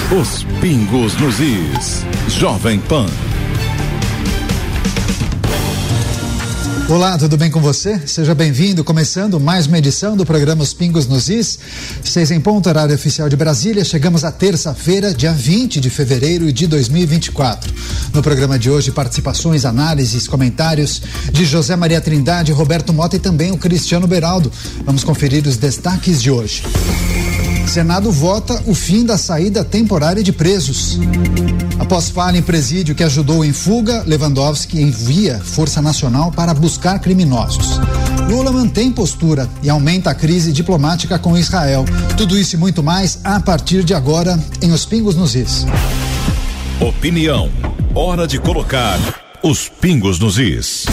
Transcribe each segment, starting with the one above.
Os pingos nos is. Jovem Pan. Olá, tudo bem com você? Seja bem-vindo, começando mais uma edição do programa Os Pingos nos Is, 6 em ponto, horário oficial de Brasília. Chegamos à terça-feira, dia 20 de fevereiro de 2024. No programa de hoje, participações, análises, comentários de José Maria Trindade, Roberto Mota e também o Cristiano Beraldo. Vamos conferir os destaques de hoje. Senado vota o fim da saída temporária de presos. Após falha em presídio que ajudou em fuga, Lewandowski envia Força Nacional para buscar criminosos. Lula mantém postura e aumenta a crise diplomática com Israel. Tudo isso e muito mais a partir de agora em Os Pingos nos Is. Opinião. Hora de colocar os pingos nos is.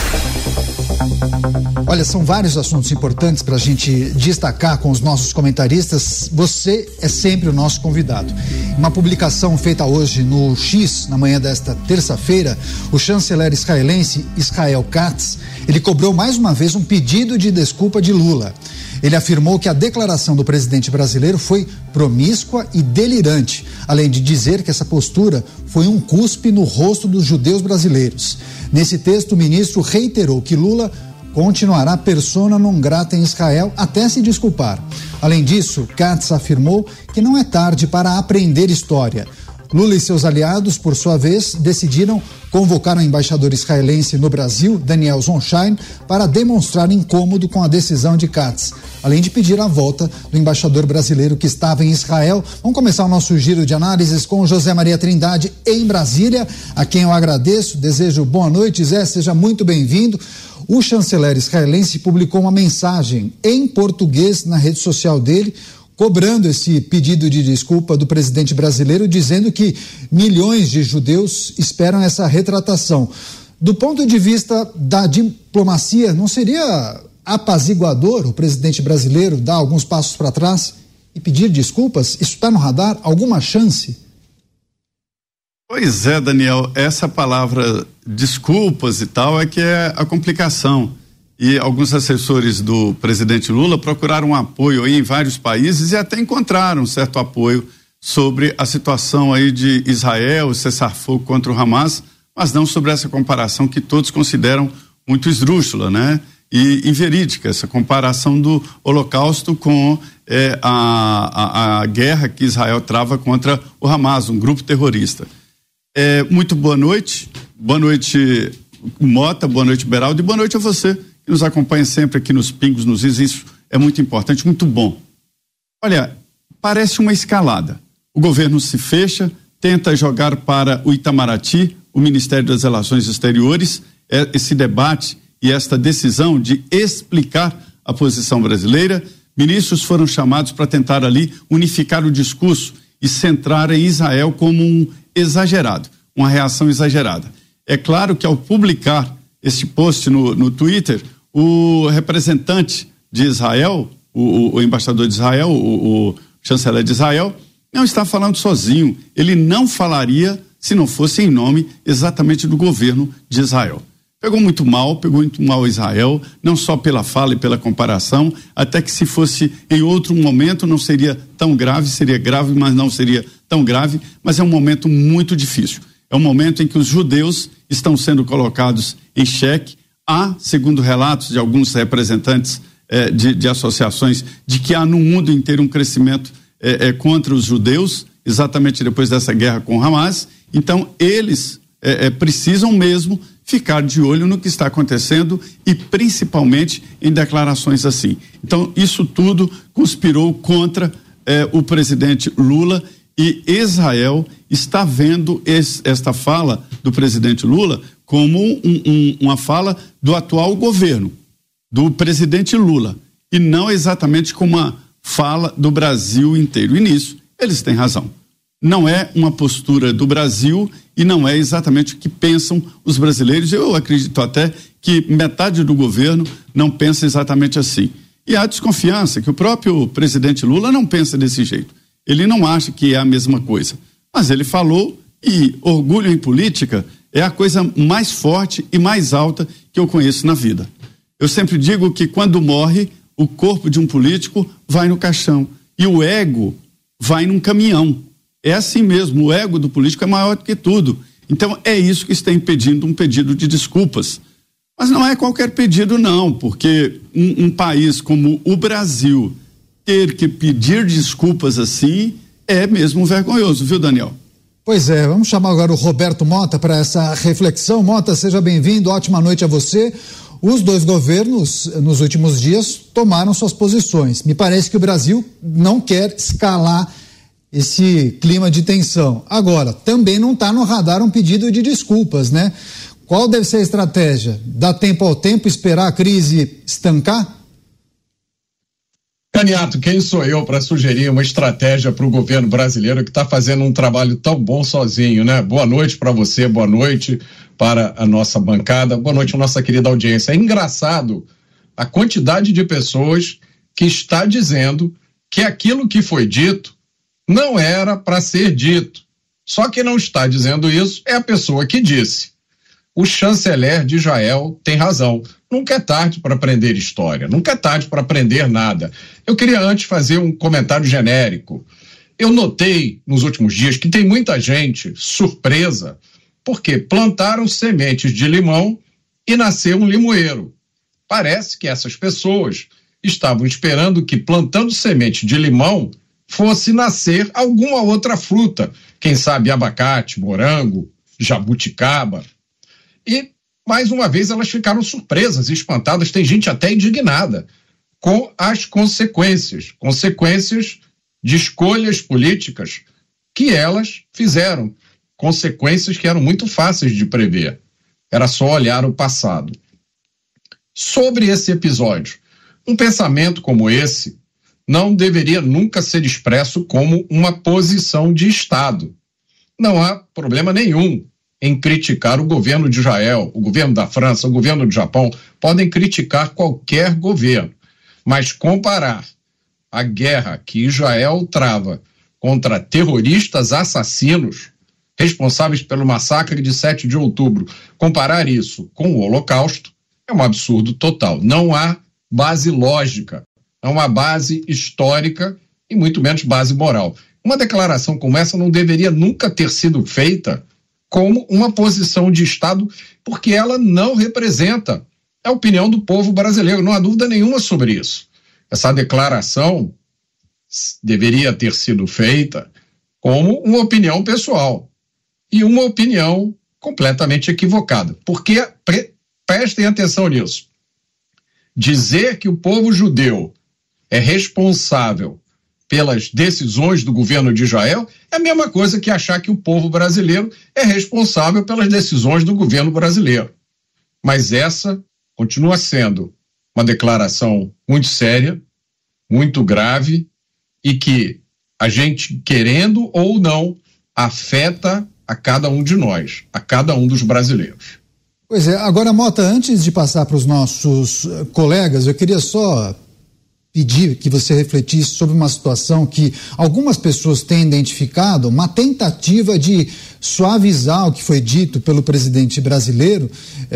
Olha, são vários assuntos importantes para a gente destacar com os nossos comentaristas. Você é sempre o nosso convidado. Uma publicação feita hoje no X, na manhã desta terça-feira, o chanceler israelense Israel Katz, ele cobrou mais uma vez um pedido de desculpa de Lula. Ele afirmou que a declaração do presidente brasileiro foi promíscua e delirante, além de dizer que essa postura foi um cuspe no rosto dos judeus brasileiros. Nesse texto, o ministro reiterou que Lula continuará persona non grata em Israel até se desculpar. Além disso, Katz afirmou que não é tarde para aprender história. Lula e seus aliados, por sua vez, decidiram convocar o embaixador israelense no Brasil, Daniel Zonshine, para demonstrar incômodo com a decisão de Katz, além de pedir a volta do embaixador brasileiro que estava em Israel. Vamos começar o nosso giro de análises com José Maria Trindade em Brasília, a quem eu agradeço, desejo boa noite. Zé, seja muito bem-vindo. O chanceler israelense publicou uma mensagem em português na rede social dele, cobrando esse pedido de desculpa do presidente brasileiro, dizendo que milhões de judeus esperam essa retratação. Do ponto de vista da diplomacia, não seria apaziguador o presidente brasileiro dar alguns passos para trás e pedir desculpas? Isso está no radar? Alguma chance? Pois é, Daniel, essa palavra desculpas e tal é que é a complicação. E alguns assessores do presidente Lula procuraram apoio aí em vários países e até encontraram certo apoio sobre a situação aí de Israel, cessar-fogo contra o Hamas, mas não sobre essa comparação que todos consideram muito esdrúxula, né? E inverídica, essa comparação do Holocausto com a guerra que Israel trava contra o Hamas, um grupo terrorista. Muito boa noite Mota, boa noite Beraldo e boa noite a você que nos acompanha sempre aqui nos Pingos nos Is. Isso é muito importante, muito bom. Olha, parece uma escalada. O governo se fecha, tenta jogar para o Itamaraty, o Ministério das Relações Exteriores, esse debate e esta decisão de explicar a posição brasileira. Ministros foram chamados para tentar ali unificar o discurso e centrar em Israel como um exagerado, uma reação exagerada. É claro que ao publicar esse post no Twitter, o representante de Israel, o embaixador de Israel, o chanceler de Israel, não está falando sozinho. Ele não falaria se não fosse em nome exatamente do governo de Israel. Pegou muito mal Israel, não só pela fala e pela comparação, até que se fosse em outro momento não seria tão grave, seria grave, mas não seria tão grave, mas é um momento muito difícil. É um momento em que os judeus estão sendo colocados em xeque. Há, segundo relatos de alguns representantes de associações, de que há no mundo inteiro um crescimento contra os judeus, exatamente depois dessa guerra com o Hamas. Então, eles precisam mesmo ficar de olho no que está acontecendo e principalmente em declarações assim. Então, isso tudo conspirou contra o presidente Lula, e Israel está vendo esta fala do presidente Lula como uma fala do atual governo, do presidente Lula, e não exatamente como uma fala do Brasil inteiro. E nisso eles têm razão. Não é uma postura do Brasil e não é exatamente o que pensam os brasileiros. Eu acredito até que metade do governo não pensa exatamente assim. E há desconfiança que o próprio presidente Lula não pensa desse jeito. Ele não acha que é a mesma coisa. Mas ele falou, e orgulho em política é a coisa mais forte e mais alta que eu conheço na vida. Eu sempre digo que quando morre, o corpo de um político vai no caixão e o ego vai num caminhão. É assim mesmo, o ego do político é maior do que tudo. Então é isso que está impedindo um pedido de desculpas. Mas não é qualquer pedido não, porque um país como o Brasil ter que pedir desculpas assim é mesmo vergonhoso, viu, Daniel? Pois é, vamos chamar agora o Roberto Mota para essa reflexão. Mota, seja bem-vindo, ótima noite a você. Os dois governos, nos últimos dias, tomaram suas posições. Me parece que o Brasil não quer escalar esse clima de tensão. Agora, também não está no radar um pedido de desculpas, né? Qual deve ser a estratégia? Dar tempo ao tempo, esperar a crise estancar? Caniato, quem sou eu para sugerir uma estratégia para o governo brasileiro que está fazendo um trabalho tão bom sozinho, né? Boa noite para você, boa noite para a nossa bancada, boa noite à nossa querida audiência. É engraçado a quantidade de pessoas que está dizendo que aquilo que foi dito não era para ser dito. Só que não está dizendo isso é a pessoa que disse. O chanceler de Israel tem razão. Nunca é tarde para aprender história, nunca é tarde para aprender nada. Eu queria antes fazer um comentário genérico. Eu notei nos últimos dias que tem muita gente surpresa porque plantaram sementes de limão e nasceu um limoeiro. Parece que essas pessoas estavam esperando que plantando semente de limão fosse nascer alguma outra fruta, quem sabe abacate, morango, jabuticaba. E, mais uma vez, elas ficaram surpresas e espantadas, tem gente até indignada com as consequências de escolhas políticas que elas fizeram, consequências que eram muito fáceis de prever. Era só olhar o passado. Sobre esse episódio, um pensamento como esse não deveria nunca ser expresso como uma posição de Estado. Não há problema nenhum em criticar o governo de Israel, o governo da França, o governo do Japão, podem criticar qualquer governo, mas comparar a guerra que Israel trava contra terroristas assassinos, responsáveis pelo massacre de 7 de outubro, comparar isso com o Holocausto, é um absurdo total. Não há base lógica, não há base histórica e muito menos base moral. Uma declaração como essa não deveria nunca ter sido feita como uma posição de Estado, porque ela não representa a opinião do povo brasileiro, não há dúvida nenhuma sobre isso. Essa declaração deveria ter sido feita como uma opinião pessoal e uma opinião completamente equivocada, porque, prestem atenção nisso, dizer que o povo judeu é responsável pelas decisões do governo de Israel é a mesma coisa que achar que o povo brasileiro é responsável pelas decisões do governo brasileiro. Mas essa continua sendo uma declaração muito séria, muito grave e que a gente, querendo ou não, afeta a cada um de nós, a cada um dos brasileiros. Pois é, agora, Mota, antes de passar para os nossos colegas, eu queria só pedir que você refletisse sobre uma situação que algumas pessoas têm identificado, uma tentativa de suavizar o que foi dito pelo presidente brasileiro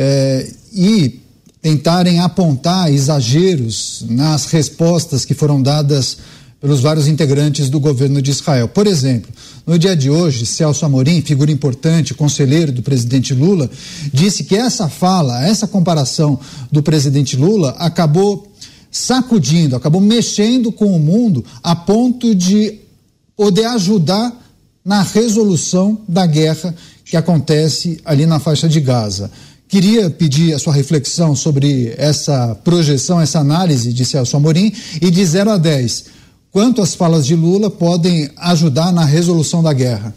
e tentarem apontar exageros nas respostas que foram dadas pelos vários integrantes do governo de Israel. Por exemplo, no dia de hoje, Celso Amorim, figura importante, conselheiro do presidente Lula, disse que essa fala, essa comparação do presidente Lula acabou sacudindo, acabou mexendo com o mundo a ponto de poder ajudar na resolução da guerra que acontece ali na faixa de Gaza. Queria pedir a sua reflexão sobre essa projeção, essa análise de Celso Amorim e de 0 a 10. Quanto as falas de Lula podem ajudar na resolução da guerra?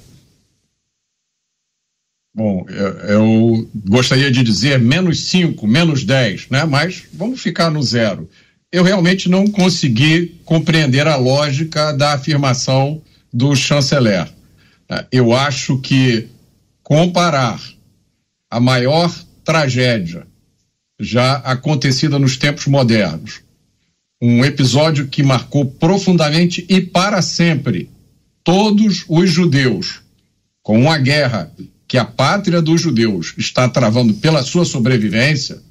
Bom, eu gostaria de dizer -5, -10, né? Mas vamos ficar no 0. Eu realmente não consegui compreender a lógica da afirmação do chanceler. Eu acho que comparar a maior tragédia já acontecida nos tempos modernos, um episódio que marcou profundamente e para sempre todos os judeus, com uma guerra que a pátria dos judeus está travando pela sua sobrevivência,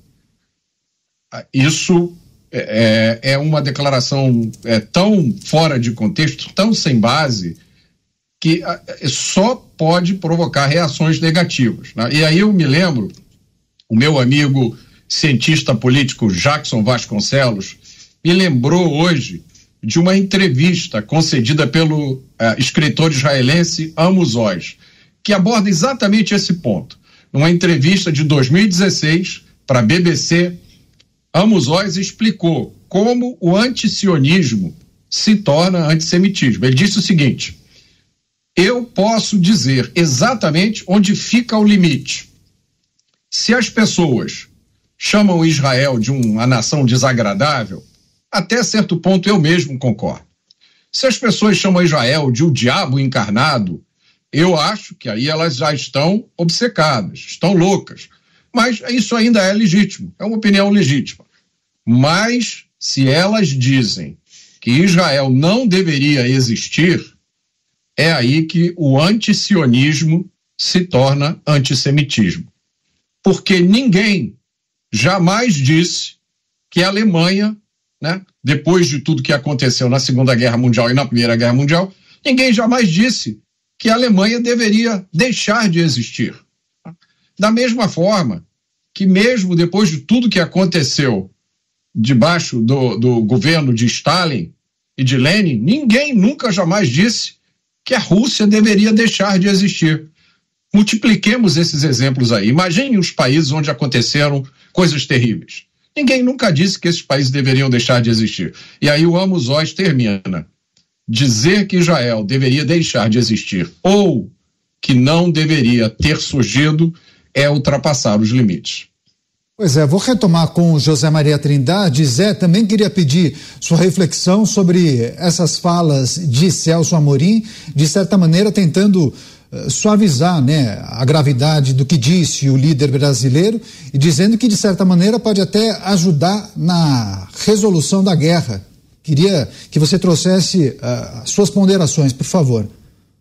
isso é uma declaração tão fora de contexto, tão sem base, que só pode provocar reações negativas, né? E aí eu me lembro, o meu amigo cientista político Jackson Vasconcelos me lembrou hoje de uma entrevista concedida pelo escritor israelense Amos Oz, que aborda exatamente esse ponto. Numa entrevista de 2016 para a BBC, Amos Oz explicou como o antisionismo se torna antissemitismo. Ele disse o seguinte: eu posso dizer exatamente onde fica o limite. Se as pessoas chamam Israel de uma nação desagradável, até certo ponto eu mesmo concordo. Se as pessoas chamam Israel de o diabo encarnado, eu acho que aí elas já estão obcecadas, estão loucas. Mas isso ainda é legítimo, é uma opinião legítima. Mas se elas dizem que Israel não deveria existir, é aí que o antisionismo se torna antissemitismo. Porque ninguém jamais disse que a Alemanha, né, depois de tudo que aconteceu na Segunda Guerra Mundial e na Primeira Guerra Mundial, ninguém jamais disse que a Alemanha deveria deixar de existir. Da mesma forma que mesmo depois de tudo que aconteceu debaixo do governo de Stalin e de Lenin, ninguém nunca jamais disse que a Rússia deveria deixar de existir. Multipliquemos esses exemplos aí. Imagine os países onde aconteceram coisas terríveis. Ninguém nunca disse que esses países deveriam deixar de existir. E aí o Amos Oz termina. Dizer que Israel deveria deixar de existir ou que não deveria ter surgido é ultrapassar os limites. Pois é, vou retomar com o José Maria Trindade. Zé, também queria pedir sua reflexão sobre essas falas de Celso Amorim, de certa maneira tentando suavizar, né, a gravidade do que disse o líder brasileiro e dizendo que de certa maneira pode até ajudar na resolução da guerra. Queria que você trouxesse suas ponderações, por favor.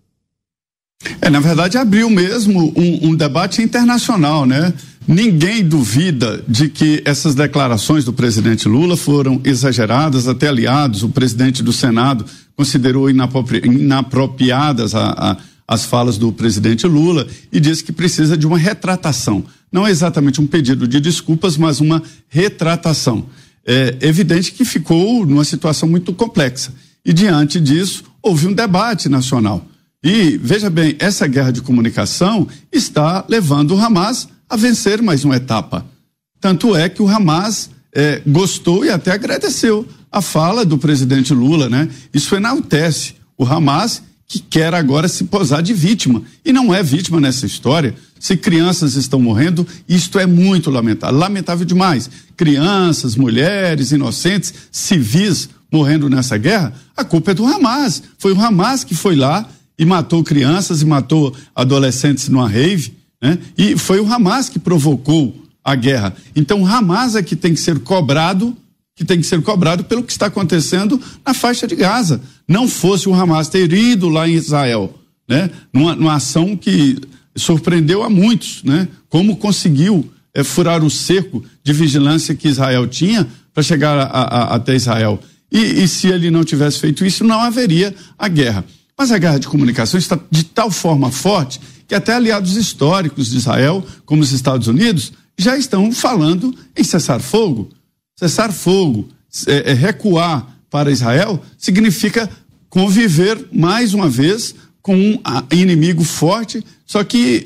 Na verdade abriu mesmo um debate internacional, né? Ninguém duvida de que essas declarações do presidente Lula foram exageradas, até aliados, o presidente do Senado considerou inapropriadas as falas do presidente Lula e disse que precisa de uma retratação. Não é exatamente um pedido de desculpas, mas uma retratação. É evidente que ficou numa situação muito complexa. E diante disso, houve um debate nacional. E, veja bem, essa guerra de comunicação está levando o Hamas a vencer mais uma etapa. Tanto é que o Hamas gostou e até agradeceu a fala do presidente Lula, né? Isso enaltece o Hamas, que quer agora se posar de vítima. E não é vítima nessa história. Se crianças estão morrendo, isto é muito lamentável. Lamentável demais. Crianças, mulheres, inocentes, civis morrendo nessa guerra, a culpa é do Hamas. Foi o Hamas que foi lá e matou crianças e matou adolescentes numa rave, né? E foi o Hamas que provocou a guerra. Então o Hamas é que tem que ser cobrado pelo que está acontecendo na faixa de Gaza. Não fosse o Hamas ter ido lá em Israel, né? Numa ação que surpreendeu a muitos, né? Como conseguiu furar o cerco de vigilância que Israel tinha para chegar até Israel. E se ele não tivesse feito isso, não haveria a guerra. Mas a guerra de comunicação está de tal forma forte que até aliados históricos de Israel, como os Estados Unidos, já estão falando em cessar fogo. Cessar fogo, recuar para Israel, significa conviver mais uma vez com um inimigo forte, só que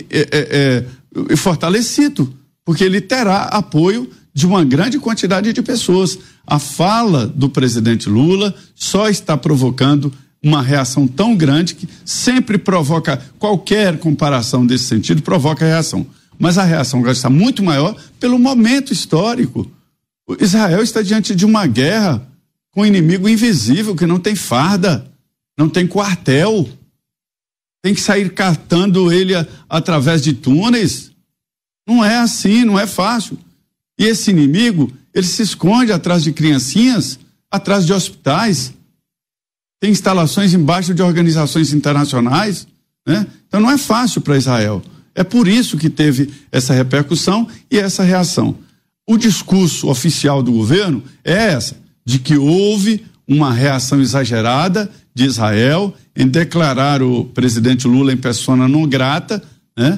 fortalecido, porque ele terá apoio de uma grande quantidade de pessoas. A fala do presidente Lula só está provocando uma reação tão grande que sempre provoca, qualquer comparação desse sentido provoca reação. Mas a reação vai estar muito maior pelo momento histórico. Israel está diante de uma guerra com um inimigo invisível que não tem farda, não tem quartel, tem que sair catando ele através de túneis. Não é assim, não é fácil. E esse inimigo, ele se esconde atrás de criancinhas, atrás de hospitais, tem instalações embaixo de organizações internacionais, né? Então não é fácil para Israel. É por isso que teve essa repercussão e essa reação. O discurso oficial do governo é essa, de que houve uma reação exagerada de Israel em declarar o presidente Lula em persona non grata, né?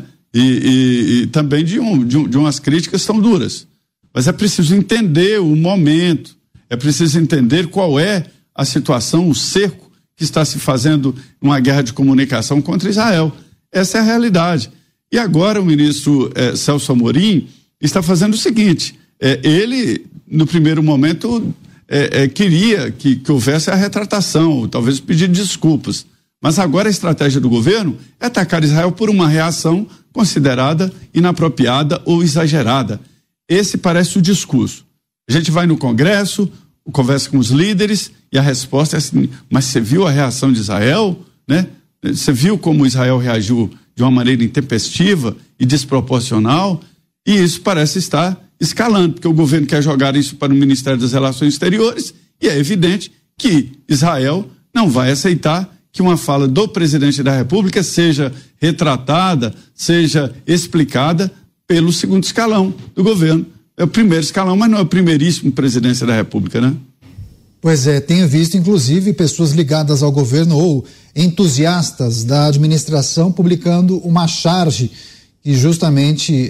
E também de umas críticas tão duras. Mas é preciso entender o momento, é preciso entender qual é a situação, o cerco que está se fazendo uma guerra de comunicação contra Israel. Essa é a realidade. E agora o ministro Celso Amorim está fazendo o seguinte, ele, no primeiro momento, queria que houvesse a retratação, talvez pedir desculpas. Mas agora a estratégia do governo é atacar Israel por uma reação considerada inapropriada ou exagerada. Esse parece o discurso. A gente vai no Congresso, conversa com os líderes e a resposta é assim, mas você viu a reação de Israel, né? Você viu como Israel reagiu de uma maneira intempestiva e desproporcional? E isso parece estar escalando, porque o governo quer jogar isso para o Ministério das Relações Exteriores e é evidente que Israel não vai aceitar que uma fala do presidente da República seja retratada, seja explicada pelo segundo escalão do governo. É o primeiro escalão, mas não é o primeiríssimo presidência da República, né? Pois é, tenho visto inclusive pessoas ligadas ao governo ou entusiastas da administração publicando uma charge que justamente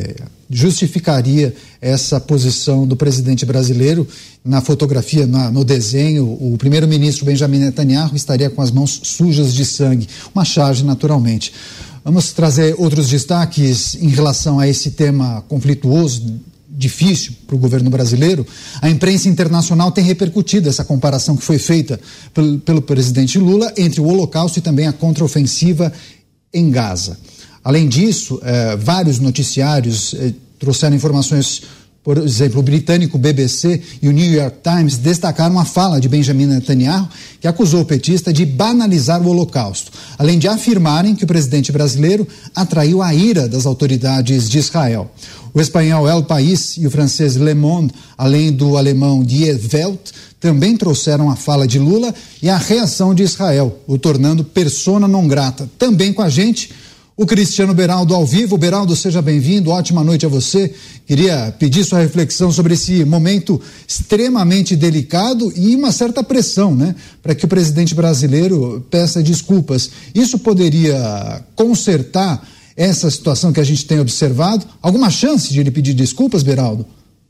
justificaria essa posição do presidente brasileiro. Na fotografia, no desenho, o primeiro-ministro Benjamin Netanyahu estaria com as mãos sujas de sangue. Uma charge, naturalmente. Vamos trazer outros destaques em relação a esse tema conflituoso, difícil para o governo brasileiro. A imprensa internacional tem repercutido essa comparação que foi feita pelo presidente Lula entre o Holocausto e também a contraofensiva em Gaza. Além disso, vários noticiários trouxeram informações. Por exemplo, o britânico BBC e o New York Times destacaram a fala de Benjamin Netanyahu, que acusou o petista de banalizar o Holocausto, além de afirmarem que o presidente brasileiro atraiu a ira das autoridades de Israel. O espanhol El País e o francês Le Monde, além do alemão Die Welt, também trouxeram a fala de Lula e a reação de Israel, o tornando persona non grata. Também com a gente, o Cristiano Beraldo ao vivo. Beraldo, seja bem-vindo, ótima noite a você. Queria pedir sua reflexão sobre esse momento extremamente delicado e uma certa pressão, né, para que o presidente brasileiro peça desculpas. Isso poderia consertar essa situação que a gente tem observado? Alguma chance de ele pedir desculpas, Beraldo?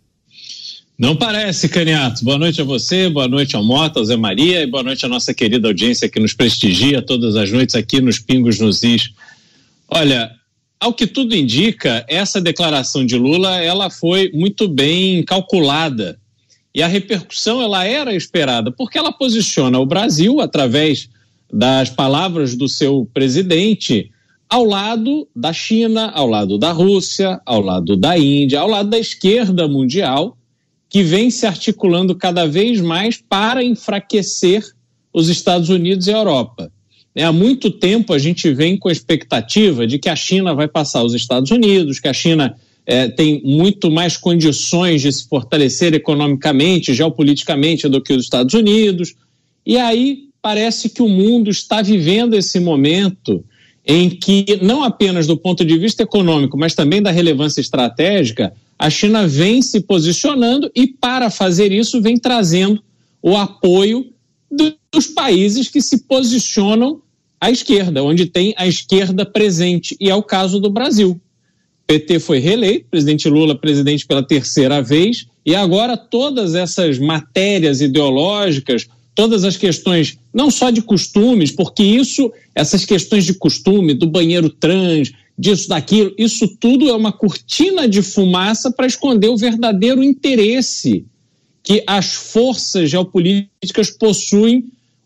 Não parece, Caniato. Boa noite a você, boa noite ao Mota, ao Zé Maria e boa noite à nossa querida audiência que nos prestigia todas as noites aqui nos Pingos nos Is. Olha, ao que tudo indica, essa declaração de Lula, ela foi muito bem calculada e a repercussão, ela era esperada, porque ela posiciona o Brasil, através das palavras do seu presidente, ao lado da China, ao lado da Rússia, ao lado da Índia, ao lado da esquerda mundial, que vem se articulando cada vez mais para enfraquecer os Estados Unidos e a Europa. Há muito tempo a gente vem com a expectativa de que a China vai passar os Estados Unidos, que a China tem muito mais condições de se fortalecer economicamente, geopoliticamente do que os Estados Unidos. E aí parece que o mundo está vivendo esse momento em que, não apenas do ponto de vista econômico, mas também da relevância estratégica, a China vem se posicionando e, para fazer isso, vem trazendo o apoio dos países que se posicionam à esquerda, onde tem a esquerda presente, e é o caso do Brasil. O PT foi reeleito, presidente Lula presidente pela terceira vez, e agora todas essas matérias ideológicas, todas as questões, não só de costumes, porque essas questões de costume, do banheiro trans, disso, daquilo, isso tudo é uma cortina de fumaça para esconder o verdadeiro interesse que as forças geopolíticas possuem,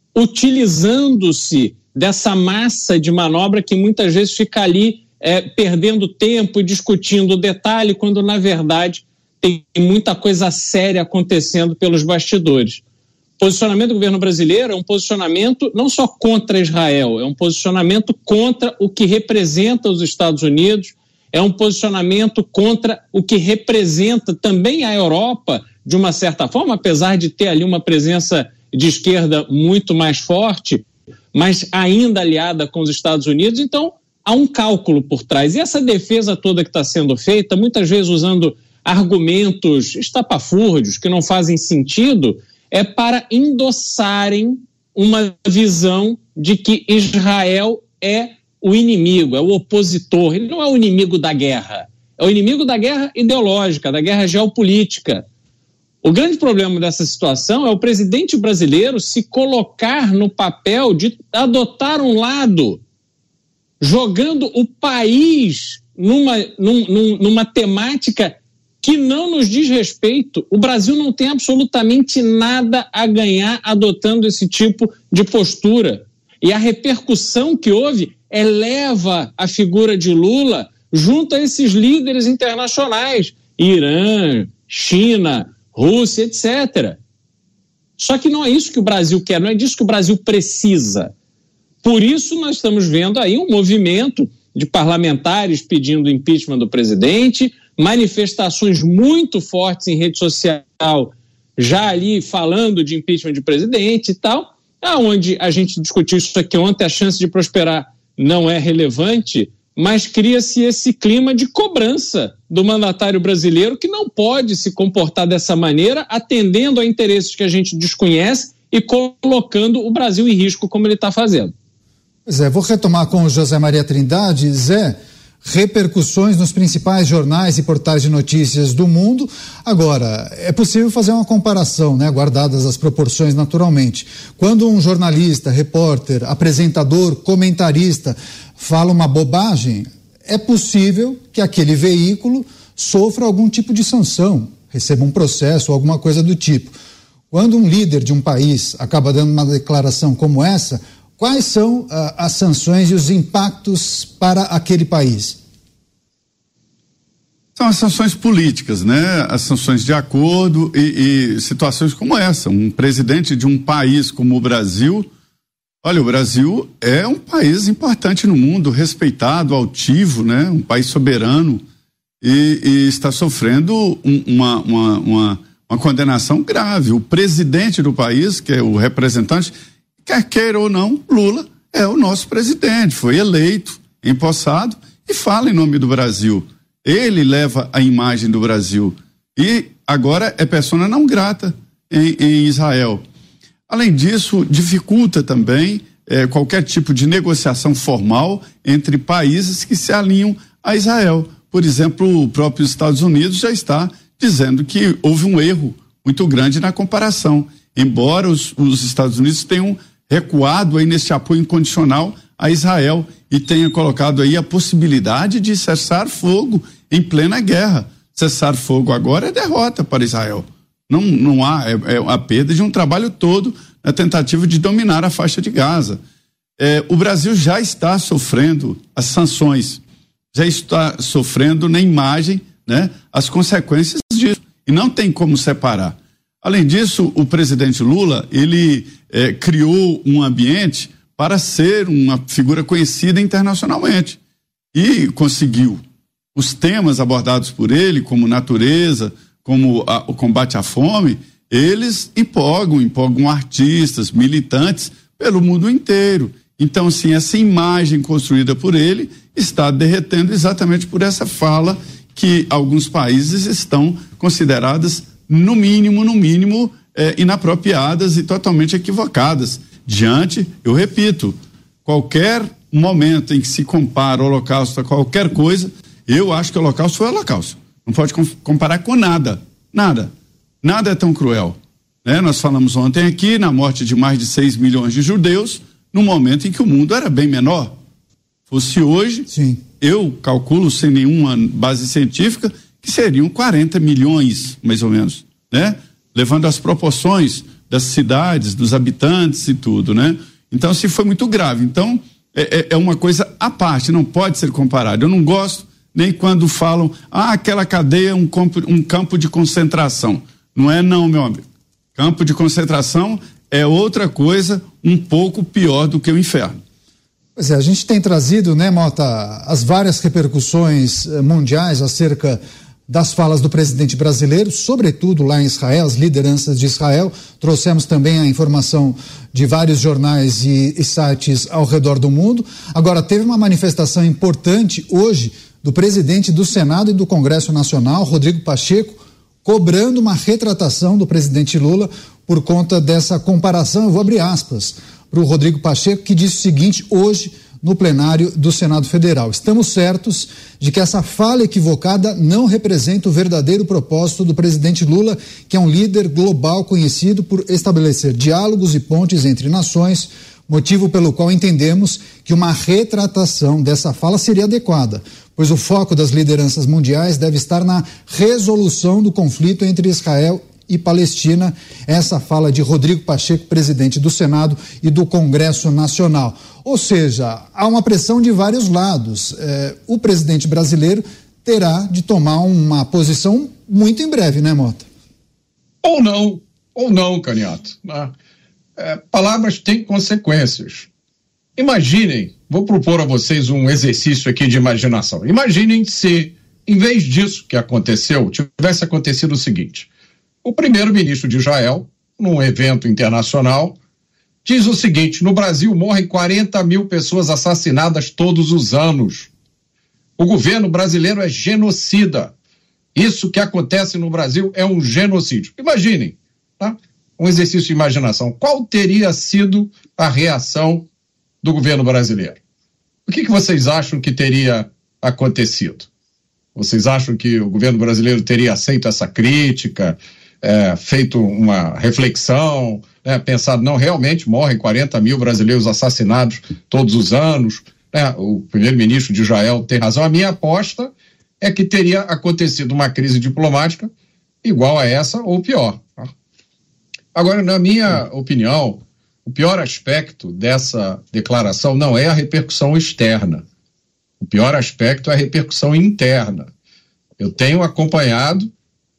utilizando-se dessa massa de manobra que muitas vezes fica ali perdendo tempo e discutindo o detalhe, quando na verdade tem muita coisa séria acontecendo pelos bastidores. O posicionamento do governo brasileiro é um posicionamento não só contra Israel, é um posicionamento contra o que representa os Estados Unidos, é um posicionamento contra o que representa também a Europa, de uma certa forma, apesar de ter ali uma presença de esquerda muito mais forte, mas ainda aliada com os Estados Unidos. Então, há um cálculo por trás. E essa defesa toda que está sendo feita, muitas vezes usando argumentos estapafúrdios, que não fazem sentido, é para endossarem uma visão de que Israel é o inimigo, é o opositor. Ele não é o inimigo da guerra, é o inimigo da guerra ideológica, da guerra geopolítica. O grande problema dessa situação é o presidente brasileiro se colocar no papel de adotar um lado, jogando o país numa temática que não nos diz respeito. O Brasil não tem absolutamente nada a ganhar adotando esse tipo de postura. E a repercussão que houve eleva a figura de Lula junto a esses líderes internacionais, Irã, China, Rússia, etc. Só que não é isso que o Brasil quer, não é disso que o Brasil precisa. Por isso nós estamos vendo aí um movimento de parlamentares pedindo impeachment do presidente, manifestações muito fortes em rede social, já ali falando de impeachment de presidente e tal, aonde a gente discutiu isso aqui ontem, a chance de prosperar não é relevante, mas cria-se esse clima de cobrança do mandatário brasileiro que não pode se comportar dessa maneira, atendendo a interesses que a gente desconhece e colocando o Brasil em risco como ele está fazendo. Pois é, vou retomar com o José Maria Trindade. Zé, repercussões nos principais jornais e portais de notícias do mundo. Agora, é possível fazer uma comparação, né, guardadas as proporções naturalmente. Quando um jornalista, repórter, apresentador, comentarista fala uma bobagem, é possível que aquele veículo sofra algum tipo de sanção, receba um processo ou alguma coisa do tipo. Quando um líder de um país acaba dando uma declaração como essa, quais são as sanções e os impactos para aquele país? São as sanções políticas, né? As sanções de acordo e situações como essa. Um presidente de um país como o Brasil, olha, o Brasil é um país importante no mundo, respeitado, altivo, né? Um país soberano e está sofrendo uma condenação grave. O presidente do país, que é o representante, quer queira ou não, Lula é o nosso presidente, foi eleito, empossado e fala em nome do Brasil. Ele leva a imagem do Brasil e agora é persona não grata em Israel. Além disso, dificulta também qualquer tipo de negociação formal entre países que se alinham a Israel. Por exemplo, o próprio Estados Unidos já está dizendo que houve um erro muito grande na comparação, embora os Estados Unidos tenham recuado aí nesse apoio incondicional a Israel e tenha colocado aí a possibilidade de cessar fogo em plena guerra. Cessar fogo agora é derrota para Israel. Não há, é a perda de um trabalho todo na tentativa de dominar a faixa de Gaza. O Brasil já está sofrendo as sanções, já está sofrendo na imagem, né, as consequências disso, e não tem como separar. Além disso, o presidente Lula, ele criou um ambiente para ser uma figura conhecida internacionalmente e conseguiu. Os temas abordados por ele, como natureza, como o combate à fome, eles empolgam artistas, militantes pelo mundo inteiro. Então, assim, essa imagem construída por ele está derretendo exatamente por essa fala que alguns países estão consideradas no mínimo, inapropriadas e totalmente equivocadas. Eu repito, qualquer momento em que se compara o Holocausto a qualquer coisa, eu acho que o Holocausto foi o Holocausto. Não pode comparar com nada. Nada é tão cruel. Né? Nós falamos ontem aqui na morte de mais de 6 milhões de judeus, no momento em que o mundo era bem menor. Fosse hoje, sim, eu calculo sem nenhuma base científica que seriam 40 milhões, mais ou menos, né? Levando as proporções das cidades, dos habitantes e tudo, né? Então, assim, foi muito grave. Então, é uma coisa à parte, não pode ser comparado. Eu não gosto nem quando falam, aquela cadeia é um campo de concentração. Não é não, meu amigo. Campo de concentração é outra coisa um pouco pior do que o inferno. Pois é, a gente tem trazido, né, Mota, as várias repercussões mundiais acerca das falas do presidente brasileiro, sobretudo lá em Israel, as lideranças de Israel. Trouxemos também a informação de vários jornais e sites ao redor do mundo. Agora, teve uma manifestação importante hoje do presidente do Senado e do Congresso Nacional, Rodrigo Pacheco, cobrando uma retratação do presidente Lula por conta dessa comparação. Eu vou abrir aspas. para o Rodrigo Pacheco, que disse o seguinte hoje no plenário do Senado Federal: estamos certos de que essa fala equivocada não representa o verdadeiro propósito do presidente Lula, que é um líder global conhecido por estabelecer diálogos e pontes entre nações, motivo pelo qual entendemos que uma retratação dessa fala seria adequada, pois o foco das lideranças mundiais deve estar na resolução do conflito entre Israel e Palestina. Essa fala de Rodrigo Pacheco, presidente do Senado e do Congresso Nacional. Ou seja, há uma pressão de vários lados. O presidente brasileiro terá de tomar uma posição muito em breve, né, Mota? Ou não, Canhoto. Palavras têm consequências. Imaginem, vou propor a vocês um exercício aqui de imaginação. Imaginem se, em vez disso que aconteceu, tivesse acontecido o seguinte: o primeiro-ministro de Israel, num evento internacional, diz o seguinte: no Brasil morrem 40 mil pessoas assassinadas todos os anos. O governo brasileiro é genocida. Isso que acontece no Brasil é um genocídio. Imaginem, tá? Um exercício de imaginação. Qual teria sido a reação do governo brasileiro? O que vocês acham que teria acontecido? Vocês acham que o governo brasileiro teria aceito essa crítica, feito uma reflexão, pensado, não, realmente morrem 40 mil brasileiros assassinados todos os anos, o primeiro-ministro de Israel tem razão? A minha aposta é que teria acontecido uma crise diplomática igual a essa ou pior. Tá? Agora, na minha opinião, o pior aspecto dessa declaração não é a repercussão externa. O pior aspecto é a repercussão interna. Eu tenho acompanhado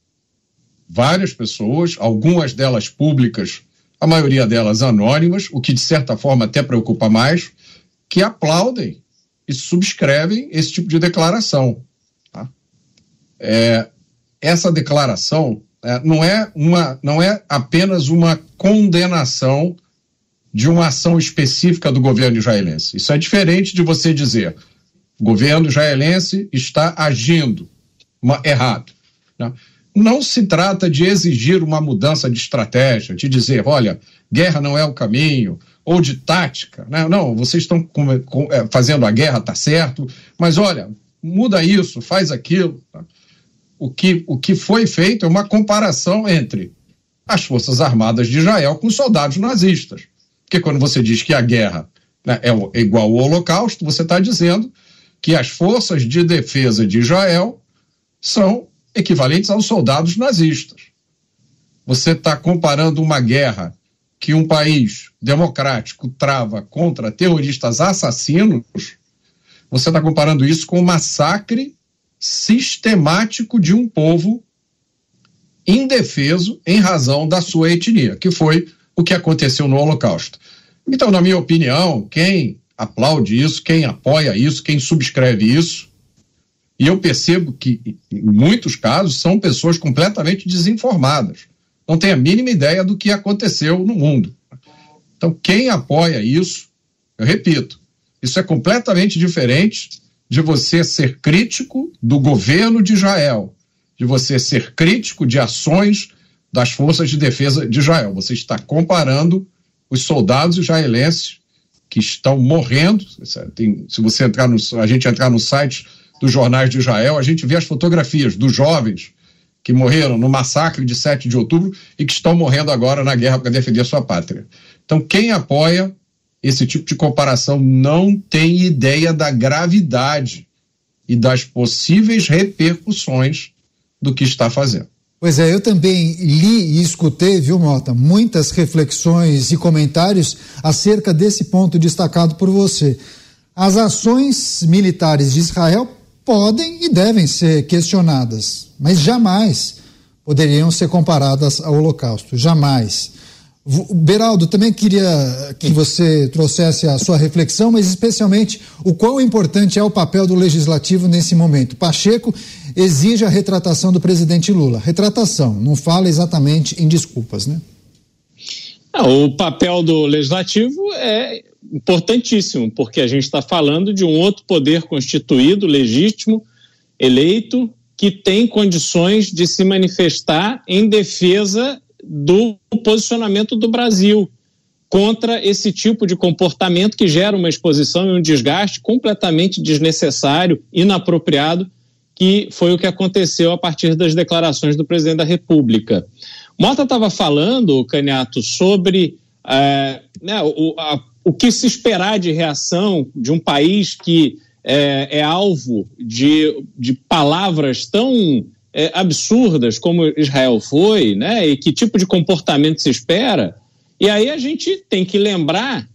várias pessoas, algumas delas públicas, a maioria delas anônimas, o que de certa forma até preocupa mais, que aplaudem e subscrevem esse tipo de declaração. Tá? Essa declaração não é apenas uma condenação de uma ação específica do governo israelense. Isso é diferente de você dizer: o governo israelense está agindo errado. Né? Não se trata de exigir uma mudança de estratégia, de dizer, olha, guerra não é o caminho, ou de tática, né? Não, vocês estão fazendo a guerra, tá certo, mas olha, muda isso, faz aquilo. Tá? O que foi feito é uma comparação entre as Forças Armadas de Israel com os soldados nazistas. Porque quando você diz que a guerra, né, é igual ao Holocausto, você está dizendo que as forças de defesa de Israel são equivalentes aos soldados nazistas. Você está comparando uma guerra que um país democrático trava contra terroristas assassinos, você está comparando isso com um massacre sistemático de um povo indefeso em razão da sua etnia, que foi o que aconteceu no Holocausto. Então, na minha opinião, quem aplaude isso, quem apoia isso, quem subscreve isso, e eu percebo que, em muitos casos, são pessoas completamente desinformadas. Não têm a mínima ideia do que aconteceu no mundo. Então, quem apoia isso, eu repito, isso é completamente diferente de você ser crítico do governo de Israel, de você ser crítico de ações das forças de defesa de Israel. Você está comparando os soldados israelenses que estão morrendo. Se você a gente entrar no site dos jornais de Israel, a gente vê as fotografias dos jovens que morreram no massacre de 7 de outubro e que estão morrendo agora na guerra para defender sua pátria. Então, quem apoia esse tipo de comparação não tem ideia da gravidade e das possíveis repercussões do que está fazendo. Pois é, eu também li e escutei, viu, Mota, muitas reflexões e comentários acerca desse ponto destacado por você. As ações militares de Israel podem e devem ser questionadas, mas jamais poderiam ser comparadas ao Holocausto, jamais. Beraldo, também queria que você trouxesse a sua reflexão, mas especialmente o quão importante é o papel do Legislativo nesse momento. Pacheco exige a retratação do presidente Lula. Retratação, não fala exatamente em desculpas, né? O papel do Legislativo é importantíssimo, porque a gente está falando de um outro poder constituído, legítimo, eleito, que tem condições de se manifestar em defesa do posicionamento do Brasil. contra esse tipo de comportamento que gera uma exposição e um desgaste completamente desnecessário, inapropriado, que foi o que aconteceu a partir das declarações do presidente da República. Mota estava falando, Caniato, sobre o que se esperar de reação de um país que é alvo de palavras tão absurdas como Israel foi, né? E que tipo de comportamento se espera. E aí a gente tem que lembrar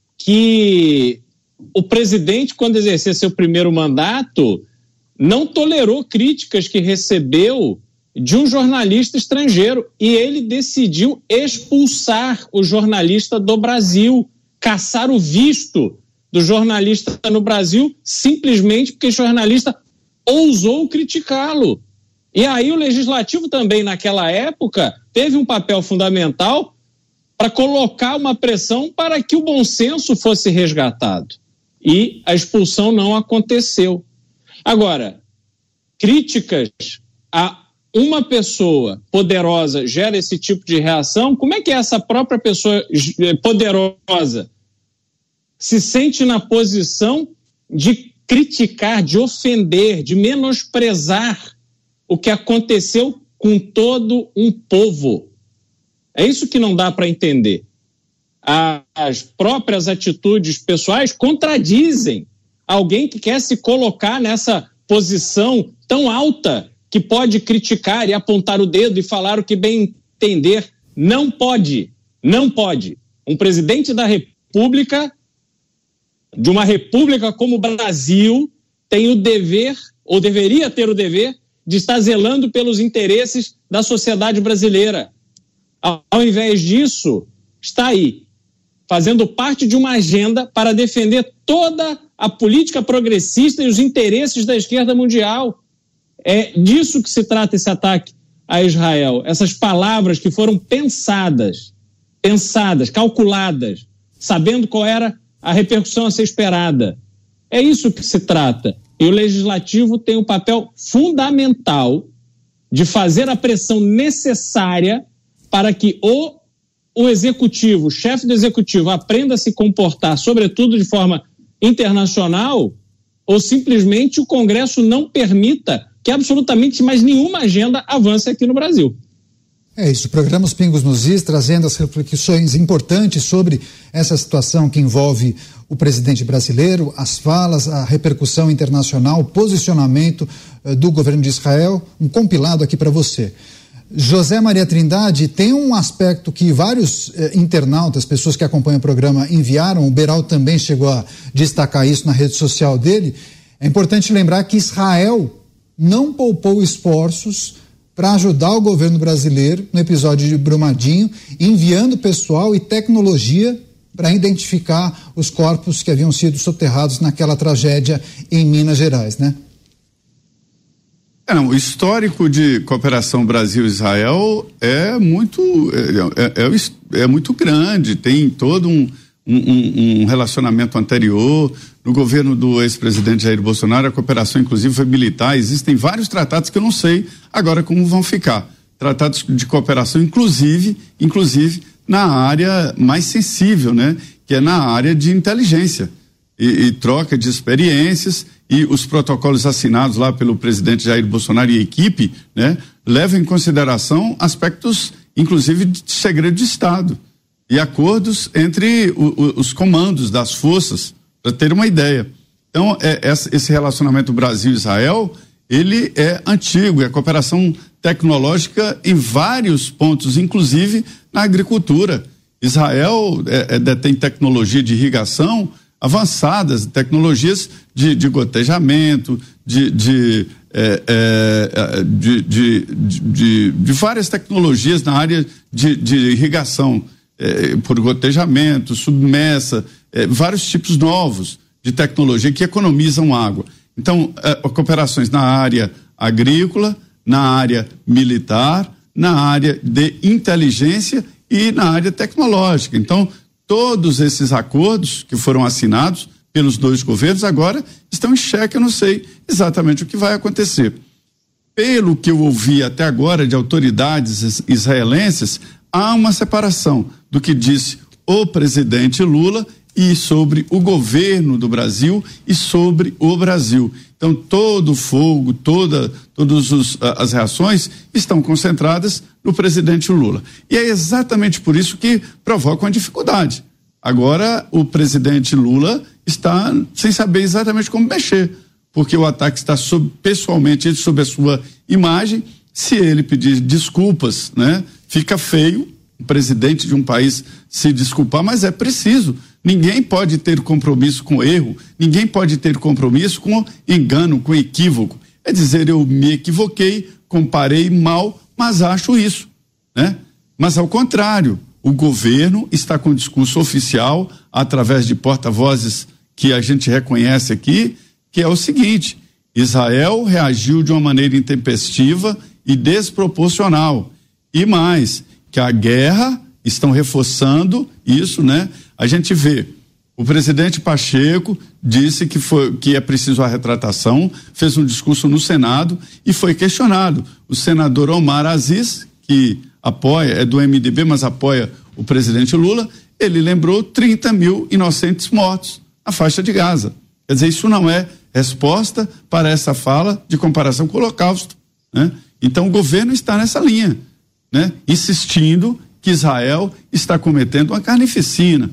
que o presidente, quando exercia seu primeiro mandato, não tolerou críticas que recebeu de um jornalista estrangeiro e ele decidiu expulsar o jornalista do Brasil, caçar o visto do jornalista no Brasil, simplesmente porque o jornalista ousou criticá-lo. E aí o legislativo também, naquela época, teve um papel fundamental para colocar uma pressão para que o bom senso fosse resgatado. E a expulsão não aconteceu. Agora, críticas a uma pessoa poderosa gera esse tipo de reação. Como é que essa própria pessoa poderosa se sente na posição de criticar, de ofender, de menosprezar o que aconteceu com todo um povo? É isso que não dá para entender. As próprias atitudes pessoais contradizem alguém que quer se colocar nessa posição tão alta que pode criticar e apontar o dedo e falar o que bem entender. Não pode, não pode. Um presidente da República, de uma república como o Brasil, tem o dever, ou deveria ter o dever, de estar zelando pelos interesses da sociedade brasileira. Ao invés disso, está aí, fazendo parte de uma agenda para defender toda a política progressista e os interesses da esquerda mundial. É disso que se trata esse ataque a Israel. Essas palavras que foram pensadas, calculadas, sabendo qual era a repercussão a ser esperada. É isso que se trata. E o legislativo tem um papel fundamental de fazer a pressão necessária para que o executivo, o chefe do executivo, aprenda a se comportar, sobretudo de forma internacional, ou simplesmente o Congresso não permita que absolutamente mais nenhuma agenda avance aqui no Brasil. É isso, o programa Os Pingos nos Is, trazendo as reflexões importantes sobre essa situação que envolve o presidente brasileiro, as falas, a repercussão internacional, o posicionamento do governo de Israel, um compilado aqui para você. José Maria Trindade, tem um aspecto que vários internautas, pessoas que acompanham o programa, enviaram, o Beral também chegou a destacar isso na rede social dele. É importante lembrar que Israel não poupou esforços para ajudar o governo brasileiro no episódio de Brumadinho, enviando pessoal e tecnologia para identificar os corpos que haviam sido soterrados naquela tragédia em Minas Gerais, né? O histórico de cooperação Brasil-Israel é muito grande, tem todo um relacionamento anterior. No governo do ex-presidente Jair Bolsonaro, a cooperação inclusive foi militar. Existem vários tratados que eu não sei agora como vão ficar. Tratados de cooperação, inclusive na área mais sensível, né? Que é na área de inteligência e troca de experiências. E os protocolos assinados lá pelo presidente Jair Bolsonaro e equipe, né, levam em consideração aspectos, inclusive, de segredo de Estado e acordos entre os comandos das forças, para ter uma ideia. Então, esse relacionamento Brasil-Israel, ele é antigo, é cooperação tecnológica em vários pontos, inclusive na agricultura. Israel detém tecnologia de irrigação avançadas, tecnologias de gotejamento, de várias tecnologias na área de irrigação, por gotejamento, submersa, vários tipos novos de tecnologia que economizam água. Então, cooperações na área agrícola, na área militar, na área de inteligência e na área tecnológica. Então, todos esses acordos que foram assinados pelos dois governos agora estão em xeque. Eu não sei exatamente o que vai acontecer. Pelo que eu ouvi até agora de autoridades israelenses, há uma separação do que disse o presidente Lula e sobre o governo do Brasil e sobre o Brasil. Então, todo o fogo, todas as reações estão concentradas no presidente Lula. E é exatamente por isso que provoca uma dificuldade. Agora, o presidente Lula está sem saber exatamente como mexer, porque o ataque está pessoalmente sobre a sua imagem. Se ele pedir desculpas, né, fica feio o presidente de um país se desculpar, mas é preciso. Ninguém pode ter compromisso com erro, ninguém pode ter compromisso com engano, com equívoco. É dizer, eu me equivoquei, comparei mal, mas acho isso, né? Mas ao contrário, o governo está com discurso oficial, através de porta-vozes que a gente reconhece aqui, que é o seguinte: Israel reagiu de uma maneira intempestiva e desproporcional. E mais, que a guerra, estão reforçando isso, né? A gente vê, o presidente Pacheco disse que é preciso a retratação, fez um discurso no Senado e foi questionado. O senador Omar Aziz, que apoia, é do MDB, mas apoia o presidente Lula, ele lembrou 30 mil inocentes mortos na faixa de Gaza. Quer dizer, isso não é resposta para essa fala de comparação com o Holocausto, né? Então o governo está nessa linha, né? Insistindo que Israel está cometendo uma carnificina,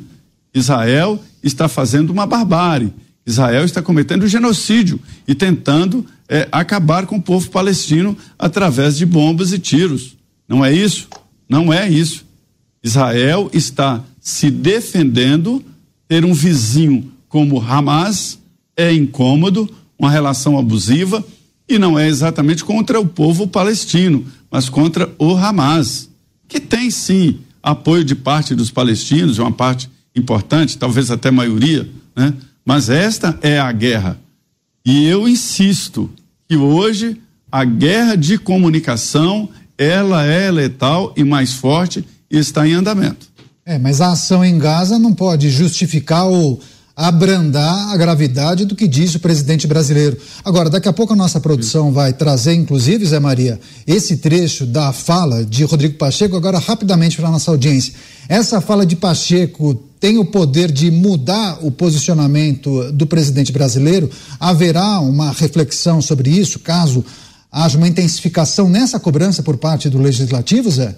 Israel está fazendo uma barbárie, Israel está cometendo genocídio e tentando acabar com o povo palestino através de bombas e tiros. Não é isso? Não é isso. Israel está se defendendo. Ter um vizinho como Hamas é incômodo, uma relação abusiva, e não é exatamente contra o povo palestino, mas contra o Hamas, que tem sim apoio de parte dos palestinos, uma parte importante, talvez até maioria, né? Mas esta é a guerra. E eu insisto que hoje a guerra de comunicação, ela é letal e mais forte e está em andamento. Mas a ação em Gaza não pode justificar ou abrandar a gravidade do que diz o presidente brasileiro. Agora, daqui a pouco a nossa produção vai trazer, inclusive, Zé Maria, esse trecho da fala de Rodrigo Pacheco, agora rapidamente para a nossa audiência. Essa fala de Pacheco tem o poder de mudar o posicionamento do presidente brasileiro? Haverá uma reflexão sobre isso, caso haja uma intensificação nessa cobrança por parte do Legislativo, Zé?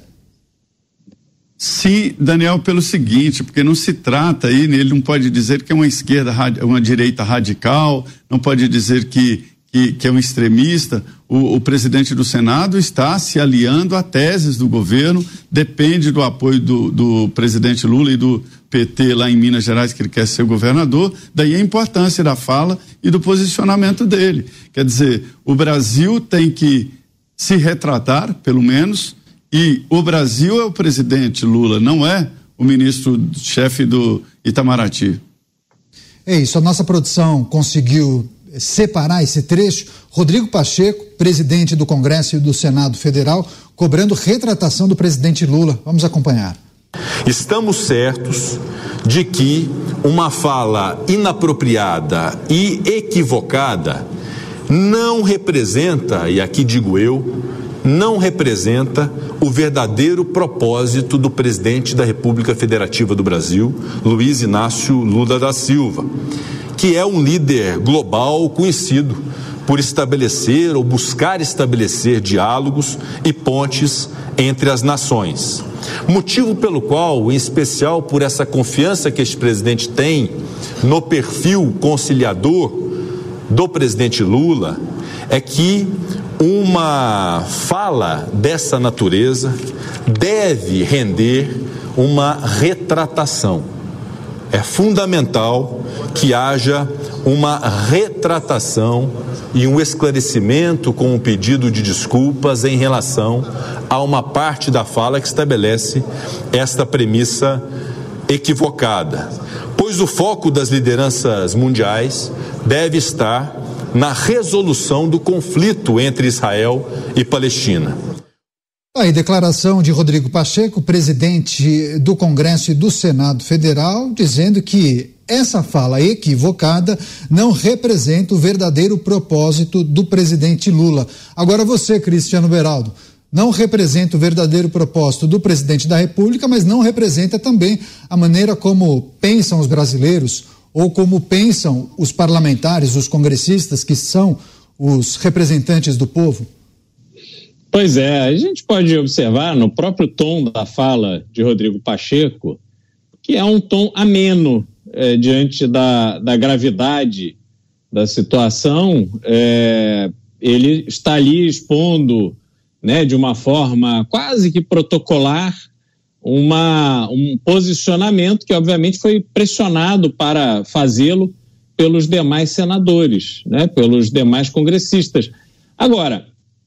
Sim, Daniel, pelo seguinte, porque não se trata aí, ele não pode dizer que é uma esquerda, uma direita radical, não pode dizer que é um extremista. O presidente do Senado está se aliando a teses do governo, depende do apoio do presidente Lula e do PT lá em Minas Gerais, que ele quer ser governador, daí a importância da fala e do posicionamento dele. Quer dizer, o Brasil tem que se retratar, pelo menos, e o Brasil é o presidente Lula, não é o ministro-chefe do Itamaraty. É isso, a nossa produção conseguiu separar esse trecho. Rodrigo Pacheco, presidente do Congresso e do Senado Federal, cobrando retratação do presidente Lula. Vamos acompanhar. Estamos certos de que uma fala inapropriada e equivocada não representa, e aqui digo eu, não representa o verdadeiro propósito do presidente da República Federativa do Brasil, Luiz Inácio Lula da Silva, que é um líder global conhecido por estabelecer ou buscar estabelecer diálogos e pontes entre as nações. Motivo pelo qual, em especial por essa confiança que este presidente tem no perfil conciliador do presidente Lula, é que uma fala dessa natureza deve render uma retratação. É fundamental que haja uma retratação e um esclarecimento com um pedido de desculpas em relação a uma parte da fala que estabelece esta premissa equivocada, pois o foco das lideranças mundiais deve estar na resolução do conflito entre Israel e Palestina. Aí, declaração de Rodrigo Pacheco, presidente do Congresso e do Senado Federal, dizendo que essa fala equivocada não representa o verdadeiro propósito do presidente Lula. Agora você, Cristiano Beraldo, não representa o verdadeiro propósito do presidente da República, mas não representa também a maneira como pensam os brasileiros ou como pensam os parlamentares, os congressistas, que são os representantes do povo? Pois é, a gente pode observar no próprio tom da fala de Rodrigo Pacheco que é um tom ameno diante da gravidade da situação. Ele está ali expondo, né, de uma forma quase que protocolar, um posicionamento que obviamente foi pressionado para fazê-lo pelos demais senadores, né, pelos demais congressistas. Agora,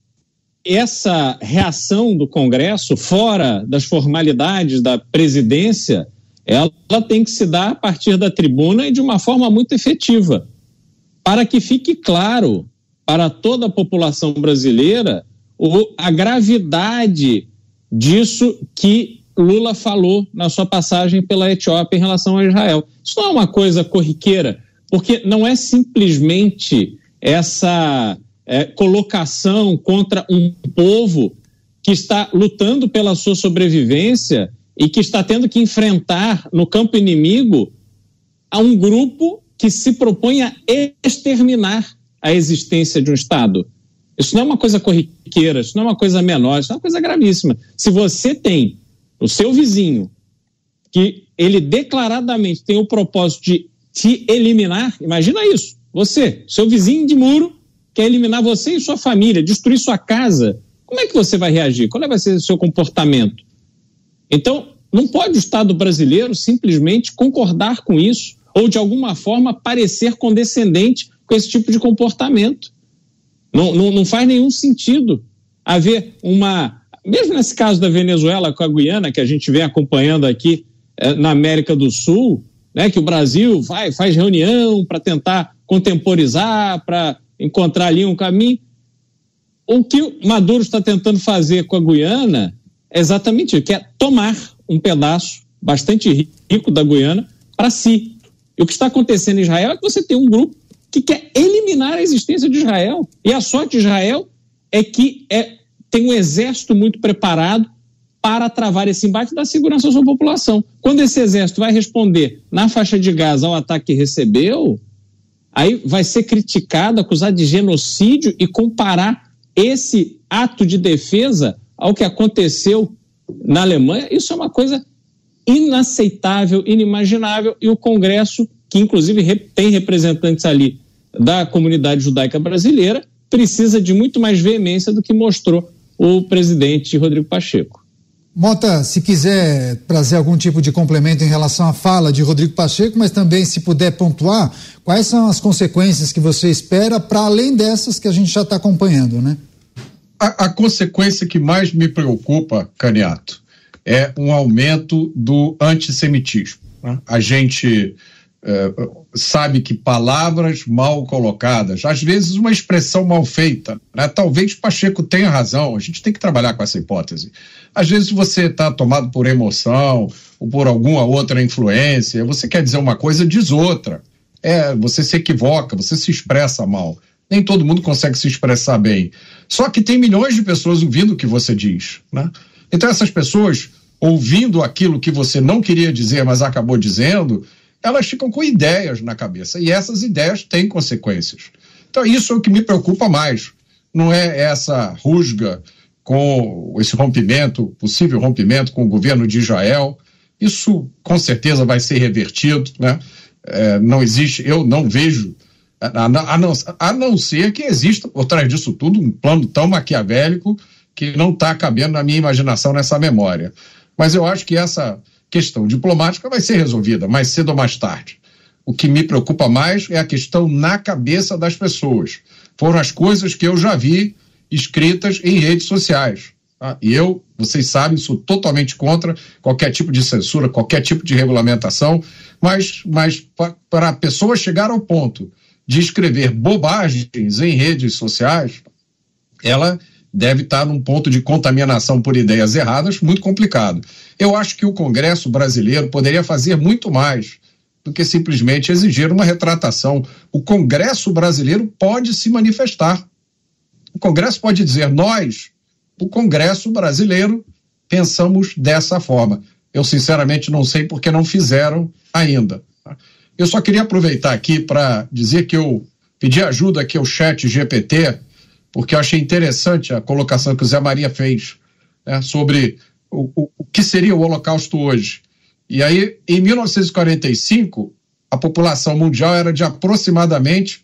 essa reação do Congresso, fora das formalidades da presidência, ela tem que se dar a partir da tribuna e de uma forma muito efetiva, para que fique claro para toda a população brasileira a gravidade disso que Lula falou na sua passagem pela Etiópia em relação a Israel. Isso não é uma coisa corriqueira, porque não é simplesmente essa colocação contra um povo que está lutando pela sua sobrevivência e que está tendo que enfrentar no campo inimigo a um grupo que se propõe a exterminar a existência de um Estado. Isso não é uma coisa corriqueira, isso não é uma coisa menor, isso é uma coisa gravíssima. Se você tem o seu vizinho, que ele declaradamente tem o propósito de te eliminar, imagina isso, você, seu vizinho de muro, quer eliminar você e sua família, destruir sua casa, como é que você vai reagir? Qual vai ser o seu comportamento? Então, não pode o Estado brasileiro simplesmente concordar com isso ou, de alguma forma, parecer condescendente com esse tipo de comportamento. Não faz nenhum sentido haver mesmo nesse caso da Venezuela com a Guiana, que a gente vem acompanhando aqui na América do Sul, né, que o Brasil faz reunião para tentar contemporizar, para encontrar ali um caminho. O que o Maduro está tentando fazer com a Guiana é exatamente isso, que é tomar um pedaço bastante rico da Guiana para si. E o que está acontecendo em Israel é que você tem um grupo que quer eliminar a existência de Israel. E a sorte de Israel é que tem um exército muito preparado para travar esse embate e dar segurança à sua população. Quando esse exército vai responder na faixa de Gaza ao ataque que recebeu, aí vai ser criticado, acusado de genocídio e comparar esse ato de defesa ao que aconteceu na Alemanha. Isso é uma coisa inaceitável, inimaginável, e o Congresso, que inclusive tem representantes ali da comunidade judaica brasileira, precisa de muito mais veemência do que mostrou o presidente Rodrigo Pacheco. Mota, se quiser trazer algum tipo de complemento em relação à fala de Rodrigo Pacheco, mas também se puder pontuar, quais são as consequências que você espera para além dessas que a gente já está acompanhando, né? A consequência que mais me preocupa, Caniato, é um aumento do antissemitismo, né? A gente sabe que palavras mal colocadas, às vezes uma expressão mal feita, né? Talvez Pacheco tenha razão, a gente tem que trabalhar com essa hipótese. Às vezes você está tomado por emoção ou por alguma outra influência, você quer dizer uma coisa, diz outra. Você se equivoca, você se expressa mal. Nem todo mundo consegue se expressar bem. Só que tem milhões de pessoas ouvindo o que você diz, né? Então essas pessoas, ouvindo aquilo que você não queria dizer, mas acabou dizendo, elas ficam com ideias na cabeça, e essas ideias têm consequências. Então isso é o que me preocupa mais. Não é essa rusga com esse possível rompimento com o governo de Israel. Isso com certeza vai ser revertido, né? Não existe, eu não vejo, a não ser que exista por trás disso tudo um plano tão maquiavélico que não está cabendo na minha imaginação nessa memória. Mas eu acho que essa questão diplomática vai ser resolvida mais cedo ou mais tarde. O que me preocupa mais é a questão na cabeça das pessoas. Foram as coisas que eu já vi escritas em redes sociais. Tá? E vocês sabem, sou totalmente contra qualquer tipo de censura, qualquer tipo de regulamentação, mas para a pessoa chegar ao ponto de escrever bobagens em redes sociais, ela deve estar num ponto de contaminação por ideias erradas muito complicado. Eu acho que o Congresso brasileiro poderia fazer muito mais do que simplesmente exigir uma retratação. O Congresso brasileiro pode se manifestar. O Congresso pode dizer, nós o Congresso brasileiro, pensamos dessa forma. Eu, sinceramente, não sei porque não fizeram ainda. Eu só queria aproveitar aqui para dizer que eu pedi ajuda aqui ao ChatGPT, porque eu achei interessante a colocação que o Zé Maria fez, né, sobre o que seria o Holocausto hoje. E aí, em 1945, a população mundial era de aproximadamente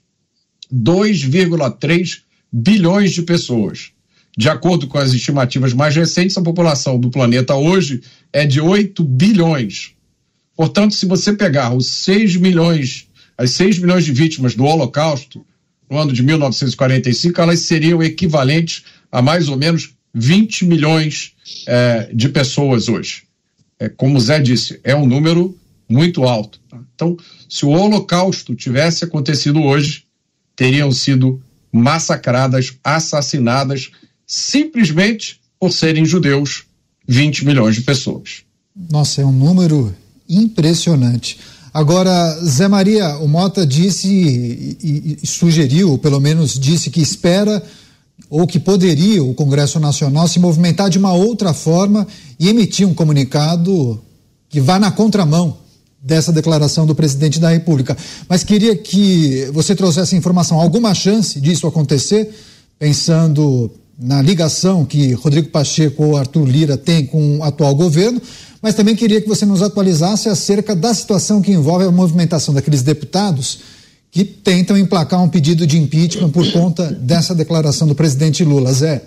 2,3 bilhões de pessoas. De acordo com as estimativas mais recentes, a população do planeta hoje é de 8 bilhões. Portanto, se você pegar as 6 milhões de vítimas do Holocausto, no ano de 1945, elas seriam equivalentes a mais ou menos 20 milhões de pessoas hoje. Como o Zé disse, é um número muito alto. Então, se o Holocausto tivesse acontecido hoje, teriam sido massacradas, assassinadas, simplesmente por serem judeus, 20 milhões de pessoas. Nossa, é um número impressionante. Agora, Zé Maria, o Mota disse e sugeriu, ou pelo menos disse que espera ou que poderia o Congresso Nacional se movimentar de uma outra forma e emitir um comunicado que vá na contramão dessa declaração do presidente da República. Mas queria que você trouxesse informação. Alguma chance disso acontecer, pensando na ligação que Rodrigo Pacheco ou Arthur Lira têm com o atual governo, mas também queria que você nos atualizasse acerca da situação que envolve a movimentação daqueles deputados que tentam emplacar um pedido de impeachment por conta dessa declaração do presidente Lula. Zé?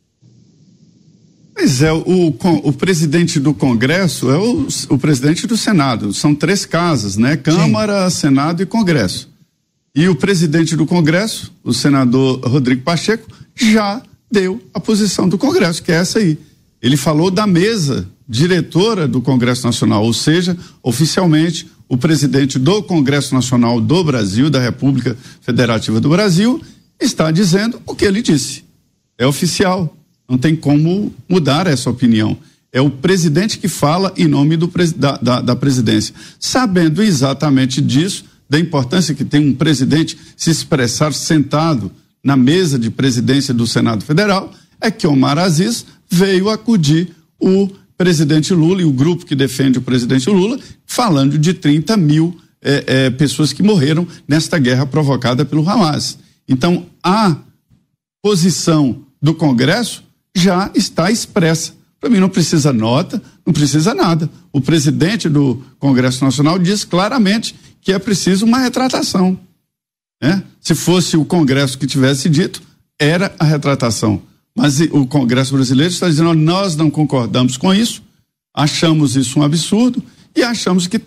Pois é, o presidente do Congresso é o presidente do Senado. São 3 casas, né? Câmara, Sim. Senado e Congresso. E o presidente do Congresso, o senador Rodrigo Pacheco, já deu a posição do Congresso, que é essa aí. Ele falou da mesa diretora do Congresso Nacional, ou seja, oficialmente, o presidente do Congresso Nacional do Brasil, da República Federativa do Brasil, está dizendo o que ele disse. É oficial, não tem como mudar essa opinião. É o presidente que fala em nome da presidência. Sabendo exatamente disso, da importância que tem um presidente se expressar sentado na mesa de presidência do Senado Federal, é que Omar Aziz veio acudir o presidente Lula e o grupo que defende o presidente Lula, falando de 30 mil pessoas que morreram nesta guerra provocada pelo Hamas. Então, a posição do Congresso já está expressa. Para mim não precisa nota, não precisa nada. O presidente do Congresso Nacional diz claramente que é preciso uma retratação, né? Se fosse o Congresso que tivesse dito, era a retratação. Mas o Congresso brasileiro está dizendo, nós não concordamos com isso, achamos isso um absurdo e achamos que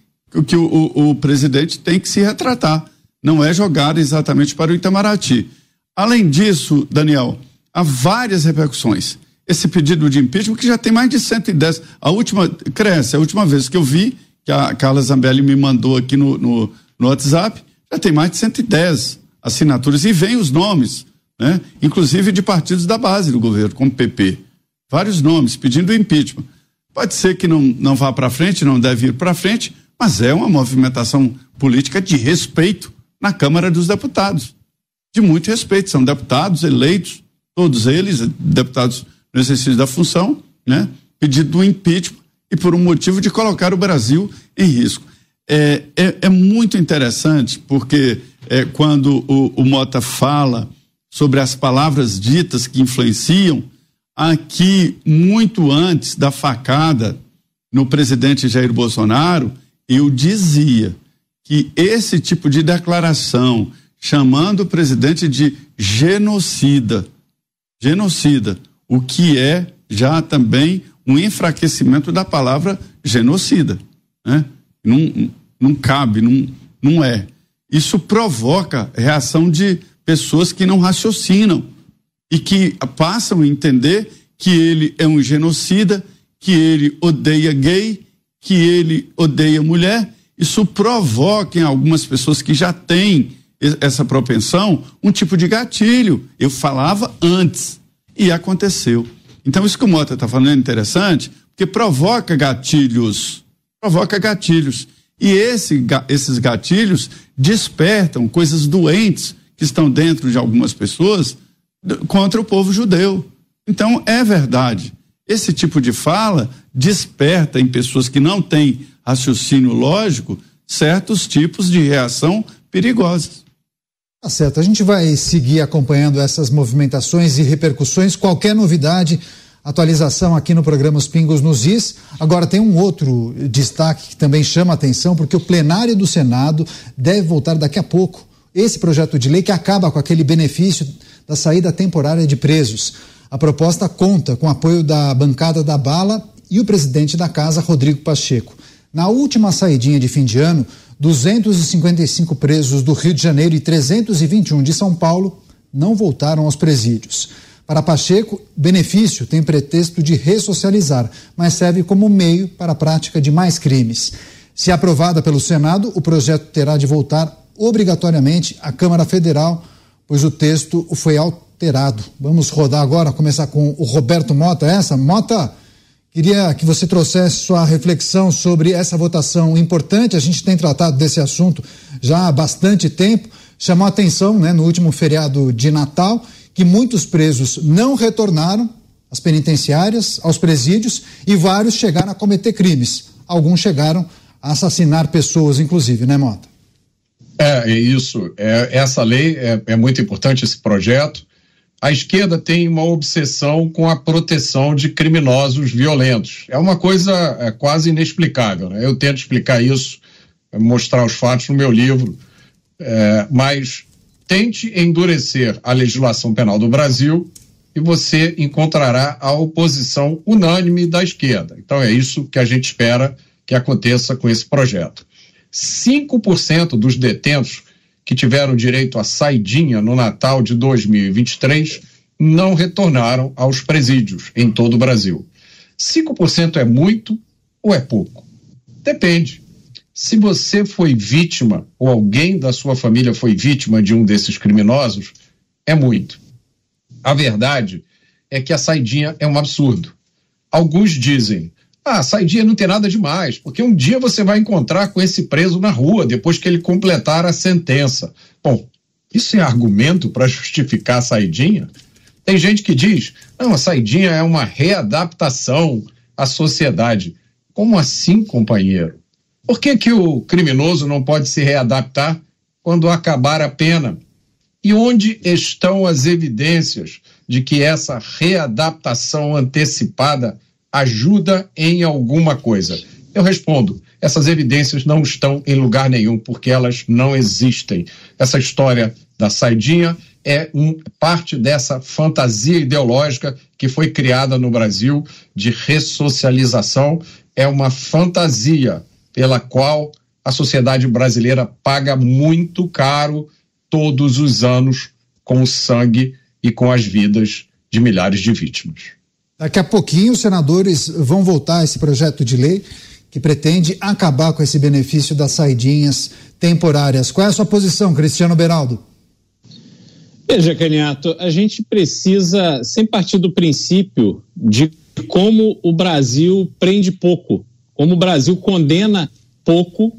o presidente tem que se retratar. Não é jogar exatamente para o Itamaraty. Além disso, Daniel, há várias repercussões. Esse pedido de impeachment que já tem mais de 110. A última vez que eu vi, que a Carla Zambelli me mandou aqui no WhatsApp, já tem mais de 110 assinaturas e vem os nomes, né? Inclusive de partidos da base do governo, como PP. Vários nomes pedindo impeachment. Pode ser que não vá para frente, não deve ir para frente, mas é uma movimentação política de respeito na Câmara dos Deputados. De muito respeito. São deputados eleitos, todos eles, deputados no exercício da função, né? Pedido do impeachment e por um motivo de colocar o Brasil em risco. É muito interessante porque quando o Mota fala sobre as palavras ditas que influenciam, aqui muito antes da facada no presidente Jair Bolsonaro, eu dizia que esse tipo de declaração chamando o presidente de genocida, o que é já também um enfraquecimento da palavra genocida, né? Não cabe, não é. Isso provoca reação de pessoas que não raciocinam e que passam a entender que ele é um genocida, que ele odeia gay, que ele odeia mulher. Isso provoca em algumas pessoas que já têm essa propensão um tipo de gatilho. Eu falava antes e aconteceu. Então isso que o Mota está falando é interessante, porque provoca gatilhos. E esses gatilhos despertam coisas doentes que estão dentro de algumas pessoas contra o povo judeu. Então, é verdade. Esse tipo de fala desperta em pessoas que não têm raciocínio lógico certos tipos de reação perigosas. Tá certo, a gente vai seguir acompanhando essas movimentações e repercussões. Qualquer novidade, atualização aqui no programa Os Pingos nos Is. Agora tem um outro destaque que também chama a atenção, porque o plenário do Senado deve voltar daqui a pouco. Esse projeto de lei que acaba com aquele benefício da saída temporária de presos. A proposta conta com o apoio da bancada da Bala e o presidente da casa, Rodrigo Pacheco. Na última saidinha de fim de ano, 255 presos do Rio de Janeiro e 321 de São Paulo não voltaram aos presídios. Para Pacheco, benefício tem pretexto de ressocializar, mas serve como meio para a prática de mais crimes. Se aprovada pelo Senado, o projeto terá de voltar obrigatoriamente à Câmara Federal, pois o texto foi alterado. Vamos rodar agora, começar com o Roberto Mota. Mota, queria que você trouxesse sua reflexão sobre essa votação importante. A gente tem tratado desse assunto já há bastante tempo. Chamou a atenção, no último feriado de Natal, que muitos presos não retornaram às penitenciárias, aos presídios, e vários chegaram a cometer crimes. Alguns chegaram a assassinar pessoas, inclusive, né, Mota? É isso. Essa lei é muito importante, esse projeto. A esquerda tem uma obsessão com a proteção de criminosos violentos. É uma coisa quase inexplicável, né? Eu tento explicar isso, mostrar os fatos no meu livro, mas tente endurecer a legislação penal do Brasil e você encontrará a oposição unânime da esquerda. Então é isso que a gente espera que aconteça com esse projeto. 5% dos detentos que tiveram direito à saidinha no Natal de 2023 não retornaram aos presídios em todo o Brasil. 5% é muito ou é pouco? Depende. Se você foi vítima ou alguém da sua família foi vítima de um desses criminosos, é muito. A verdade é que a saidinha é um absurdo. Alguns dizem: saidinha não tem nada demais, porque um dia você vai encontrar com esse preso na rua, depois que ele completar a sentença. Bom, isso é argumento para justificar a saidinha? Tem gente que diz: não, a saidinha é uma readaptação à sociedade. Como assim, companheiro? Por que o criminoso não pode se readaptar quando acabar a pena? E onde estão as evidências de que essa readaptação antecipada ajuda em alguma coisa? Eu respondo: essas evidências não estão em lugar nenhum, porque elas não existem. Essa história da saidinha é parte dessa fantasia ideológica que foi criada no Brasil de ressocialização. É uma fantasia pela qual a sociedade brasileira paga muito caro todos os anos com o sangue e com as vidas de milhares de vítimas. Daqui a pouquinho os senadores vão votar esse projeto de lei que pretende acabar com esse benefício das saidinhas temporárias. Qual é a sua posição, Cristiano Beraldo? Veja, Caniato, a gente precisa sempre partir do princípio de como o Brasil prende pouco, como o Brasil condena pouco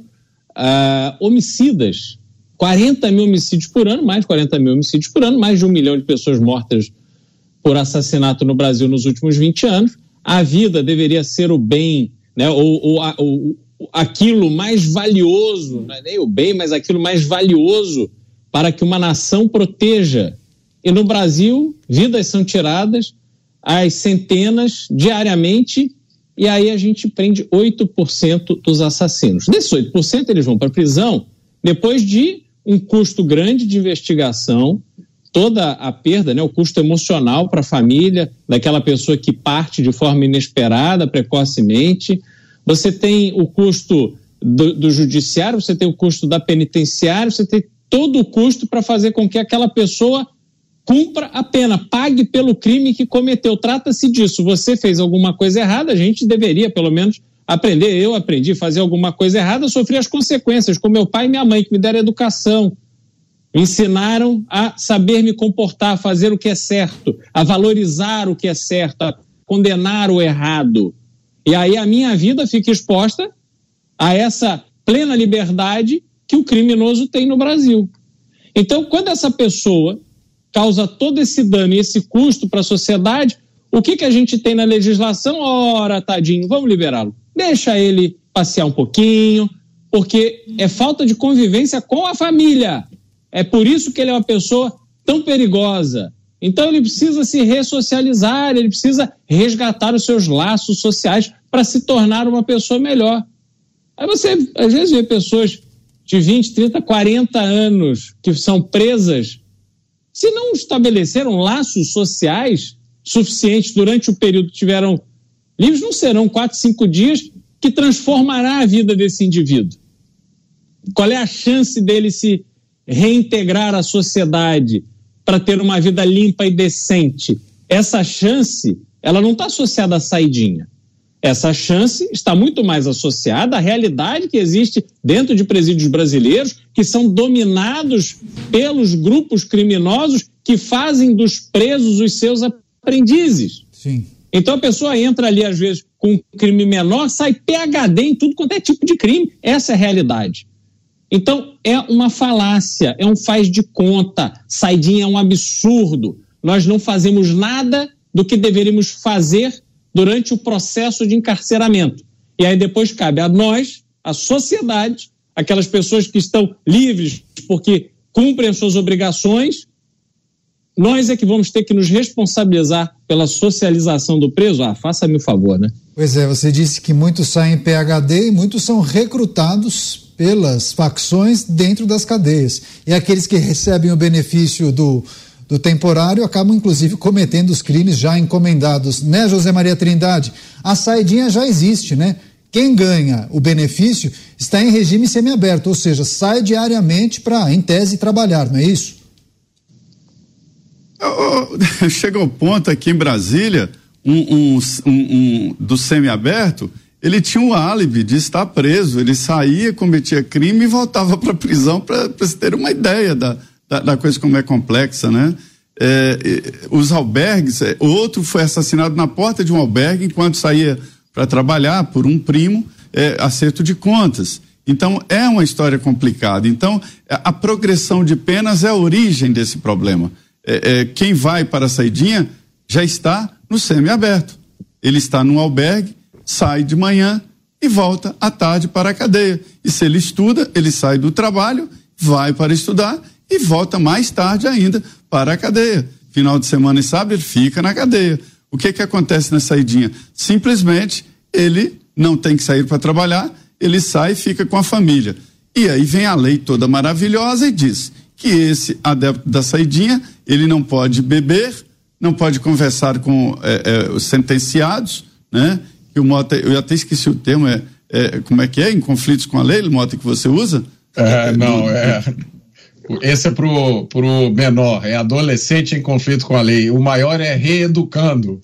homicidas. 40 mil homicídios por ano, mais de 40 mil homicídios por ano, mais de 1 milhão de pessoas mortas por assassinato no Brasil nos últimos 20 anos. A vida deveria ser o bem, né, aquilo mais valioso, não é nem o bem, mas aquilo mais valioso para que uma nação proteja. E no Brasil, vidas são tiradas às centenas diariamente, e aí a gente prende 8% dos assassinos. Desses 8%, eles vão para a prisão depois de um custo grande de investigação, toda a perda, né, o custo emocional para a família, daquela pessoa que parte de forma inesperada, precocemente. Você tem o custo do judiciário, você tem o custo da penitenciária, você tem todo o custo para fazer com que aquela pessoa cumpra a pena, pague pelo crime que cometeu. Trata-se disso. Você fez alguma coisa errada, a gente deveria, pelo menos, aprender. Eu aprendi a fazer alguma coisa errada, sofri as consequências, com meu pai e minha mãe, que me deram educação. Me ensinaram a saber me comportar, a fazer o que é certo, a valorizar o que é certo, a condenar o errado. E aí a minha vida fica exposta a essa plena liberdade que o criminoso tem no Brasil. Então, quando essa pessoa causa todo esse dano e esse custo para a sociedade, O que a gente tem na legislação? Ora, tadinho, vamos liberá-lo. Deixa ele passear um pouquinho, porque é falta de convivência com a família. É por isso que ele é uma pessoa tão perigosa. Então ele precisa se ressocializar, ele precisa resgatar os seus laços sociais para se tornar uma pessoa melhor. Aí você, às vezes, vê pessoas de 20, 30, 40 anos que são presas, se não estabeleceram laços sociais suficientes durante o período que tiveram livres, não serão 4, 5 dias que transformará a vida desse indivíduo. Qual é a chance dele se reintegrar à sociedade para ter uma vida limpa e decente? Essa chance, ela não está associada à saidinha. Essa chance está muito mais associada à realidade que existe dentro de presídios brasileiros, que são dominados pelos grupos criminosos que fazem dos presos os seus aprendizes. Sim. Então a pessoa entra ali, às vezes, com um crime menor, sai PhD em tudo quanto é tipo de crime. Essa é a realidade. Então é uma falácia, é um faz de conta. Saidinha é um absurdo. Nós não fazemos nada do que deveríamos fazer durante o processo de encarceramento. E aí depois cabe a nós, a sociedade, aquelas pessoas que estão livres porque cumprem as suas obrigações, nós é que vamos ter que nos responsabilizar pela socialização do preso. Faça-me o favor, né? Pois é, você disse que muitos saem PhD e muitos são recrutados pelas facções dentro das cadeias. E aqueles que recebem o benefício do temporário acabam, inclusive, cometendo os crimes já encomendados. Né, José Maria Trindade? A saidinha já existe, né? Quem ganha o benefício está em regime semiaberto, ou seja, sai diariamente para, em tese, trabalhar, não é isso? Chega ao ponto aqui em Brasília, do semiaberto, ele tinha um álibi de estar preso, ele saía, cometia crime e voltava para a prisão, para se ter uma ideia da coisa como é complexa, né? Os albergues, outro foi assassinado na porta de um albergue enquanto saía para trabalhar por um primo, acerto de contas. Então é uma história complicada. Então a progressão de penas é a origem desse problema. Quem vai para a saidinha já está no semiaberto. Ele está num albergue, sai de manhã e volta à tarde para a cadeia. E se ele estuda, ele sai do trabalho, vai para estudar e volta mais tarde ainda para a cadeia. Final de semana e sábado ele fica na cadeia. O que acontece na saidinha? Simplesmente ele não tem que sair para trabalhar, ele sai e fica com a família. E aí vem a lei toda maravilhosa e diz que esse adepto da saidinha, ele não pode beber, não pode conversar com os sentenciados, né? Eu até esqueci o termo, como é que é? Em conflitos com a lei, Mota, que você usa? Esse é pro menor, é adolescente em conflito com a lei. O maior é reeducando.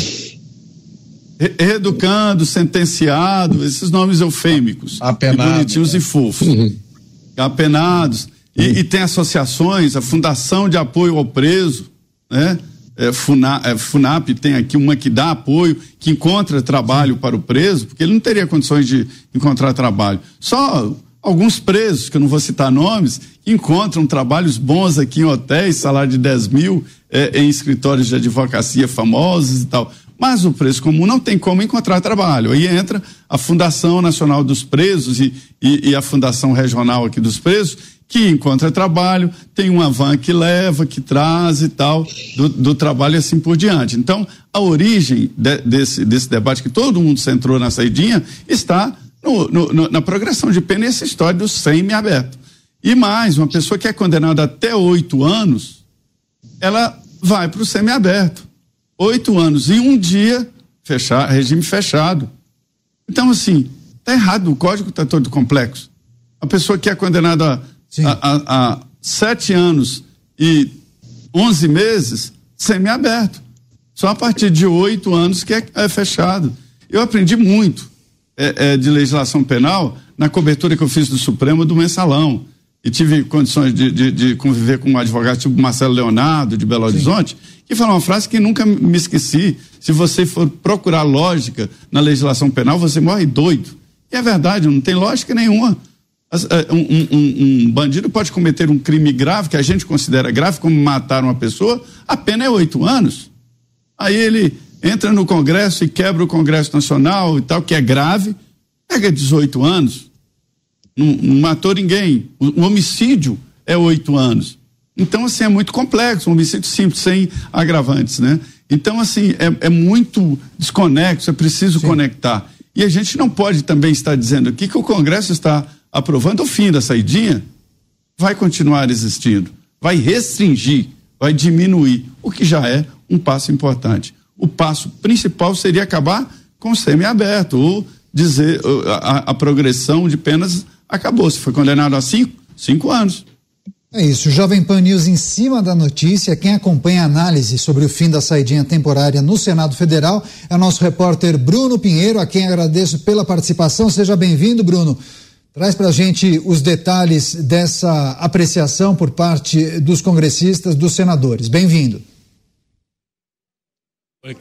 Reeducando, sentenciado, esses nomes eufêmicos. Apenado. E bonitinhos e fofos. Apenados. E tem associações, a Fundação de Apoio ao Preso, né? FUNAP tem aqui uma que dá apoio, que encontra trabalho para o preso, porque ele não teria condições de encontrar trabalho. Só alguns presos, que eu não vou citar nomes, encontram trabalhos bons aqui em hotéis, salário de 10 mil, em escritórios de advocacia famosos e tal. Mas o preso comum não tem como encontrar trabalho. Aí entra a Fundação Nacional dos Presos e a Fundação Regional aqui dos Presos, que encontra trabalho, tem uma van que leva, que traz e tal, do trabalho e assim por diante. Então, a origem desse debate, que todo mundo centrou na saidinha, está na progressão de pena, essa história do semi-aberto. E mais, uma pessoa que é condenada até 8 anos, ela vai para o semi-aberto. 8 anos e um dia, regime fechado. Então, assim, tá errado, o código está todo complexo. A pessoa que é condenada a 7 anos e 11 meses, semi-aberto. Só a partir de 8 anos que é fechado. Eu aprendi muito de legislação penal na cobertura que eu fiz do Supremo do Mensalão. E tive condições de conviver com um advogado tipo Marcelo Leonardo, de Belo Horizonte, que falou uma frase que nunca me esqueci: se você for procurar lógica na legislação penal, você morre doido. E é verdade, não tem lógica nenhuma. Um bandido pode cometer um crime grave, que a gente considera grave, como matar uma pessoa, a pena é 8 anos. Aí ele entra no Congresso e quebra o Congresso Nacional e tal, que é grave, pega 18 anos, não matou ninguém. O homicídio é 8 anos. Então, assim, é muito complexo, um homicídio simples, sem agravantes, né? Então, assim, é muito desconexo, é preciso conectar. E a gente não pode também estar dizendo aqui que o Congresso está aprovando o fim da saidinha, vai continuar existindo, vai restringir, vai diminuir, o que já é um passo importante. O passo principal seria acabar com o semiaberto, ou dizer a progressão de penas acabou. Se foi condenado a 5 anos. É isso, Jovem Pan News em cima da notícia. Quem acompanha a análise sobre o fim da saidinha temporária no Senado Federal é o nosso repórter Bruno Pinheiro, a quem agradeço pela participação. Seja bem-vindo, Bruno. Traz pra gente os detalhes dessa apreciação por parte dos congressistas, dos senadores. Bem-vindo. Oi,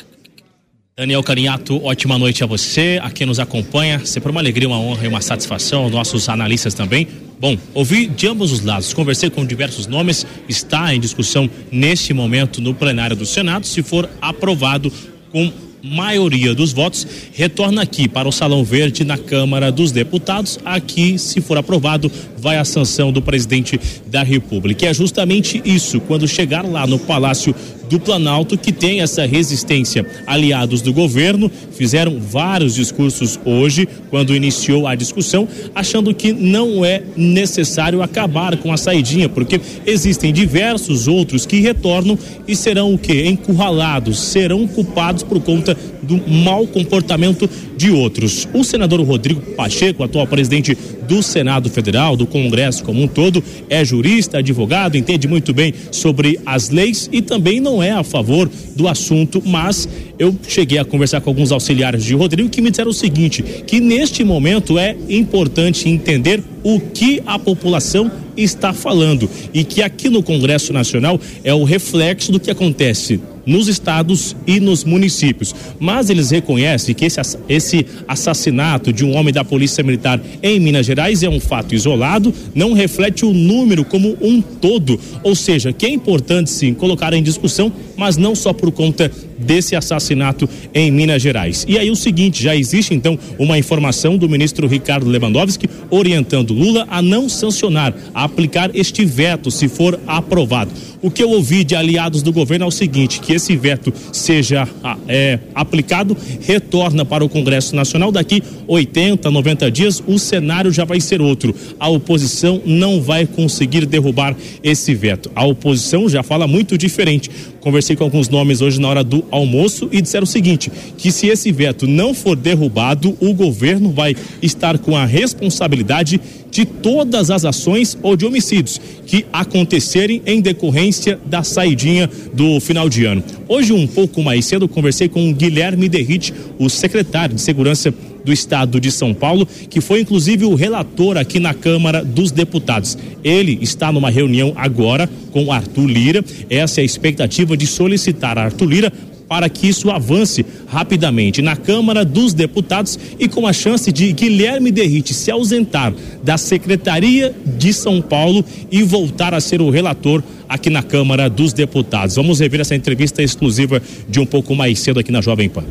Daniel Caniato, ótima noite a você, a quem nos acompanha, sempre uma alegria, uma honra e uma satisfação, nossos analistas também. Bom, ouvi de ambos os lados, conversei com diversos nomes, está em discussão neste momento no plenário do Senado, se for aprovado com maioria dos votos, retorna aqui para o Salão Verde na Câmara dos Deputados. Aqui, se for aprovado, vai a sanção do presidente da República. E é justamente isso, quando chegar lá no Palácio do Planalto, que tem essa resistência. Aliados do governo fizeram vários discursos hoje, quando iniciou a discussão, achando que não é necessário acabar com a saidinha, porque existem diversos outros que retornam e serão o quê? Encurralados, serão culpados por conta do mau comportamento de outros. O senador Rodrigo Pacheco, atual presidente do Senado Federal, do Congresso como um todo, é jurista, advogado, entende muito bem sobre as leis e também não é a favor do assunto, mas eu cheguei a conversar com alguns auxiliares de Rodrigo que me disseram o seguinte, que neste momento é importante entender o que a população está falando e que aqui no Congresso Nacional é o reflexo do que acontece nos estados e nos municípios, mas eles reconhecem que esse assassinato de um homem da Polícia Militar em Minas Gerais é um fato isolado, não reflete o número como um todo, ou seja, que é importante sim colocar em discussão, mas não só por conta desse assassinato em Minas Gerais. E aí o seguinte, já existe então uma informação do ministro Ricardo Lewandowski orientando Lula a não sancionar, a aplicar este veto se for aprovado. O que eu ouvi de aliados do governo é o seguinte, que esse veto seja aplicado, retorna para o Congresso Nacional, daqui 80, 90 dias o cenário já vai ser outro. A oposição não vai conseguir derrubar esse veto. A oposição já fala muito diferente. Conversei com alguns nomes hoje na hora do almoço e disseram o seguinte, que se esse veto não for derrubado, o governo vai estar com a responsabilidade de todas as ações ou de homicídios que acontecerem em decorrência da saidinha do final de ano. Hoje, um pouco mais cedo, conversei com o Guilherme Derrite, o secretário de Segurança do Estado de São Paulo, que foi inclusive o relator aqui na Câmara dos Deputados. Ele está numa reunião agora com Arthur Lira. Essa é a expectativa de solicitar a Arthur Lira para que isso avance rapidamente na Câmara dos Deputados e com a chance de Guilherme Derrite se ausentar da Secretaria de São Paulo e voltar a ser o relator aqui na Câmara dos Deputados. Vamos rever essa entrevista exclusiva de um pouco mais cedo aqui na Jovem Pan.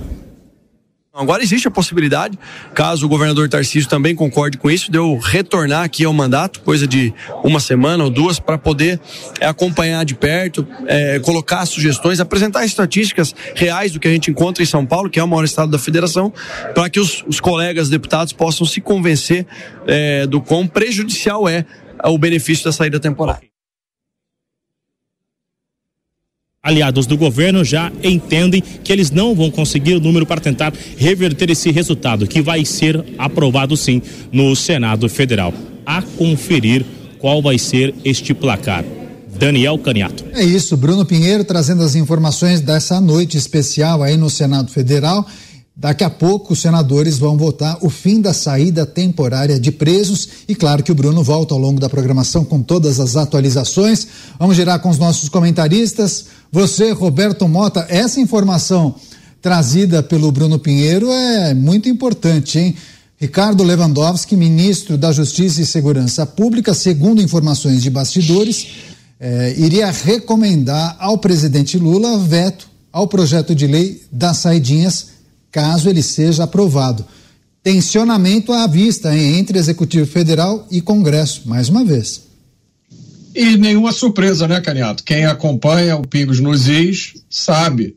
Agora existe a possibilidade, caso o governador Tarcísio também concorde com isso, de eu retornar aqui ao mandato, coisa de uma semana ou duas, para poder acompanhar de perto, colocar sugestões, apresentar estatísticas reais do que a gente encontra em São Paulo, que é o maior estado da federação, para que os colegas deputados possam se convencer do quão prejudicial é o benefício da saída temporária. Aliados do governo já entendem que eles não vão conseguir o número para tentar reverter esse resultado, que vai ser aprovado sim no Senado Federal. A conferir qual vai ser este placar. Daniel Caniato. É isso, Bruno Pinheiro trazendo as informações dessa noite especial aí no Senado Federal. Daqui a pouco os senadores vão votar o fim da saída temporária de presos e claro que o Bruno volta ao longo da programação com todas as atualizações. Vamos girar com os nossos comentaristas. Você, Roberto Mota, essa informação trazida pelo Bruno Pinheiro é muito importante, hein? Ricardo Lewandowski, ministro da Justiça e Segurança Pública, segundo informações de bastidores, iria recomendar ao presidente Lula veto ao projeto de lei das saidinhas, caso ele seja aprovado. Tensionamento à vista entre Executivo Federal e Congresso, mais uma vez. E nenhuma surpresa, né, Caniato? Quem acompanha o Pingos nos Is sabe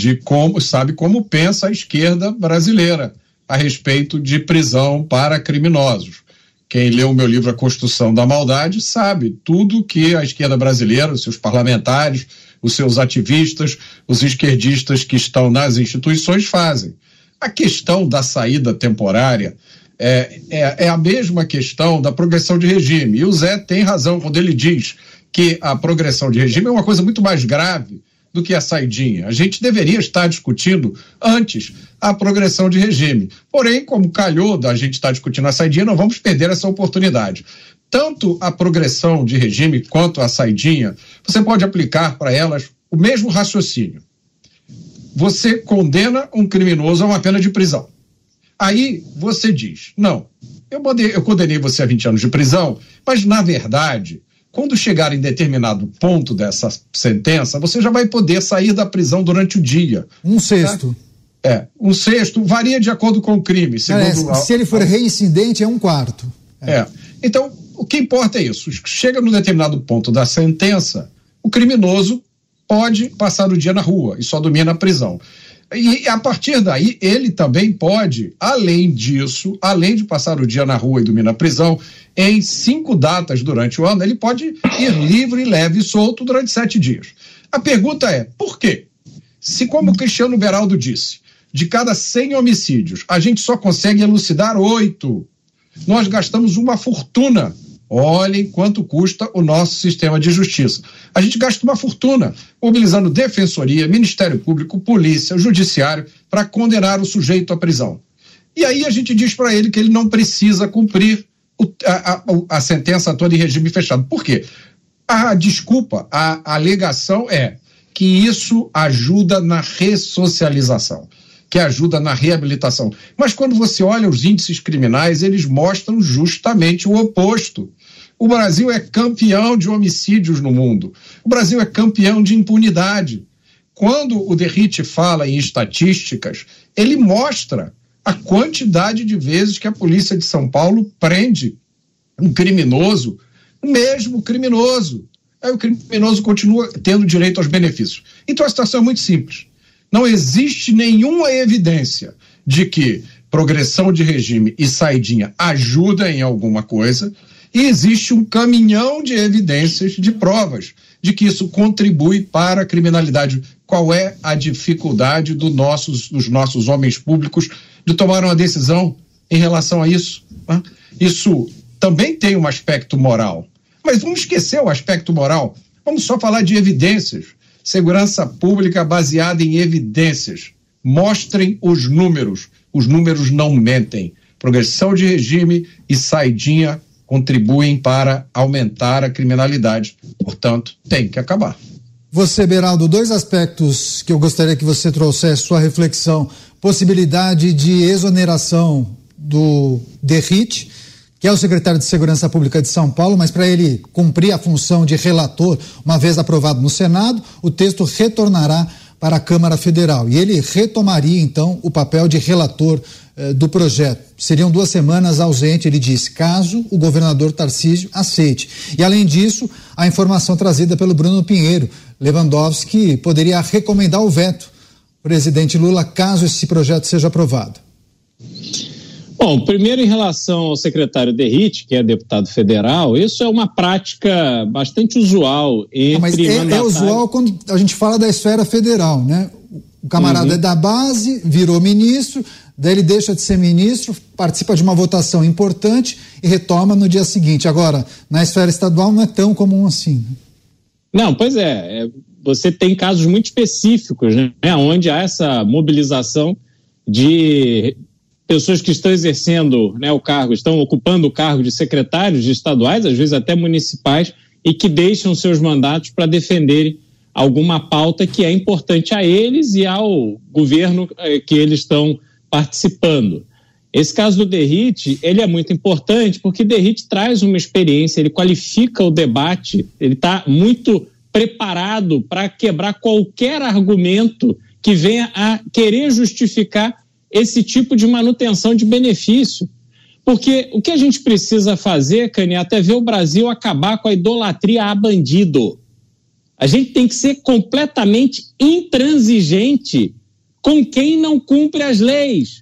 como pensa a esquerda brasileira a respeito de prisão para criminosos. Quem leu o meu livro A Construção da Maldade sabe tudo que a esquerda brasileira, os seus parlamentares, os seus ativistas, os esquerdistas que estão nas instituições fazem. A questão da saída temporária é a mesma questão da progressão de regime. E o Zé tem razão quando ele diz que a progressão de regime é uma coisa muito mais grave do que a saidinha. A gente deveria estar discutindo antes a progressão de regime. Porém, como calhou da gente estar discutindo a saidinha, não vamos perder essa oportunidade. Tanto a progressão de regime quanto a saidinha, você pode aplicar para elas o mesmo raciocínio. Você condena um criminoso a uma pena de prisão. Aí você diz, não, eu condenei você a 20 anos de prisão, mas na verdade, quando chegar em determinado ponto dessa sentença, você já vai poder sair da prisão durante o dia. Um sexto. Tá? Um sexto varia de acordo com o crime. Se ele for reincidente, é um quarto. Então, o que importa é isso. Chega num determinado ponto da sentença, o criminoso pode passar o dia na rua e só dormir na prisão. E a partir daí, ele também pode, além disso, além de passar o dia na rua e dormir na prisão, em 5 datas durante o ano, ele pode ir livre, leve e solto durante 7 dias. A pergunta é, por quê? Se, como o Cristiano Beraldo disse, de cada 100 homicídios, a gente só consegue elucidar 8, nós gastamos uma fortuna. Olhem quanto custa o nosso sistema de justiça. A gente gasta uma fortuna mobilizando defensoria, Ministério Público, polícia, judiciário para condenar o sujeito à prisão. E aí a gente diz para ele que ele não precisa cumprir a sentença toda em regime fechado. Por quê? A desculpa, a alegação é que isso ajuda na ressocialização, que ajuda na reabilitação. Mas quando você olha os índices criminais, eles mostram justamente o oposto. O Brasil é campeão de homicídios no mundo. O Brasil é campeão de impunidade. Quando o Derrite fala em estatísticas, ele mostra a quantidade de vezes que a polícia de São Paulo prende um criminoso, o mesmo criminoso. Aí o criminoso continua tendo direito aos benefícios. Então a situação é muito simples. Não existe nenhuma evidência de que progressão de regime e saidinha ajuda em alguma coisa, e existe um caminhão de evidências, de provas, de que isso contribui para a criminalidade. Qual é a dificuldade dos nossos homens públicos de tomar uma decisão em relação a isso? Isso também tem um aspecto moral, mas vamos esquecer o aspecto moral, vamos só falar de evidências. Segurança pública baseada em evidências. Mostrem os números não mentem. Progressão de regime e saidinha contribuem para aumentar a criminalidade. Portanto, tem que acabar. Você, Beraldo, 2 aspectos que eu gostaria que você trouxesse sua reflexão. Possibilidade de exoneração do Derrite, que é o secretário de Segurança Pública de São Paulo, mas para ele cumprir a função de relator, uma vez aprovado no Senado, o texto retornará para a Câmara Federal. E ele retomaria, então, o papel de relator do projeto. Seriam 2 semanas ausente, ele disse, caso o governador Tarcísio aceite. E, além disso, a informação trazida pelo Bruno Pinheiro, Lewandowski poderia recomendar o veto ao presidente Lula, caso esse projeto seja aprovado. Bom, primeiro em relação ao secretário Derrite, que é deputado federal, isso é uma prática bastante usual entre mas é usual quando a gente fala da esfera federal, né? O camarada é da base, virou ministro, daí ele deixa de ser ministro, participa de uma votação importante e retoma no dia seguinte. Agora, na esfera estadual não é tão comum assim. Não, pois é. Você tem casos muito específicos, né? Onde há essa mobilização de pessoas que estão exercendo, né, o cargo, estão ocupando o cargo de secretários de estaduais, às vezes até municipais, e que deixam seus mandatos para defenderem alguma pauta que é importante a eles e ao governo que eles estão participando. Esse caso do Derrite, ele é muito importante porque Derrite traz uma experiência, ele qualifica o debate, ele está muito preparado para quebrar qualquer argumento que venha a querer justificar esse tipo de manutenção de benefício. Porque o que a gente precisa fazer, Canhata, é ver o Brasil acabar com a idolatria a bandido. A gente tem que ser completamente intransigente com quem não cumpre as leis.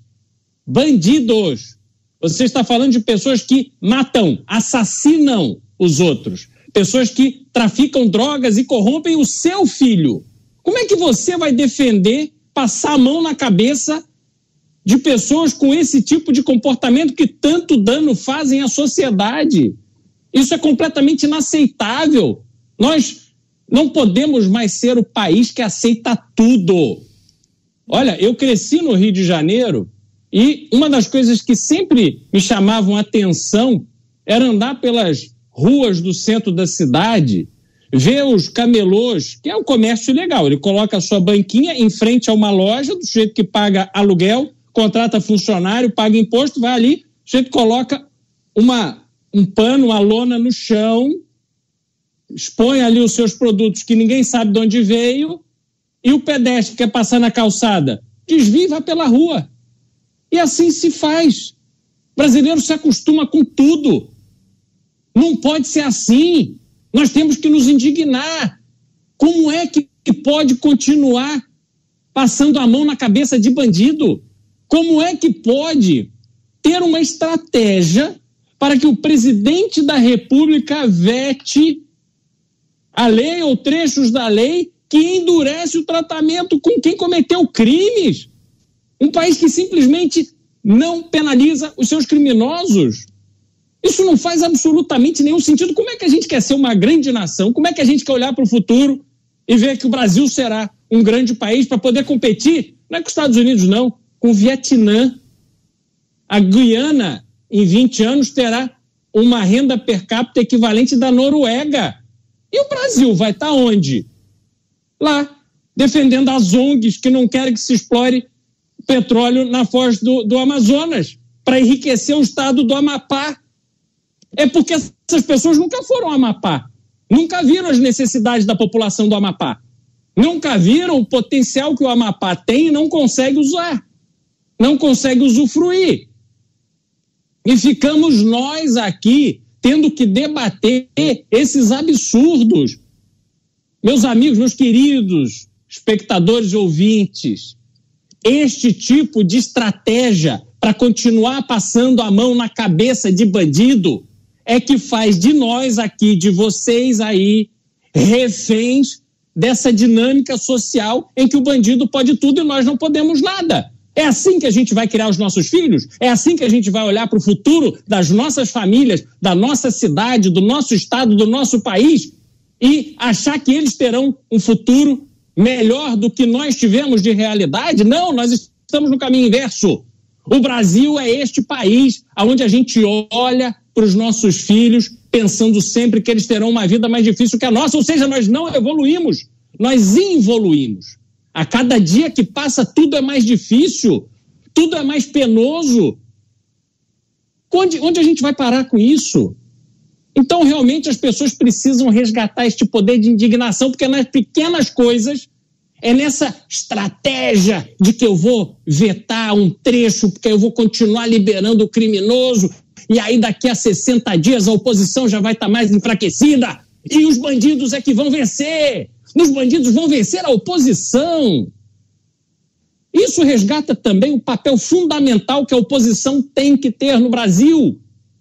Bandidos. Você está falando de pessoas que matam, assassinam os outros. Pessoas que traficam drogas e corrompem o seu filho. Como é que você vai defender passar a mão na cabeça de pessoas com esse tipo de comportamento que tanto dano fazem à sociedade? Isso é completamente inaceitável. Nós não podemos mais ser o país que aceita tudo. Olha, eu cresci no Rio de Janeiro e uma das coisas que sempre me chamavam a atenção era andar pelas ruas do centro da cidade, ver os camelôs, que é um comércio ilegal. Ele coloca a sua banquinha em frente a uma loja, do sujeito que paga aluguel, contrata funcionário, paga imposto, vai ali, o sujeito coloca um pano, uma lona no chão, expõe ali os seus produtos que ninguém sabe de onde veio, e o pedestre que quer passar na calçada desvia e vai pela rua. E assim se faz. O brasileiro se acostuma com tudo. Não pode ser assim. Nós temos que nos indignar. Como é que pode continuar passando a mão na cabeça de bandido? Como é que pode ter uma estratégia para que o presidente da República vete a lei ou trechos da lei que endurece o tratamento com quem cometeu crimes? Um país que simplesmente não penaliza os seus criminosos. Isso não faz absolutamente nenhum sentido. Como é que a gente quer ser uma grande nação? Como é que a gente quer olhar para o futuro e ver que o Brasil será um grande país para poder competir? Não é com os Estados Unidos, não. Com o Vietnã. A Guiana, em 20 anos, terá uma renda per capita equivalente da Noruega. E o Brasil vai estar onde? Lá, defendendo as ONGs que não querem que se explore petróleo na foz do Amazonas, para enriquecer o estado do Amapá. É porque essas pessoas nunca foram ao Amapá, nunca viram as necessidades da população do Amapá, nunca viram o potencial que o Amapá tem e não consegue usar, não consegue usufruir. E ficamos nós aqui tendo que debater esses absurdos. Meus amigos, meus queridos espectadores e ouvintes, este tipo de estratégia para continuar passando a mão na cabeça de bandido é que faz de nós aqui, de vocês aí, reféns dessa dinâmica social em que o bandido pode tudo e nós não podemos nada. É assim que a gente vai criar os nossos filhos? É assim que a gente vai olhar para o futuro das nossas famílias, da nossa cidade, do nosso estado, do nosso país e achar que eles terão um futuro melhor do que nós tivemos de realidade? Não, nós estamos no caminho inverso. O Brasil é este país onde a gente olha para os nossos filhos pensando sempre que eles terão uma vida mais difícil que a nossa, ou seja, nós não evoluímos, nós involuímos. A cada dia que passa tudo é mais difícil, tudo é mais penoso. Onde a gente vai parar com isso? Então, realmente, as pessoas precisam resgatar este poder de indignação, porque nas pequenas coisas, é nessa estratégia de que eu vou vetar um trecho, porque eu vou continuar liberando o criminoso, e aí daqui a 60 dias a oposição já vai estar mais enfraquecida, e os bandidos é que vão vencer. Os bandidos vão vencer a oposição. Isso resgata também o papel fundamental que a oposição tem que ter no Brasil.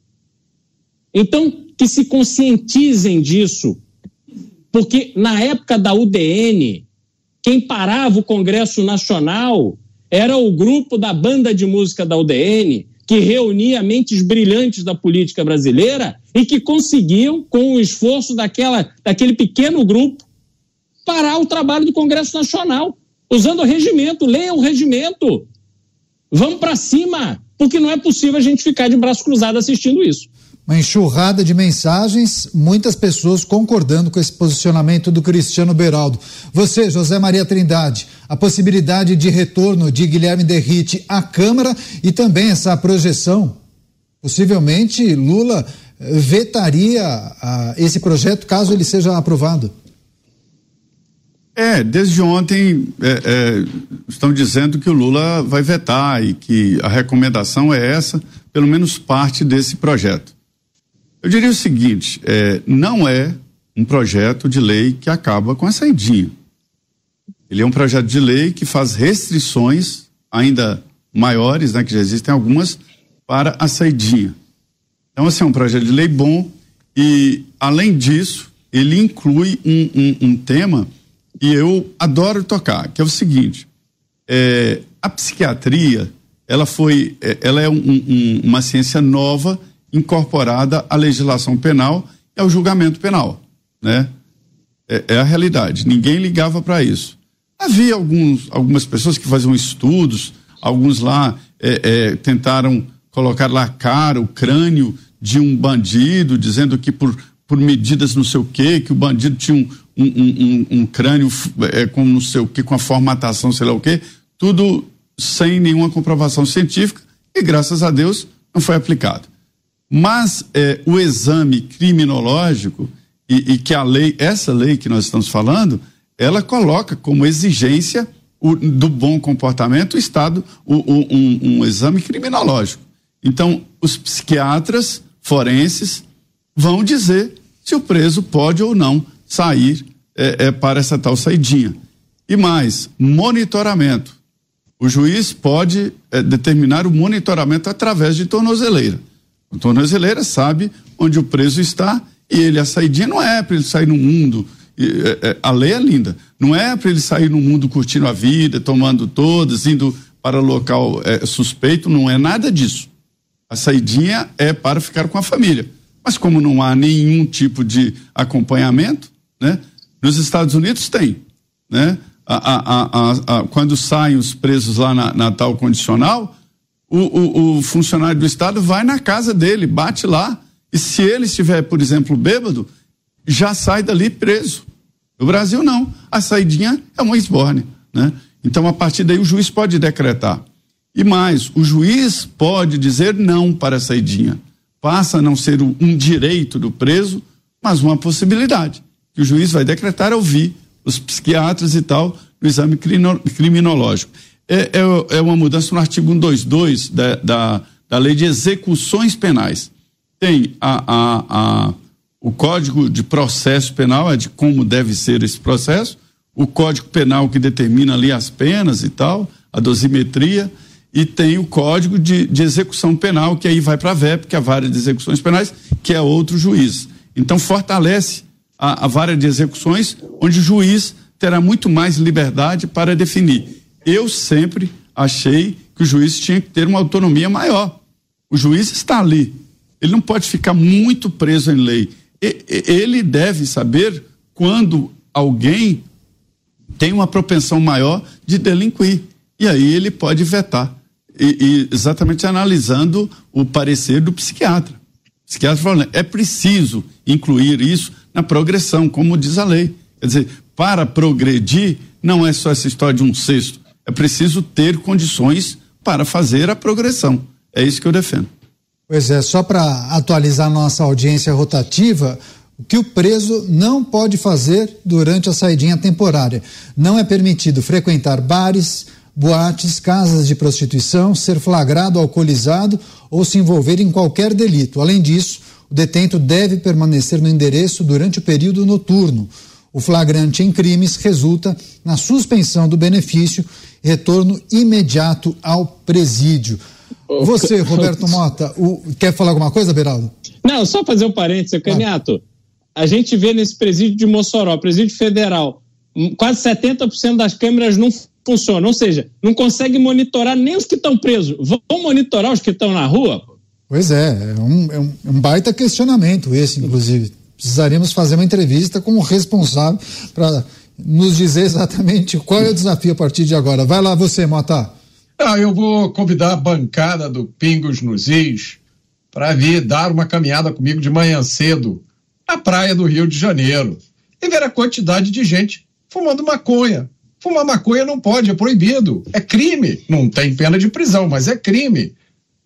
Então, que se conscientizem disso, porque na época da UDN, quem parava o Congresso Nacional era o grupo da banda de música da UDN, que reunia mentes brilhantes da política brasileira e que conseguiam, com o esforço daquele pequeno grupo, parar o trabalho do Congresso Nacional, usando o regimento. Leiam o regimento. Vamos para cima, porque não é possível a gente ficar de braço cruzado assistindo isso. Uma enxurrada de mensagens, muitas pessoas concordando com esse posicionamento do Cristiano Beraldo. Você, José Maria Trindade, a possibilidade de retorno de Guilherme Derrite à Câmara e também essa projeção, possivelmente Lula vetaria esse projeto caso ele seja aprovado. Desde ontem estão dizendo que o Lula vai vetar e que a recomendação é essa, pelo menos parte desse projeto. Eu diria o seguinte, não é um projeto de lei que acaba com a saidinha. Ele é um projeto de lei que faz restrições ainda maiores, né, que já existem algumas, para a saidinha. Então, assim, é um projeto de lei bom e, além disso, ele inclui um tema que eu adoro tocar, que é o seguinte, a psiquiatria, ela é uma ciência nova incorporada à legislação penal e ao julgamento penal, né? É a realidade, ninguém ligava para isso. Havia algumas pessoas que faziam estudos, alguns lá tentaram colocar lá a cara, o crânio de um bandido, dizendo que por medidas não sei o quê, que o bandido tinha um crânio com não sei o quê, com a formatação sei lá o quê, tudo sem nenhuma comprovação científica e graças a Deus não foi aplicado. Mas o exame criminológico e que essa lei que nós estamos falando, ela coloca como exigência do bom comportamento o Estado, um exame criminológico. Então, os psiquiatras forenses vão dizer se o preso pode ou não sair para essa tal saidinha. E mais, monitoramento. O juiz pode determinar o monitoramento através de tornozeleira. A tornozeleira sabe onde o preso está e a saidinha não é para ele sair no mundo. A lei é linda. Não é para ele sair no mundo curtindo a vida, tomando todas, indo para local suspeito, não é nada disso. A saidinha é para ficar com a família. Mas como não há nenhum tipo de acompanhamento, né? Nos Estados Unidos tem, né? Quando saem os presos lá na tal condicional, o funcionário do Estado vai na casa dele, bate lá, e se ele estiver, por exemplo, bêbado, já sai dali preso. No Brasil não, a saidinha é uma esbórnia, né? Então a partir daí o juiz pode decretar. E mais, o juiz pode dizer não para a saidinha. Passa a não ser um direito do preso, mas uma possibilidade. Que o juiz vai decretar ouvir os psiquiatras e tal no exame criminológico. É uma mudança no artigo 122 da Lei de Execuções Penais. Tem o Código de Processo Penal, de como deve ser esse processo, o Código Penal que determina ali as penas e tal, a dosimetria, e tem o Código de Execução Penal, que aí vai para a VEP, que é a Vara de Execuções Penais, que é outro juiz. Então fortalece a Vara de Execuções, onde o juiz terá muito mais liberdade para definir. Eu sempre achei que o juiz tinha que ter uma autonomia maior. O juiz está ali, ele não pode ficar muito preso em lei. Ele deve saber quando alguém tem uma propensão maior de delinquir, e aí ele pode vetar. E exatamente analisando o parecer do psiquiatra. O psiquiatra falando, é preciso incluir isso na progressão, como diz a lei. Quer dizer, para progredir, não é só essa história de um sexto, é preciso ter condições para fazer a progressão. É isso que eu defendo. Pois é, só para atualizar nossa audiência rotativa, o que o preso não pode fazer durante a saidinha temporária. Não é permitido frequentar bares, boates, casas de prostituição, ser flagrado alcoolizado ou se envolver em qualquer delito. Além disso, o detento deve permanecer no endereço durante o período noturno. O flagrante em crimes resulta na suspensão do benefício e retorno imediato ao presídio. Você, Roberto Mota, quer falar alguma coisa, Beraldo? Não, só fazer um parênteses, Caniato. A gente vê nesse presídio de Mossoró, presídio federal, quase 70% das câmeras não funcionam, ou seja, não consegue monitorar nem os que estão presos. Vão monitorar os que estão na rua? Pois é um baita questionamento esse, inclusive. Precisaríamos fazer uma entrevista com o responsável para nos dizer exatamente qual é o desafio a partir de agora. Vai lá você, Mota. Eu vou convidar a bancada do Pingos nos Is para vir dar uma caminhada comigo de manhã cedo na praia do Rio de Janeiro e ver a quantidade de gente fumando maconha. Fumar maconha não pode, é proibido, é crime. Não tem pena de prisão, mas é crime.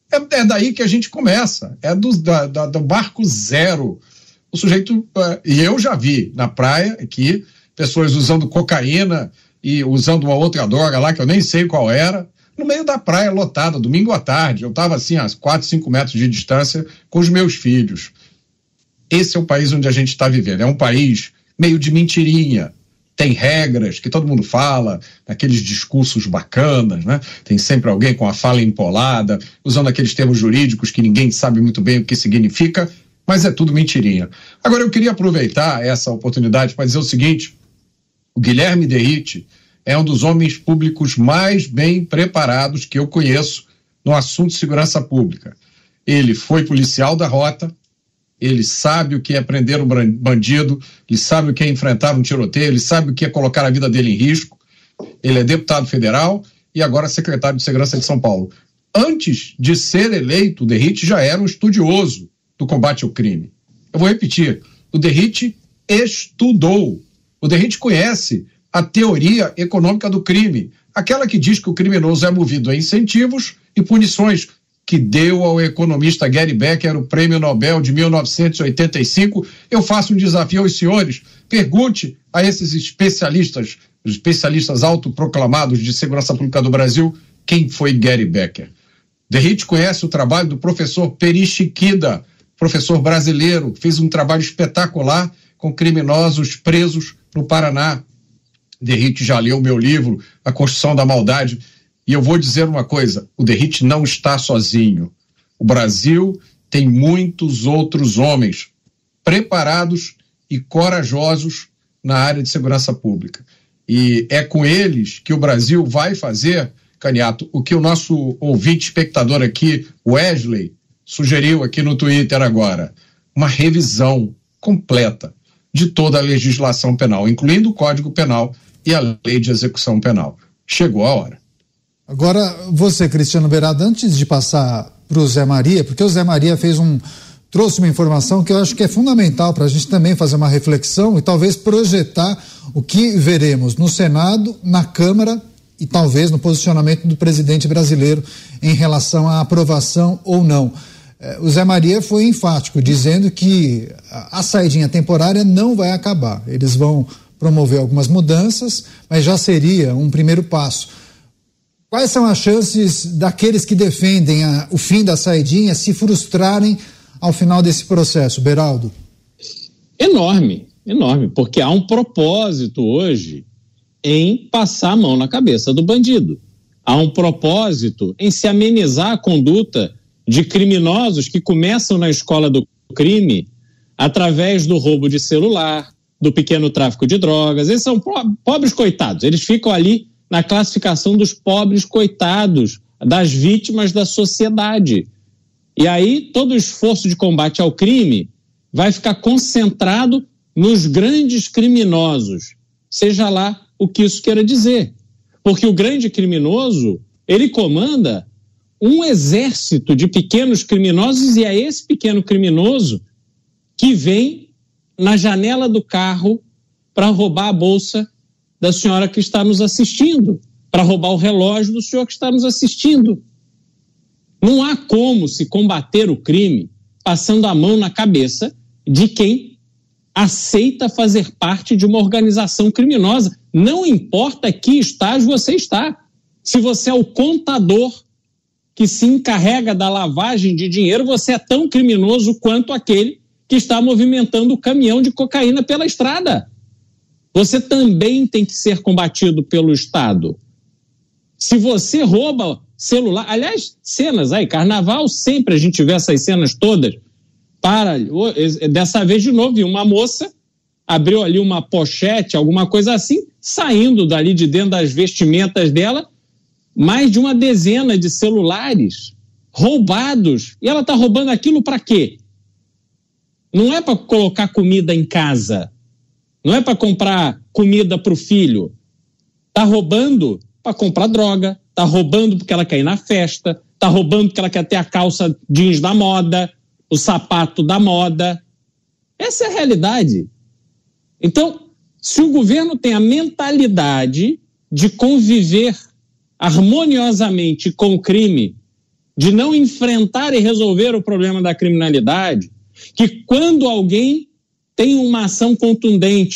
É daí que a gente começa, do barco zero. O sujeito, e eu já vi na praia aqui, pessoas usando cocaína e usando uma outra droga lá que eu nem sei qual era, no meio da praia lotada, domingo à tarde. Eu estava assim a 4, 5 metros de distância com os meus filhos. Esse é o país onde a gente está vivendo. É um país meio de mentirinha. Tem regras que todo mundo fala, aqueles discursos bacanas, né? Tem sempre alguém com a fala empolada, usando aqueles termos jurídicos que ninguém sabe muito bem o que significa, mas é tudo mentirinha. Agora, eu queria aproveitar essa oportunidade para dizer o seguinte: o Guilherme Derrite é um dos homens públicos mais bem preparados que eu conheço no assunto de segurança pública. Ele foi policial da rota, ele sabe o que é prender um bandido, ele sabe o que é enfrentar um tiroteio, ele sabe o que é colocar a vida dele em risco. Ele é deputado federal e agora secretário de Segurança de São Paulo. Antes de ser eleito, o Derrite já era um estudioso do combate ao crime. Eu vou repetir, o Derrite estudou, o Derrite conhece a teoria econômica do crime, aquela que diz que o criminoso é movido a incentivos e punições, que deu ao economista Gary Becker o Prêmio Nobel de 1985. Eu faço um desafio aos senhores, pergunte a esses especialistas autoproclamados de segurança pública do Brasil, quem foi Gary Becker. Derrite conhece o trabalho do professor Peri Chiquida, professor brasileiro, fez um trabalho espetacular com criminosos presos no Paraná. Derrite já leu o meu livro, A Construção da Maldade, e eu vou dizer uma coisa, o Derrite não está sozinho. O Brasil tem muitos outros homens preparados e corajosos na área de segurança pública. E é com eles que o Brasil vai fazer, Caniato, o que o nosso ouvinte espectador aqui, Wesley, sugeriu aqui no Twitter agora, uma revisão completa de toda a legislação penal, incluindo o Código Penal e a Lei de Execução Penal. Chegou a hora. Agora, você, Cristiano Berardo, antes de passar para o Zé Maria, porque o Zé Maria trouxe uma informação que eu acho que é fundamental para a gente também fazer uma reflexão e talvez projetar o que veremos no Senado, na Câmara e talvez no posicionamento do presidente brasileiro em relação à aprovação ou não. O Zé Maria foi enfático, dizendo que a saidinha temporária não vai acabar. Eles vão promover algumas mudanças, mas já seria um primeiro passo. Quais são as chances daqueles que defendem o fim da saidinha se frustrarem ao final desse processo, Beraldo? Enorme, porque há um propósito hoje em passar a mão na cabeça do bandido. Há um propósito em se amenizar a conduta de criminosos que começam na escola do crime através do roubo de celular, do pequeno tráfico de drogas. Eles são pobres coitados, eles ficam ali na classificação dos pobres coitados, das vítimas da sociedade. E aí todo o esforço de combate ao crime vai ficar concentrado nos grandes criminosos, seja lá o que isso queira dizer. Porque o grande criminoso, ele comanda um exército de pequenos criminosos e é esse pequeno criminoso que vem na janela do carro para roubar a bolsa da senhora que está nos assistindo, para roubar o relógio do senhor que está nos assistindo. Não há como se combater o crime passando a mão na cabeça de quem aceita fazer parte de uma organização criminosa. Não importa que estágio você está. Se você é o contador que se encarrega da lavagem de dinheiro, você é tão criminoso quanto aquele que está movimentando o caminhão de cocaína pela estrada. Você também tem que ser combatido pelo Estado. Se você rouba celular, aliás, cenas aí, carnaval sempre a gente vê essas cenas todas. Dessa vez de novo, vi uma moça abriu ali uma pochete, alguma coisa assim, saindo dali de dentro das vestimentas dela, mais de uma dezena de celulares roubados. E ela está roubando aquilo para quê? Não é para colocar comida em casa. Não é para comprar comida para o filho. Está roubando para comprar droga. Está roubando porque ela quer ir na festa. Está roubando porque ela quer ter a calça jeans da moda, o sapato da moda. Essa é a realidade. Então, se o governo tem a mentalidade de conviver harmoniosamente com o crime, de não enfrentar e resolver o problema da criminalidade, que quando alguém tem uma ação contundente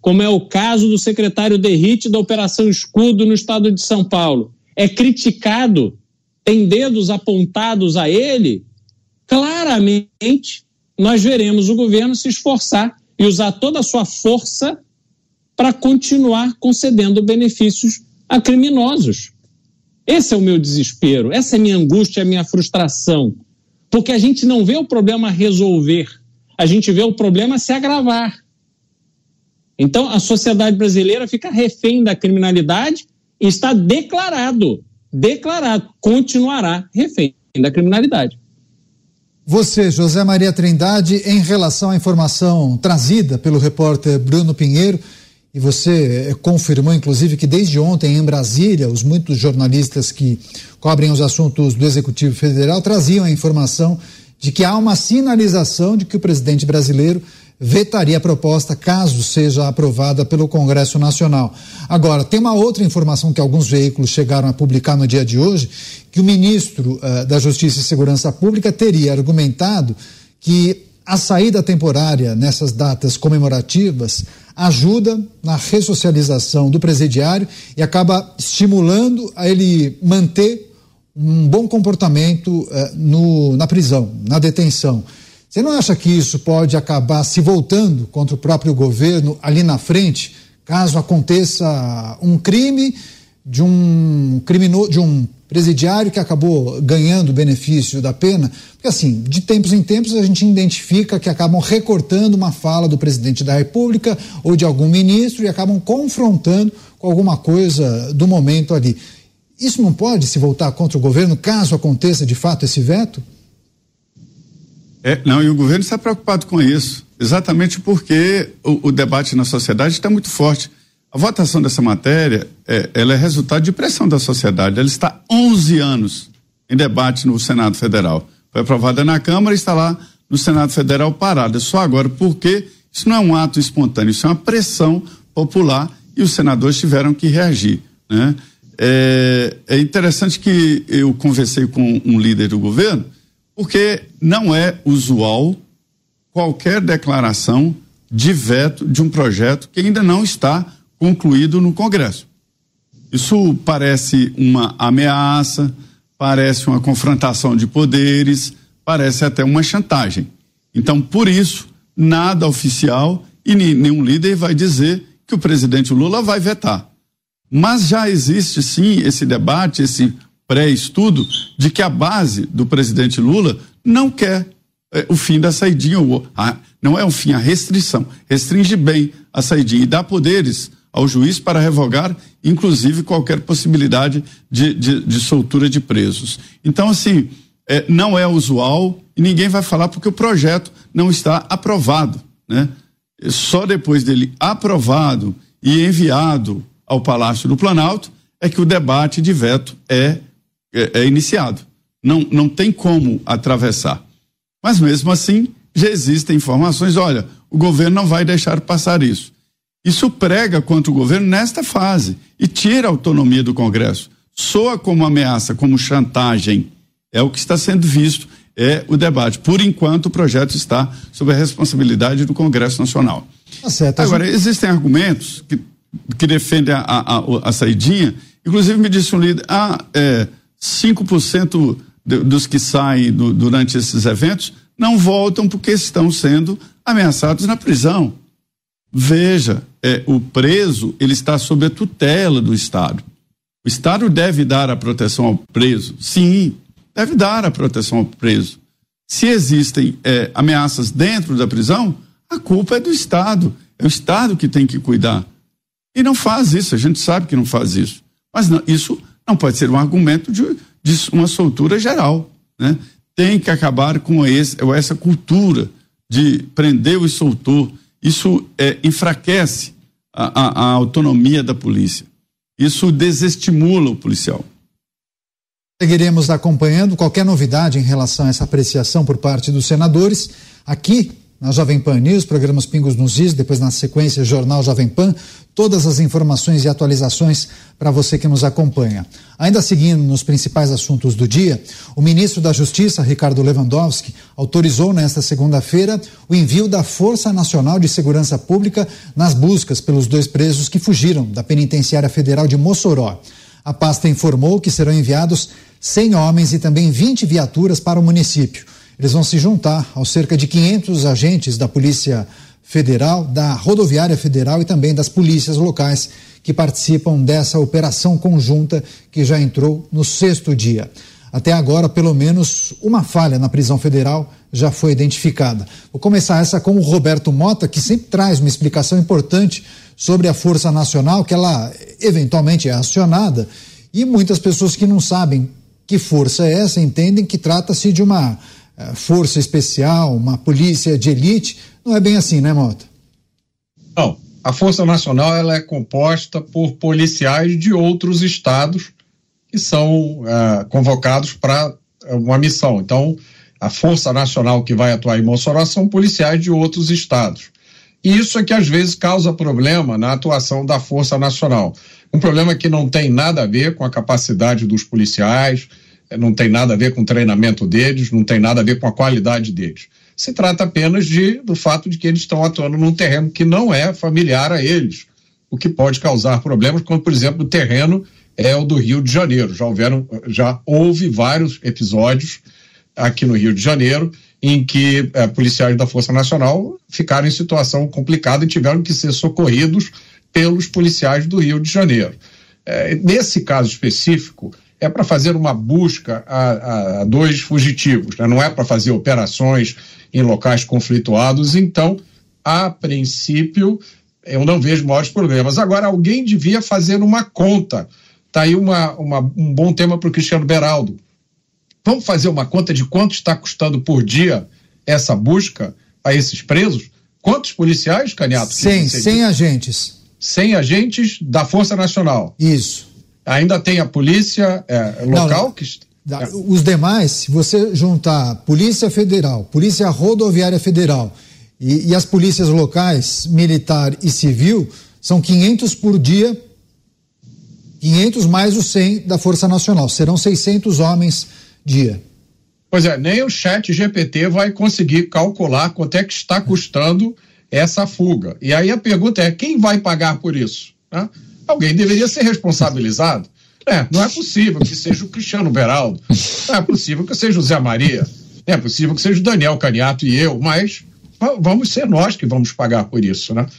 como é o caso do secretário Derrite da Operação Escudo no estado de São Paulo, é criticado, tem dedos apontados a ele, claramente nós veremos o governo se esforçar e usar toda a sua força para continuar concedendo benefícios a criminosos. Esse é o meu desespero, essa é a minha angústia, a minha frustração, porque a gente não vê o problema resolver, a gente vê o problema se agravar. Então, a sociedade brasileira fica refém da criminalidade e está declarado, continuará refém da criminalidade. Você, José Maria Trindade, em relação à informação trazida pelo repórter Bruno Pinheiro, e você confirmou, inclusive, que desde ontem em Brasília, os muitos jornalistas que cobrem os assuntos do Executivo Federal traziam a informação de que há uma sinalização de que o presidente brasileiro vetaria a proposta caso seja aprovada pelo Congresso Nacional. Agora, tem uma outra informação que alguns veículos chegaram a publicar no dia de hoje, que o ministro da Justiça e Segurança Pública teria argumentado que a saída temporária nessas datas comemorativas ajuda na ressocialização do presidiário e acaba estimulando a ele manter um bom comportamento na prisão, na detenção. Você não acha que isso pode acabar se voltando contra o próprio governo ali na frente, caso aconteça um crime de um presidiário que acabou ganhando o benefício da pena? Porque assim, de tempos em tempos a gente identifica que acabam recortando uma fala do presidente da República ou de algum ministro e acabam confrontando com alguma coisa do momento ali. Isso não pode se voltar contra o governo caso aconteça de fato esse veto? Não, e o governo está preocupado com isso, exatamente porque o debate na sociedade está muito forte. A votação dessa matéria, ela é resultado de pressão da sociedade. Ela está 11 anos em debate no Senado Federal. Foi aprovada na Câmara e está lá no Senado Federal parada. Só agora, porque isso não é um ato espontâneo, isso é uma pressão popular e os senadores tiveram que reagir, né? É interessante que eu conversei com um líder do governo, porque não é usual qualquer declaração de veto de um projeto que ainda não está concluído no Congresso. Isso parece uma ameaça, parece uma confrontação de poderes, parece até uma chantagem. Então, por isso, nada oficial e nenhum líder vai dizer que o presidente Lula vai vetar. Mas já existe sim esse debate, esse pré-estudo de que a base do presidente Lula não quer o fim da saidinha, não é o fim, a restrição, restringe bem a saidinha e dá poderes ao juiz para revogar, inclusive, qualquer possibilidade de soltura de presos. Então, assim, não é usual e ninguém vai falar porque o projeto não está aprovado, né? Só depois dele aprovado e enviado ao Palácio do Planalto é que o debate de veto é iniciado. Não tem como atravessar. Mas mesmo assim, já existem informações, olha, o governo não vai deixar passar isso. Isso prega contra o governo nesta fase e tira a autonomia do Congresso. Soa como ameaça, como chantagem. É o que está sendo visto, é o debate. Por enquanto, o projeto está sob a responsabilidade do Congresso Nacional. Tá certo. Agora, existem argumentos que defendem a saidinha. Inclusive, me disse um líder, 5% dos que saem durante esses eventos não voltam porque estão sendo ameaçados na prisão. Veja, o preso, ele está sob a tutela do Estado. O Estado deve dar a proteção ao preso. Sim, deve dar a proteção ao preso. Se existem ameaças dentro da prisão, a culpa é do Estado. É o Estado que tem que cuidar. E não faz isso, a gente sabe que não faz isso. Mas isso não pode ser um argumento de uma soltura geral, né? Tem que acabar com essa cultura de prender o soltor. Isso enfraquece a autonomia da polícia. Isso desestimula o policial. Seguiremos acompanhando qualquer novidade em relação a essa apreciação por parte dos senadores aqui na Jovem Pan News, programas Pingos nos Is, depois na sequência Jornal Jovem Pan, todas as informações e atualizações para você que nos acompanha. Ainda seguindo nos principais assuntos do dia, o ministro da Justiça, Ricardo Lewandowski, autorizou nesta segunda-feira o envio da Força Nacional de Segurança Pública nas buscas pelos 2 presos que fugiram da Penitenciária Federal de Mossoró. A pasta informou que serão enviados 100 homens e também 20 viaturas para o município. Eles vão se juntar aos cerca de 500 agentes da Polícia Federal, da Rodoviária Federal e também das polícias locais que participam dessa operação conjunta que já entrou no 6º dia. Até agora, pelo menos uma falha na prisão federal já foi identificada. Vou começar essa com o Roberto Mota, que sempre traz uma explicação importante sobre a Força Nacional, que ela eventualmente é acionada, e muitas pessoas que não sabem que força é essa entendem que trata-se de uma força especial, uma polícia de elite. Não é bem assim, né, Mota? Não, a Força Nacional ela é composta por policiais de outros estados que são convocados para uma missão. Então, a Força Nacional que vai atuar em Mossoró são policiais de outros estados. E isso é que às vezes causa problema na atuação da Força Nacional. Um problema que não tem nada a ver com a capacidade dos policiais, não tem nada a ver com o treinamento deles, não tem nada a ver com a qualidade deles. Se trata apenas do fato de que eles estão atuando num terreno que não é familiar a eles, o que pode causar problemas, como, por exemplo, o terreno é o do Rio de Janeiro. Já houve vários episódios aqui no Rio de Janeiro em que policiais da Força Nacional ficaram em situação complicada e tiveram que ser socorridos pelos policiais do Rio de Janeiro. Nesse caso específico, é para fazer uma busca a 2 fugitivos, né? Não é para fazer operações em locais conflituados. Então, a princípio, eu não vejo maiores problemas. Agora, alguém devia fazer uma conta. Está aí um bom tema para o Cristiano Beraldo. Vamos fazer uma conta de quanto está custando por dia essa busca a esses presos? Quantos policiais, Caniato? 100 agentes. 100 agentes da Força Nacional. Isso. Ainda tem a polícia local? Os demais, se você juntar Polícia Federal, Polícia Rodoviária Federal e as polícias locais, militar e civil, são 500 por dia, 500 mais os 100 da Força Nacional. Serão 600 homens dia. Pois é, nem o ChatGPT vai conseguir calcular quanto é que está custando essa fuga. E aí a pergunta é, quem vai pagar por isso? Né? Alguém deveria ser responsabilizado. Não é possível que seja o Cristiano Beraldo, não é possível que seja o Zé Maria, não é possível que seja o Daniel Caniato e eu, mas vamos ser nós que vamos pagar por isso, né?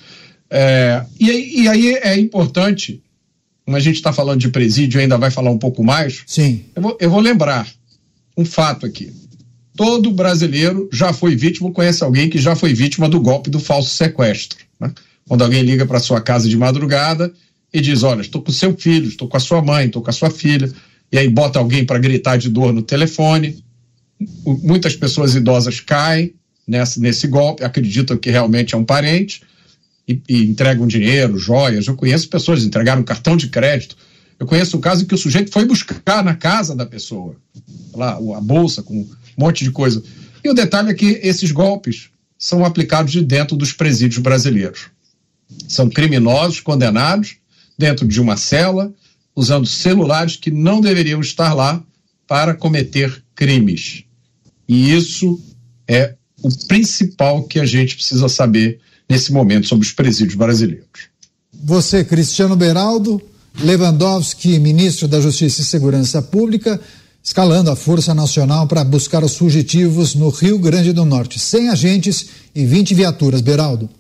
E aí é importante, como a gente está falando de presídio, ainda vai falar um pouco mais. Sim. Eu vou lembrar um fato aqui. Todo brasileiro já foi vítima, conhece alguém que já foi vítima do golpe do falso sequestro, né? Quando alguém liga para sua casa de madrugada e diz, olha, estou com seu filho, estou com a sua mãe, estou com a sua filha, e aí bota alguém para gritar de dor no telefone. Muitas pessoas idosas caem nesse golpe, acreditam que realmente é um parente e entregam dinheiro, joias. Eu conheço pessoas que entregaram cartão de crédito. Eu conheço o caso em que o sujeito foi buscar na casa da pessoa lá a bolsa com um monte de coisa. E o detalhe é que esses golpes são aplicados de dentro dos presídios brasileiros. São criminosos condenados dentro de uma cela, usando celulares que não deveriam estar lá para cometer crimes. E isso é o principal que a gente precisa saber nesse momento sobre os presídios brasileiros. Você, Cristiano Beraldo, Lewandowski, ministro da Justiça e Segurança Pública, escalando a Força Nacional para buscar os fugitivos no Rio Grande do Norte. 100 agentes e 20 viaturas. Beraldo.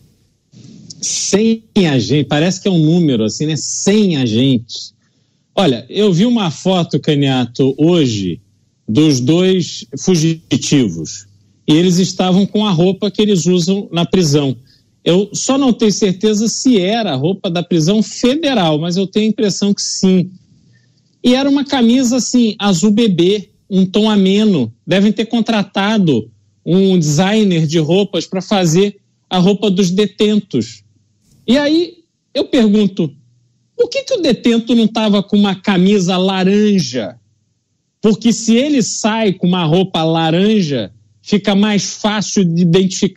100 agentes, parece que é um número assim, né? 100 agentes. Olha, eu vi uma foto, Caniato, hoje, dos 2 fugitivos. E eles estavam com a roupa que eles usam na prisão. Eu só não tenho certeza se era a roupa da prisão federal, mas eu tenho a impressão que sim. E era uma camisa, assim, azul bebê, um tom ameno. Devem ter contratado um designer de roupas para fazer a roupa dos detentos. E aí eu pergunto, por que o detento não estava com uma camisa laranja? Porque se ele sai com uma roupa laranja, fica mais fácil de identificar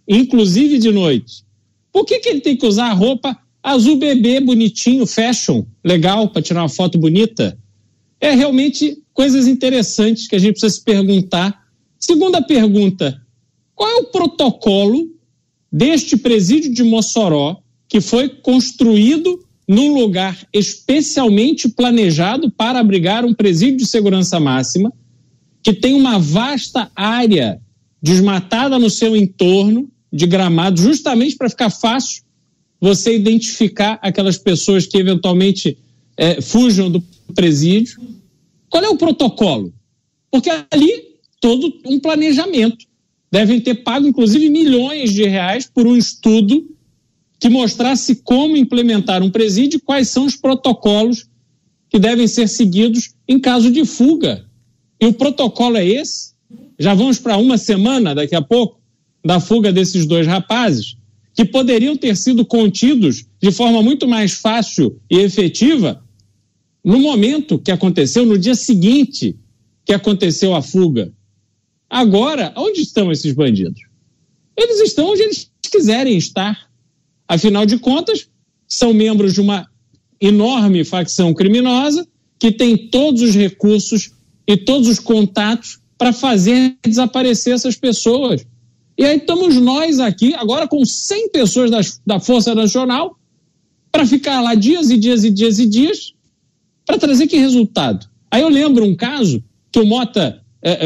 inclusive de noite. Por que ele tem que usar a roupa azul bebê, bonitinho, fashion, legal, para tirar uma foto bonita? É realmente coisas interessantes que a gente precisa se perguntar. Segunda pergunta, qual é o protocolo deste presídio de Mossoró, que foi construído num lugar especialmente planejado para abrigar um presídio de segurança máxima, que tem uma vasta área desmatada no seu entorno, de gramado, justamente para ficar fácil você identificar aquelas pessoas que eventualmente fujam do presídio? Qual é o protocolo? Porque ali todo um planejamento. Devem ter pago, inclusive, milhões de reais por um estudo que mostrasse como implementar um presídio e quais são os protocolos que devem ser seguidos em caso de fuga. E o protocolo é esse? Já vamos para uma semana, daqui a pouco, da fuga desses 2 rapazes, que poderiam ter sido contidos de forma muito mais fácil e efetiva no momento que aconteceu, no dia seguinte que aconteceu a fuga. Agora, onde estão esses bandidos? Eles estão onde eles quiserem estar. Afinal de contas, são membros de uma enorme facção criminosa que tem todos os recursos e todos os contatos para fazer desaparecer essas pessoas. E aí estamos nós aqui, agora com 100 pessoas da Força Nacional, para ficar lá dias e dias e dias e dias, para trazer que resultado? Aí eu lembro um caso que o Mota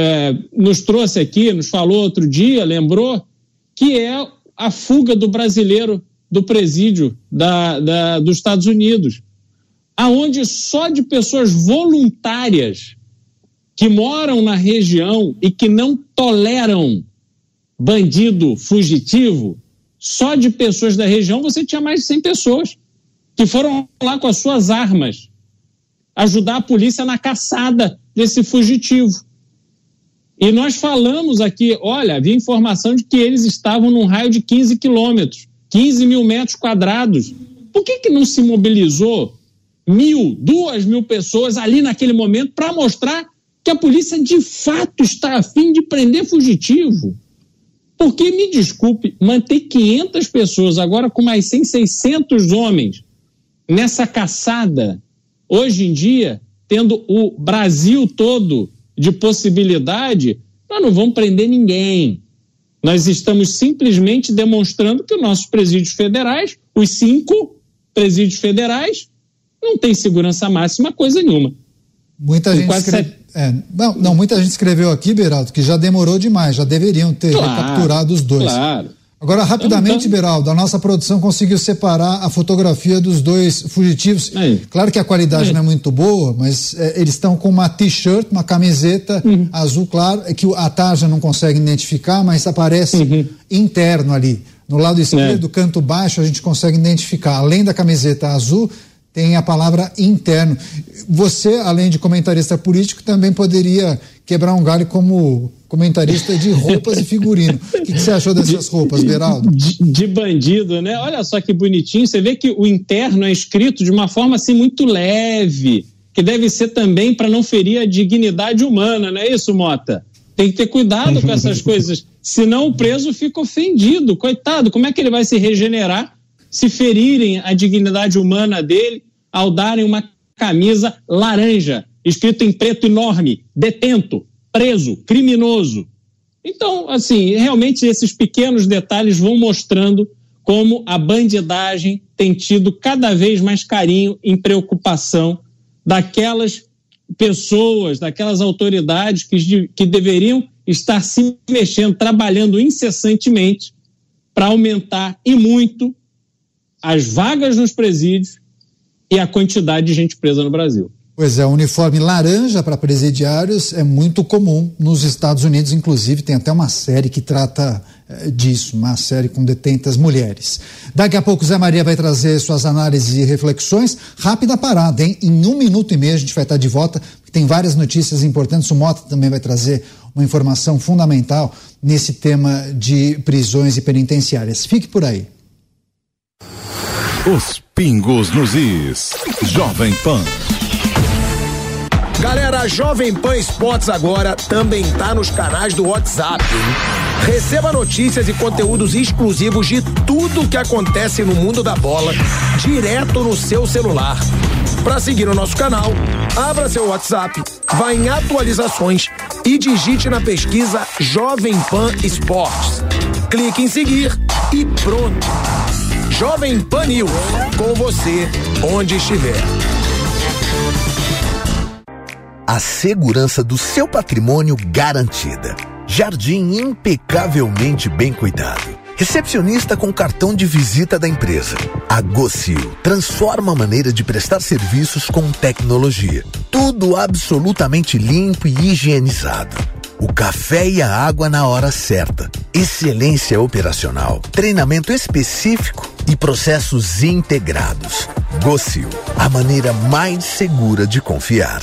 nos trouxe aqui, nos falou outro dia, lembrou, que é a fuga do brasileiro do presídio dos Estados Unidos, aonde só de pessoas voluntárias que moram na região e que não toleram bandido fugitivo, só de pessoas da região você tinha mais de 100 pessoas que foram lá com as suas armas ajudar a polícia na caçada desse fugitivo. E nós falamos aqui, olha, havia informação de que eles estavam num raio de 15 quilômetros, 15 mil metros quadrados. Por que não se mobilizou 1.000, 2.000 pessoas ali naquele momento para mostrar que a polícia de fato está a fim de prender fugitivo? Porque, me desculpe, manter 500 pessoas agora com mais 100, 600 homens nessa caçada, hoje em dia, tendo o Brasil todo de possibilidade, nós não vamos prender ninguém. Nós estamos simplesmente demonstrando que os nossos presídios federais, os 5 presídios federais, não têm segurança máxima coisa nenhuma. Muita gente muita gente escreveu aqui, Beraldo, que já demorou demais, já deveriam ter recapturado os 2. Claro. Agora, rapidamente, Beraldo, a nossa produção conseguiu separar a fotografia dos 2 fugitivos. Claro que a qualidade não é muito boa, mas eles estão com uma t-shirt, uma camiseta azul claro, que a tarja não consegue identificar, mas aparece interno ali. No lado esquerdo, canto baixo, a gente consegue identificar. Além da camiseta azul, tem a palavra interno. Você, além de comentarista político, também poderia quebrar um galho como comentarista de roupas e figurino. O que você achou dessas roupas, Beraldo? De bandido, né? Olha só que bonitinho. Você vê que o interno é escrito de uma forma assim muito leve, que deve ser também para não ferir a dignidade humana, não é isso, Mota? Tem que ter cuidado com essas coisas, senão o preso fica ofendido. Coitado, como é que ele vai se regenerar se ferirem a dignidade humana dele ao darem uma camisa laranja, escrito em preto enorme, detento, preso, criminoso. Então, assim, realmente esses pequenos detalhes vão mostrando como a bandidagem tem tido cada vez mais carinho em preocupação daquelas pessoas, daquelas autoridades que deveriam estar se mexendo, trabalhando incessantemente para aumentar e muito as vagas nos presídios e a quantidade de gente presa no Brasil. Pois é, o uniforme laranja para presidiários é muito comum nos Estados Unidos, inclusive tem até uma série que trata disso, uma série com detentas mulheres. Daqui a pouco o Zé Maria vai trazer suas análises e reflexões. Rápida parada, hein? Em 1 minuto e meio a gente vai estar de volta, porque tem várias notícias importantes. O Mota também vai trazer uma informação fundamental nesse tema de prisões e penitenciárias. Fique por aí. Os pingos nos is. Jovem Pan. Galera, a Jovem Pan Esportes agora também tá nos canais do WhatsApp, hein? Receba notícias e conteúdos exclusivos de tudo que acontece no mundo da bola, direto no seu celular. Para seguir o nosso canal, abra seu WhatsApp, vá em atualizações e digite na pesquisa Jovem Pan Esportes. Clique em seguir e pronto. Jovem Pan News, com você, onde estiver. A segurança do seu patrimônio garantida. Jardim impecavelmente bem cuidado. Recepcionista com cartão de visita da empresa. A Gocil transforma a maneira de prestar serviços com tecnologia. Tudo absolutamente limpo e higienizado. O café e a água na hora certa. Excelência operacional. Treinamento específico e processos integrados. Gocil, a maneira mais segura de confiar.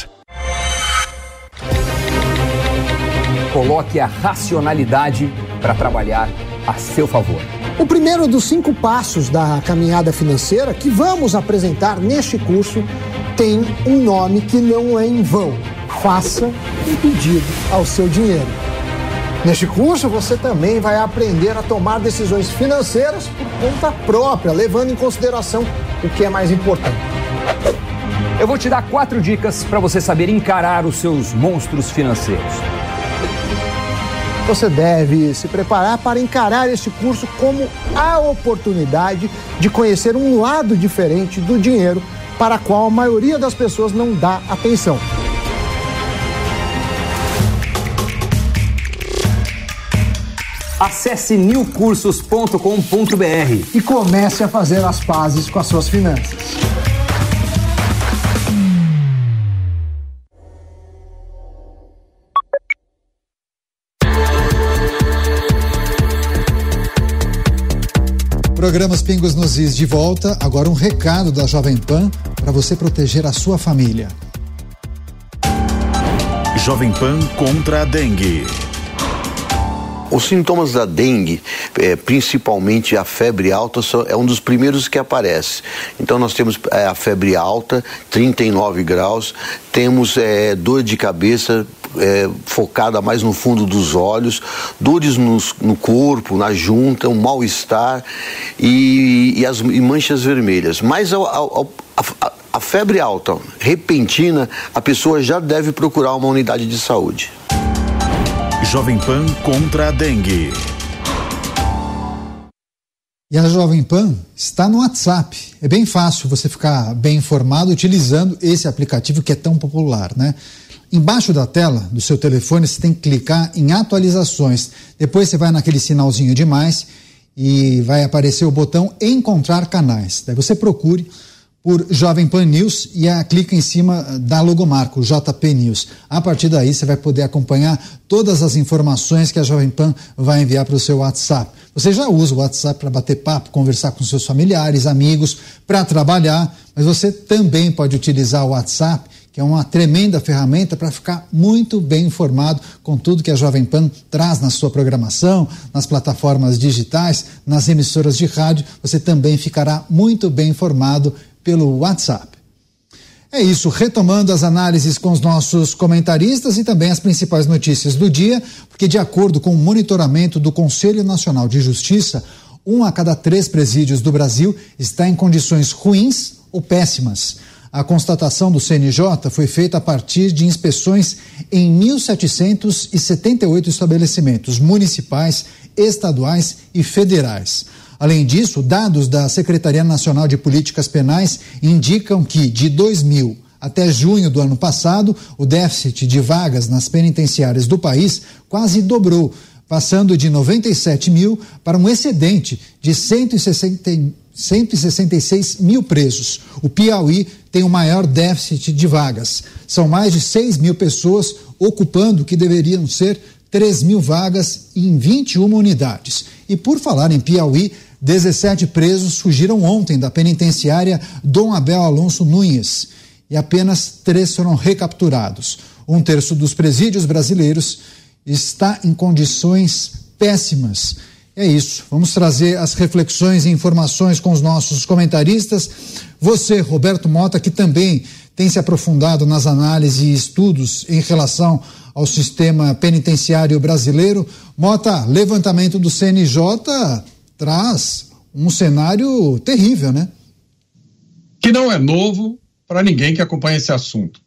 Coloque a racionalidade para trabalhar a seu favor. O primeiro dos 5 passos da caminhada financeira que vamos apresentar neste curso tem um nome que não é em vão. Faça um pedido ao seu dinheiro. Neste curso você também vai aprender a tomar decisões financeiras por conta própria, levando em consideração o que é mais importante. Eu vou te dar 4 dicas para você saber encarar os seus monstros financeiros. Você deve se preparar para encarar este curso como a oportunidade de conhecer um lado diferente do dinheiro para a qual a maioria das pessoas não dá atenção. Acesse newcursos.com.br e comece a fazer as pazes com as suas finanças. Programas Pingos nos Is de volta. Agora um recado da Jovem Pan para você proteger a sua família. Jovem Pan contra a dengue. Os sintomas da dengue, principalmente a febre alta, é um dos primeiros que aparece. Então nós temos a febre alta, 39 graus, temos dor de cabeça focada mais no fundo dos olhos, dores no corpo, na junta, um mal-estar e manchas vermelhas. Mas a febre alta repentina, a pessoa já deve procurar uma unidade de saúde. Jovem Pan contra a dengue. E a Jovem Pan está no WhatsApp. É bem fácil você ficar bem informado utilizando esse aplicativo que é tão popular, né? Embaixo da tela do seu telefone você tem que clicar em atualizações. Depois você vai naquele sinalzinho de mais e vai aparecer o botão Encontrar Canais. Daí você procure por Jovem Pan News e clica em cima da logomarca, o JP News. A partir daí você vai poder acompanhar todas as informações que a Jovem Pan vai enviar para o seu WhatsApp. Você já usa o WhatsApp para bater papo, conversar com seus familiares, amigos, para trabalhar, mas você também pode utilizar o WhatsApp, que é uma tremenda ferramenta para ficar muito bem informado com tudo que a Jovem Pan traz na sua programação, nas plataformas digitais, nas emissoras de rádio. Você também ficará muito bem informado pelo WhatsApp. É isso, retomando as análises com os nossos comentaristas e também as principais notícias do dia, porque de acordo com o monitoramento do Conselho Nacional de Justiça, 1 a cada 3 presídios do Brasil está em condições ruins ou péssimas. A constatação do CNJ foi feita a partir de inspeções em 1.778 estabelecimentos municipais, estaduais e federais. Além disso, dados da Secretaria Nacional de Políticas Penais indicam que, de 2000 até junho do ano passado, o déficit de vagas nas penitenciárias do país quase dobrou, passando de 97 mil para um excedente de 166 mil presos. O Piauí tem o maior déficit de vagas. São mais de 6 mil pessoas ocupando o que deveriam ser 3 mil vagas em 21 unidades. E por falar em Piauí, 17 presos fugiram ontem da penitenciária Dom Abel Alonso Nunes e apenas 3 foram recapturados. 1/3 dos presídios brasileiros está em condições péssimas. É isso, vamos trazer as reflexões e informações com os nossos comentaristas. Você, Roberto Mota, que também tem se aprofundado nas análises e estudos em relação ao sistema penitenciário brasileiro. Mota, levantamento do CNJ traz um cenário terrível, né? Que não é novo para ninguém que acompanha esse assunto.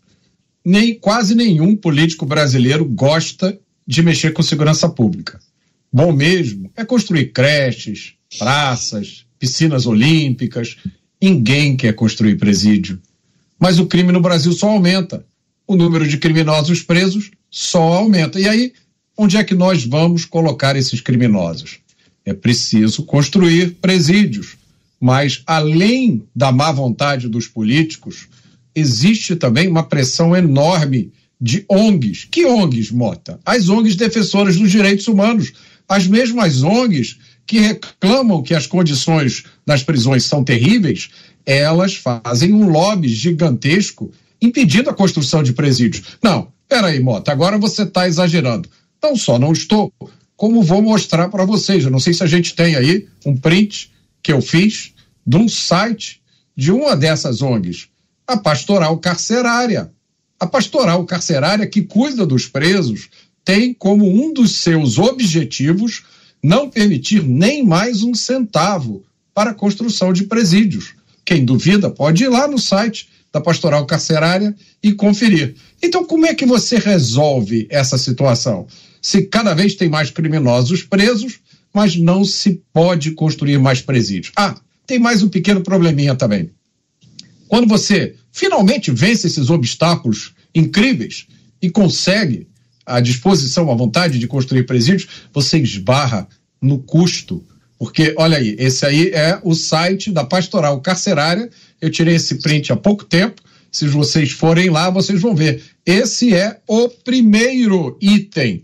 Quase nenhum político brasileiro gosta de mexer com segurança pública. Bom mesmo é construir creches, praças, piscinas olímpicas. Ninguém quer construir presídio. Mas o crime no Brasil só aumenta. O número de criminosos presos só aumenta. E aí, onde é que nós vamos colocar esses criminosos? É preciso construir presídios. Mas, além da má vontade dos políticos, existe também uma pressão enorme de ONGs. Que ONGs, Mota? As ONGs defensoras dos direitos humanos. As mesmas ONGs que reclamam que as condições nas prisões são terríveis, elas fazem um lobby gigantesco impedindo a construção de presídios. Não, peraí, Mota, agora você está exagerando. Não só não estou, como vou mostrar para vocês. Eu não sei se a gente tem aí um print que eu fiz de um site de uma dessas ONGs, a Pastoral Carcerária. A Pastoral Carcerária, que cuida dos presos, tem como um dos seus objetivos não permitir nem mais um centavo para a construção de presídios. Quem duvida pode ir lá no site da Pastoral Carcerária e conferir. Então, como é que você resolve essa situação? Se cada vez tem mais criminosos presos, mas não se pode construir mais presídios. Tem mais um pequeno probleminha também. Quando você finalmente vence esses obstáculos incríveis e consegue a disposição, a vontade de construir presídios, você esbarra no custo. Porque, olha aí, esse aí é o site da Pastoral Carcerária. Eu tirei esse print há pouco tempo. Se vocês forem lá, vocês vão ver. Esse é o primeiro item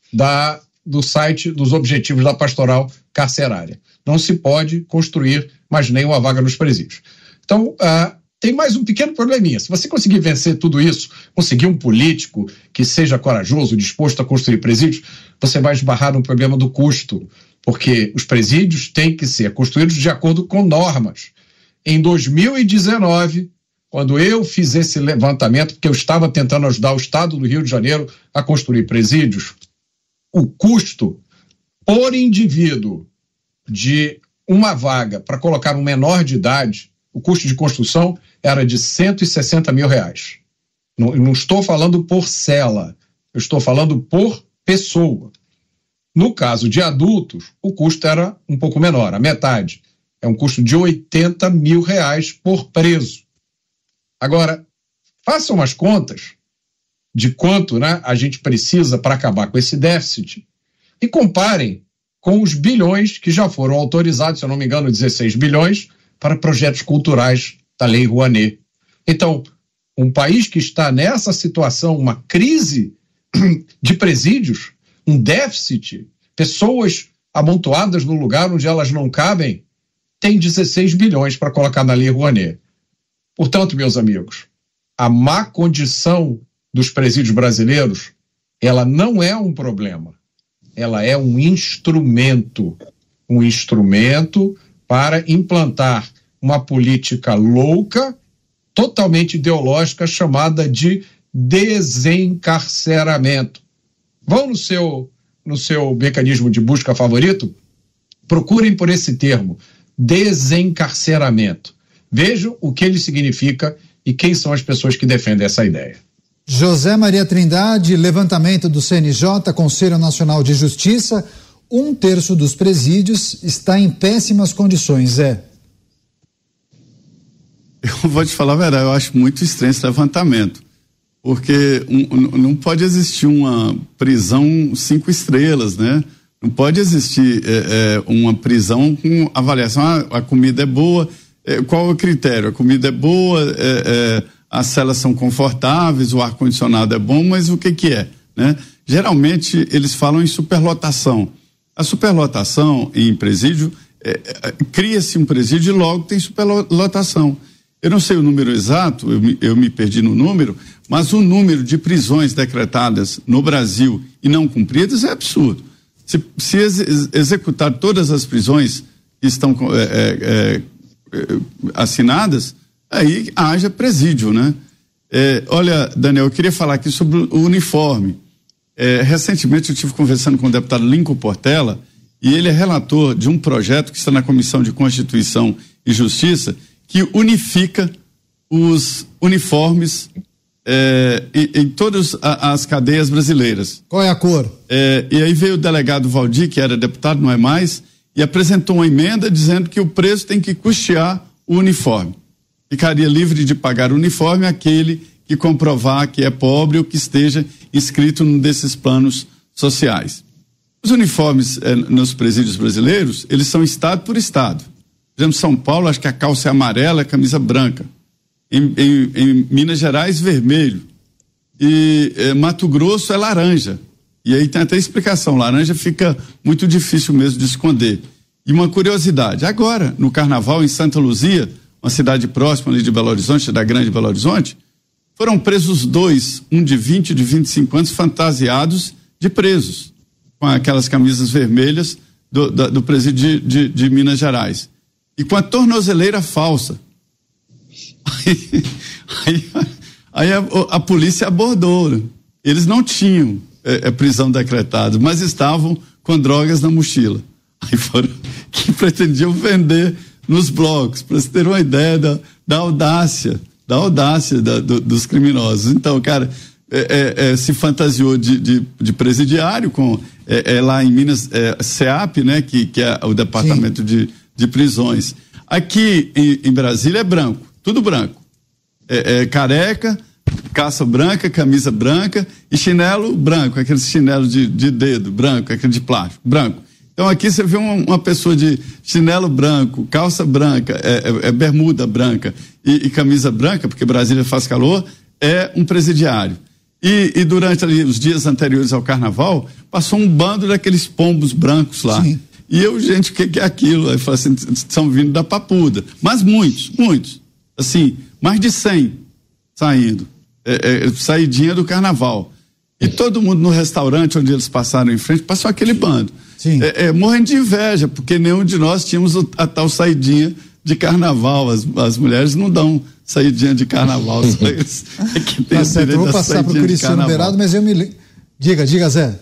do site dos objetivos da Pastoral Carcerária. Não se pode construir mais nenhuma vaga nos presídios. Então, tem mais um pequeno probleminha. Se você conseguir vencer tudo isso, conseguir um político que seja corajoso, disposto a construir presídios, você vai esbarrar no problema do custo, porque os presídios têm que ser construídos de acordo com normas. Em 2019, quando eu fiz esse levantamento, porque eu estava tentando ajudar o Estado do Rio de Janeiro a construir presídios, o custo por indivíduo de uma vaga para colocar um menor de idade, o custo de construção era de R$160 mil. Não estou falando por cela, eu estou falando por pessoa. No caso de adultos, o custo era um pouco menor, a metade. É um custo de R$80 mil por preso. Agora, façam as contas de quanto, né, a gente precisa para acabar com esse déficit e comparem com os bilhões que já foram autorizados, se eu não me engano, 16 bilhões, para projetos culturais da Lei Rouanet. Então, um país que está nessa situação, uma crise de presídios, um déficit, pessoas amontoadas no lugar onde elas não cabem, tem 16 bilhões para colocar na Lei Rouanet. Portanto, meus amigos, a má condição dos presídios brasileiros, ela não é um problema, ela é um instrumento para implantar uma política louca, totalmente ideológica, chamada de desencarceramento. Vão no seu mecanismo de busca favorito, procurem por esse termo, desencarceramento. Vejam o que ele significa e quem são as pessoas que defendem essa ideia. José Maria Trindade, levantamento do CNJ, Conselho Nacional de Justiça, 1/3 dos presídios está em péssimas condições, Eu vou te falar a verdade, eu acho muito estranho esse levantamento, porque não pode existir uma prisão 5 estrelas, né? Não pode existir uma prisão com avaliação, a comida é boa, qual é o critério? A comida é boa, as celas são confortáveis, o ar-condicionado é bom, mas o que é, né? Geralmente eles falam em superlotação. A superlotação em presídio, cria-se um presídio e logo tem superlotação. Eu não sei o número exato, eu me perdi no número, mas o número de prisões decretadas no Brasil e não cumpridas é absurdo. Se executar todas as prisões que estão assinadas, aí haja presídio, né? Olha, Daniel, eu queria falar aqui sobre o uniforme. Recentemente eu estive conversando com o deputado Lincoln Portela, e ele é relator de um projeto que está na Comissão de Constituição e Justiça, que unifica os uniformes em todas as cadeias brasileiras. Qual é a cor? E aí veio o delegado Valdir, que era deputado, não é mais, e apresentou uma emenda dizendo que o preço tem que custear o uniforme. Ficaria livre de pagar o uniforme aquele que comprovar que é pobre ou que esteja inscrito num desses planos sociais. Os uniformes nos presídios brasileiros, eles são estado por estado. Por exemplo, São Paulo, acho que a calça é amarela, a camisa branca. Em Minas Gerais, vermelho. E Mato Grosso é laranja. E aí tem até explicação, laranja fica muito difícil mesmo de esconder. E uma curiosidade, agora, no Carnaval, em Santa Luzia, uma cidade próxima ali de Belo Horizonte, da Grande Belo Horizonte, foram presos 2, um de 20 e de 25 anos, fantasiados de presos, com aquelas camisas vermelhas do presídio de Minas Gerais. E com a tornozeleira falsa. Aí a polícia abordou, né? Eles não tinham prisão decretada, mas estavam com drogas na mochila. Aí foram que pretendiam vender nos blocos, para você ter uma ideia da audácia dos criminosos. Então, cara, se fantasiou de presidiário com lá em Minas, CEAP, né, que é o departamento de prisões. Aqui em Brasília é branco, tudo branco. Careca, calça branca, camisa branca e chinelo branco, aquele chinelo de dedo branco, aquele de plástico branco. Então aqui você vê uma pessoa de chinelo branco, calça branca, bermuda branca e camisa branca, porque Brasília faz calor, é um presidiário. E durante ali, os dias anteriores ao Carnaval, passou um bando daqueles pombos brancos lá. Sim. E eu, gente, o que é aquilo? Aí eu falei assim, são vindo da Papuda. Mas muitos. Assim, mais de 100 saindo. Saidinha do Carnaval. E todo mundo no restaurante onde eles passaram em frente, passou aquele bando. Sim. Morrendo de inveja, porque nenhum de nós tínhamos a tal saidinha de Carnaval. As mulheres não dão saidinha de Carnaval. Só eles que tem tá certo, eu vou passar para o Cristiano Beraldo, mas eu me lembro. Diga, Zé.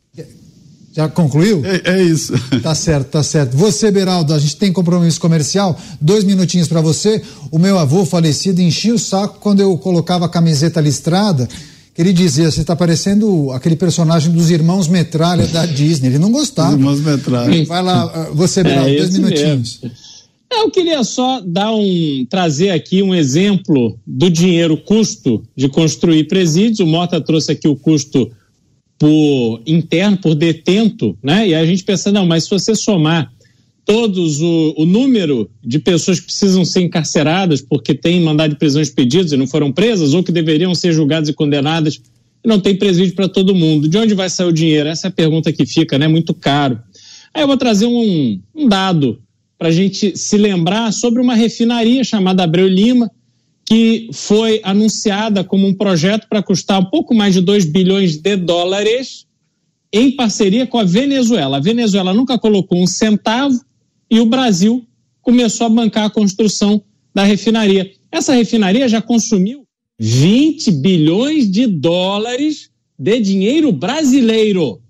Já concluiu? É isso. Tá certo. Você, Beraldo, a gente tem compromisso comercial, 2 minutinhos para você. O meu avô falecido enchia o saco quando eu colocava a camiseta listrada, que ele dizia, você tá parecendo aquele personagem dos Irmãos Metralha da Disney. Ele não gostava. Irmãos Metralha. Vai lá, você, Beraldo, 2 minutinhos. Mesmo. Eu queria só trazer aqui um exemplo do custo de construir presídios. O Mota trouxe aqui o custo por interno, por detento, né? E a gente pensa, não, mas se você somar todos o número de pessoas que precisam ser encarceradas porque têm mandado de prisão expedidos e não foram presas, ou que deveriam ser julgadas e condenadas, não tem presídio para todo mundo. De onde vai sair o dinheiro? Essa é a pergunta que fica, né? Muito caro. Aí eu vou trazer um dado para a gente se lembrar sobre uma refinaria chamada Abreu Lima, que foi anunciada como um projeto para custar um pouco mais de 2 bilhões de dólares em parceria com a Venezuela. A Venezuela nunca colocou um centavo e o Brasil começou a bancar a construção da refinaria. Essa refinaria já consumiu 20 bilhões de dólares de dinheiro brasileiro.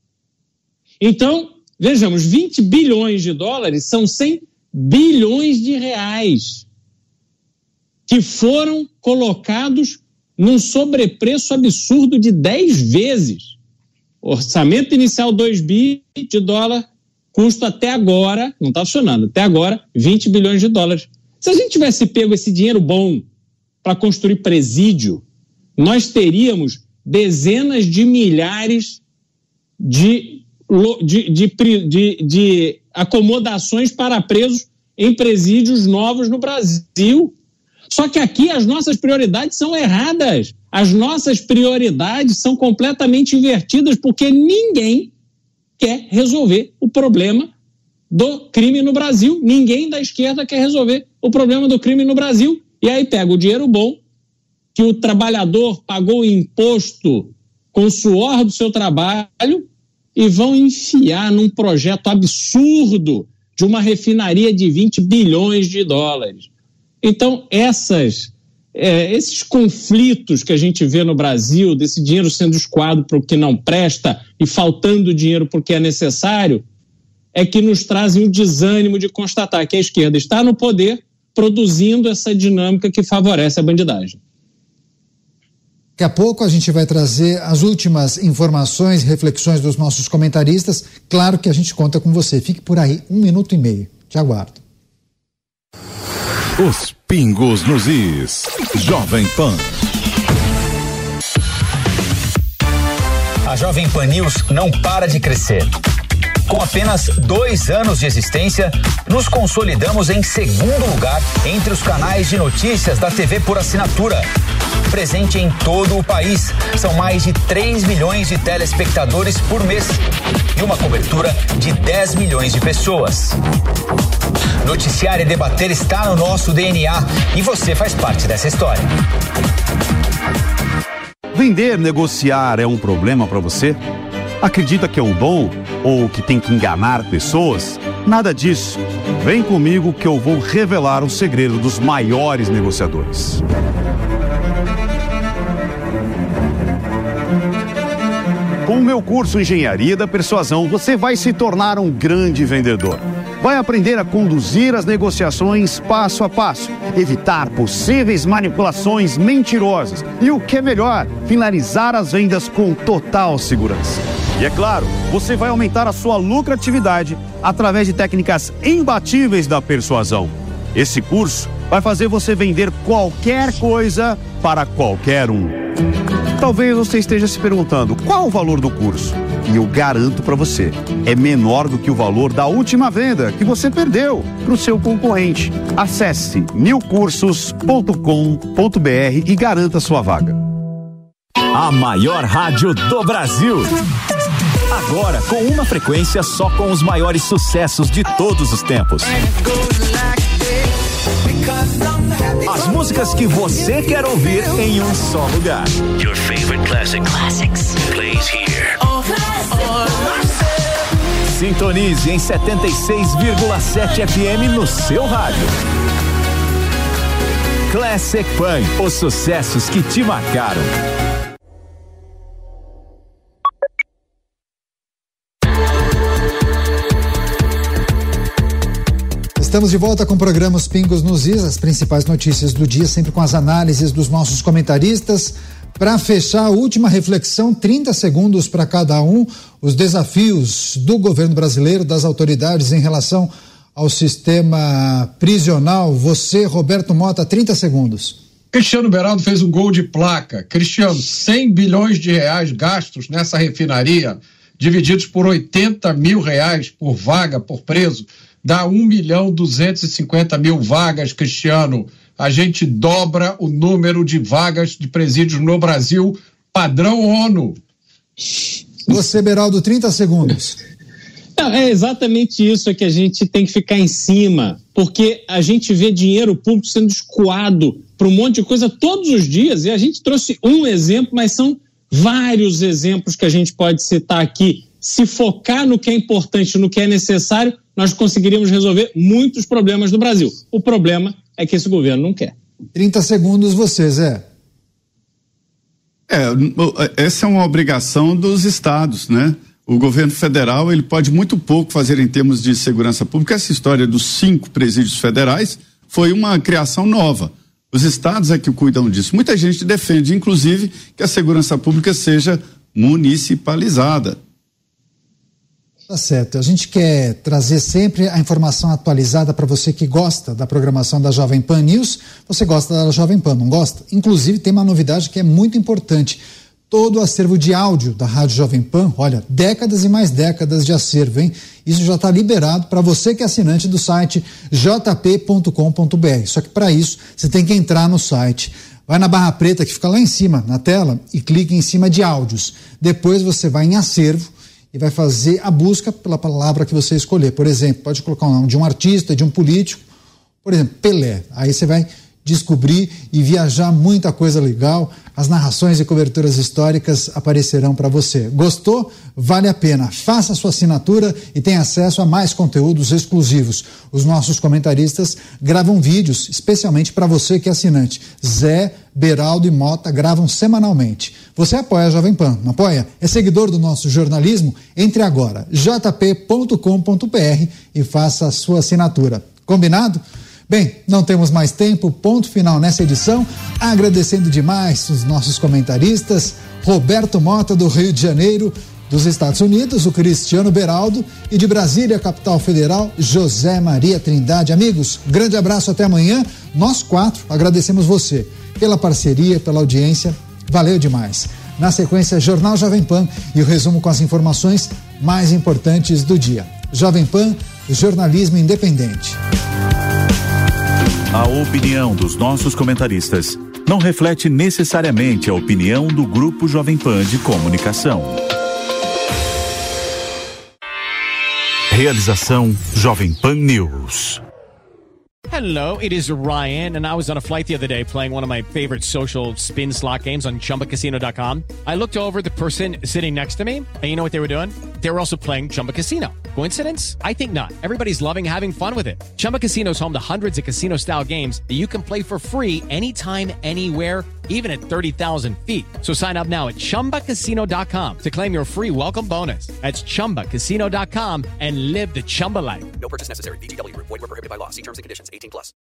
Então, vejamos, 20 bilhões de dólares são 100 bilhões de reais que foram colocados num sobrepreço absurdo de 10 vezes. Orçamento inicial 2 bi de dólar, custo até agora, não está funcionando, até agora 20 bilhões de dólares. Se a gente tivesse pego esse dinheiro bom para construir presídio, nós teríamos dezenas de milhares de acomodações para presos em presídios novos no Brasil. Só que aqui as nossas prioridades são erradas. As nossas prioridades são completamente invertidas porque ninguém quer resolver o problema do crime no Brasil. Ninguém da esquerda quer resolver o problema do crime no Brasil. E aí pega o dinheiro bom que o trabalhador pagou imposto com o suor do seu trabalho e vão enfiar num projeto absurdo de uma refinaria de 20 bilhões de dólares. Então, essas esses conflitos que a gente vê no Brasil, desse dinheiro sendo escoado para o que não presta e faltando dinheiro porque é necessário, é que nos trazem o desânimo de constatar que a esquerda está no poder produzindo essa dinâmica que favorece a bandidagem. Daqui a pouco a gente vai trazer as últimas informações e reflexões dos nossos comentaristas. Claro que a gente conta com você. Fique por aí, 1 minuto e meio. Te aguardo. Os pingos nos is. Jovem Pan. A Jovem Pan News não para de crescer. Com apenas 2 anos de existência, nos consolidamos em segundo lugar entre os canais de notícias da TV por assinatura. Presente em todo o país, são mais de 3 milhões de telespectadores por mês e uma cobertura de 10 milhões de pessoas. Noticiar e debater está no nosso DNA e você faz parte dessa história. Vender, negociar é um problema para você? Acredita que é um dom ou que tem que enganar pessoas? Nada disso. Vem comigo que eu vou revelar o segredo dos maiores negociadores. Com o meu curso Engenharia da Persuasão, você vai se tornar um grande vendedor. Vai aprender a conduzir as negociações passo a passo, evitar possíveis manipulações mentirosas e, o que é melhor, finalizar as vendas com total segurança. E é claro, você vai aumentar a sua lucratividade através de técnicas imbatíveis da persuasão. Esse curso vai fazer você vender qualquer coisa para qualquer um. Talvez você esteja se perguntando qual o valor do curso. E eu garanto para você, é menor do que o valor da última venda que você perdeu para o seu concorrente. Acesse newcursos.com.br e garanta sua vaga. A maior rádio do Brasil. Agora com uma frequência só com os maiores sucessos de todos os tempos. As músicas que você quer ouvir em um só lugar. Your favorite classics plays here. Sintonize em 76,7 FM no seu rádio. Classic Pan, os sucessos que te marcaram. Estamos de volta com o programa Os Pingos nos Is, as principais notícias do dia, sempre com as análises dos nossos comentaristas. Para fechar a última reflexão, 30 segundos para cada um, os desafios do governo brasileiro, das autoridades em relação ao sistema prisional. Você, Roberto Mota, 30 segundos. Cristiano Beraldo fez um gol de placa. Cristiano, 100 bilhões de reais gastos nessa refinaria, divididos por 80 mil reais por vaga, por preso, dá 1.250.000 vagas, Cristiano. A gente dobra o número de vagas de presídios no Brasil, padrão ONU. Você, Beraldo, 30 segundos. Não, é exatamente isso que a gente tem que ficar em cima, porque a gente vê dinheiro público sendo escoado para um monte de coisa todos os dias, e a gente trouxe um exemplo, mas são vários exemplos que a gente pode citar aqui. Se focar no que é importante, no que é necessário, nós conseguiríamos resolver muitos problemas do Brasil. O problema é que esse governo não quer. 30 segundos, você, Zé. Essa é uma obrigação dos estados, né? O governo federal, ele pode muito pouco fazer em termos de segurança pública. Essa história dos 5 presídios federais foi uma criação nova. Os estados é que cuidam disso. Muita gente defende, inclusive, que a segurança pública seja municipalizada. Tá certo. A gente quer trazer sempre a informação atualizada para você que gosta da programação da Jovem Pan News. Você gosta da Jovem Pan, não gosta? Inclusive, tem uma novidade que é muito importante. Todo o acervo de áudio da Rádio Jovem Pan, olha, décadas e mais décadas de acervo, hein? Isso já está liberado para você que é assinante do site jp.com.br. Só que para isso, você tem que entrar no site. Vai na barra preta que fica lá em cima, na tela, e clique em cima de áudios. Depois você vai em acervo e vai fazer a busca pela palavra que você escolher. Por exemplo, pode colocar o nome de um artista, de um político, por exemplo, Pelé. Aí você vai descobrir e viajar muita coisa legal. As narrações e coberturas históricas aparecerão para você. Gostou? Vale a pena. Faça a sua assinatura e tenha acesso a mais conteúdos exclusivos. Os nossos comentaristas gravam vídeos especialmente para você que é assinante. Zé, Beraldo e Mota gravam semanalmente. Você apoia a Jovem Pan, não apoia? É seguidor do nosso jornalismo? Entre agora, jp.com.br e faça a sua assinatura. Combinado? Bem, não temos mais tempo, ponto final nessa edição, agradecendo demais os nossos comentaristas, Roberto Mota do Rio de Janeiro, dos Estados Unidos, o Cristiano Beraldo, e de Brasília, capital federal, José Maria Trindade. Amigos, grande abraço, até amanhã. Nós 4 agradecemos você pela parceria, pela audiência, valeu demais. Na sequência, Jornal Jovem Pan e o resumo com as informações mais importantes do dia. Jovem Pan, jornalismo independente. A opinião dos nossos comentaristas não reflete necessariamente a opinião do Grupo Jovem Pan de Comunicação. Realização Jovem Pan News. Hello, it is Ryan, and I was on a flight the other day playing one of my favorite social spin slot games on ChumbaCasino.com. I looked over the person sitting next to me, and you know what they were doing? They were also playing Chumba Casino. Coincidence? I think not. Everybody's loving having fun with it. Chumba Casino is home to hundreds of casino-style games that you can play for free anytime, anywhere, even at 30,000 feet. So sign up now at ChumbaCasino.com to claim your free welcome bonus. That's ChumbaCasino.com and live the Chumba life. No purchase necessary. VGW. Void where prohibited by law. See terms and conditions. 18+.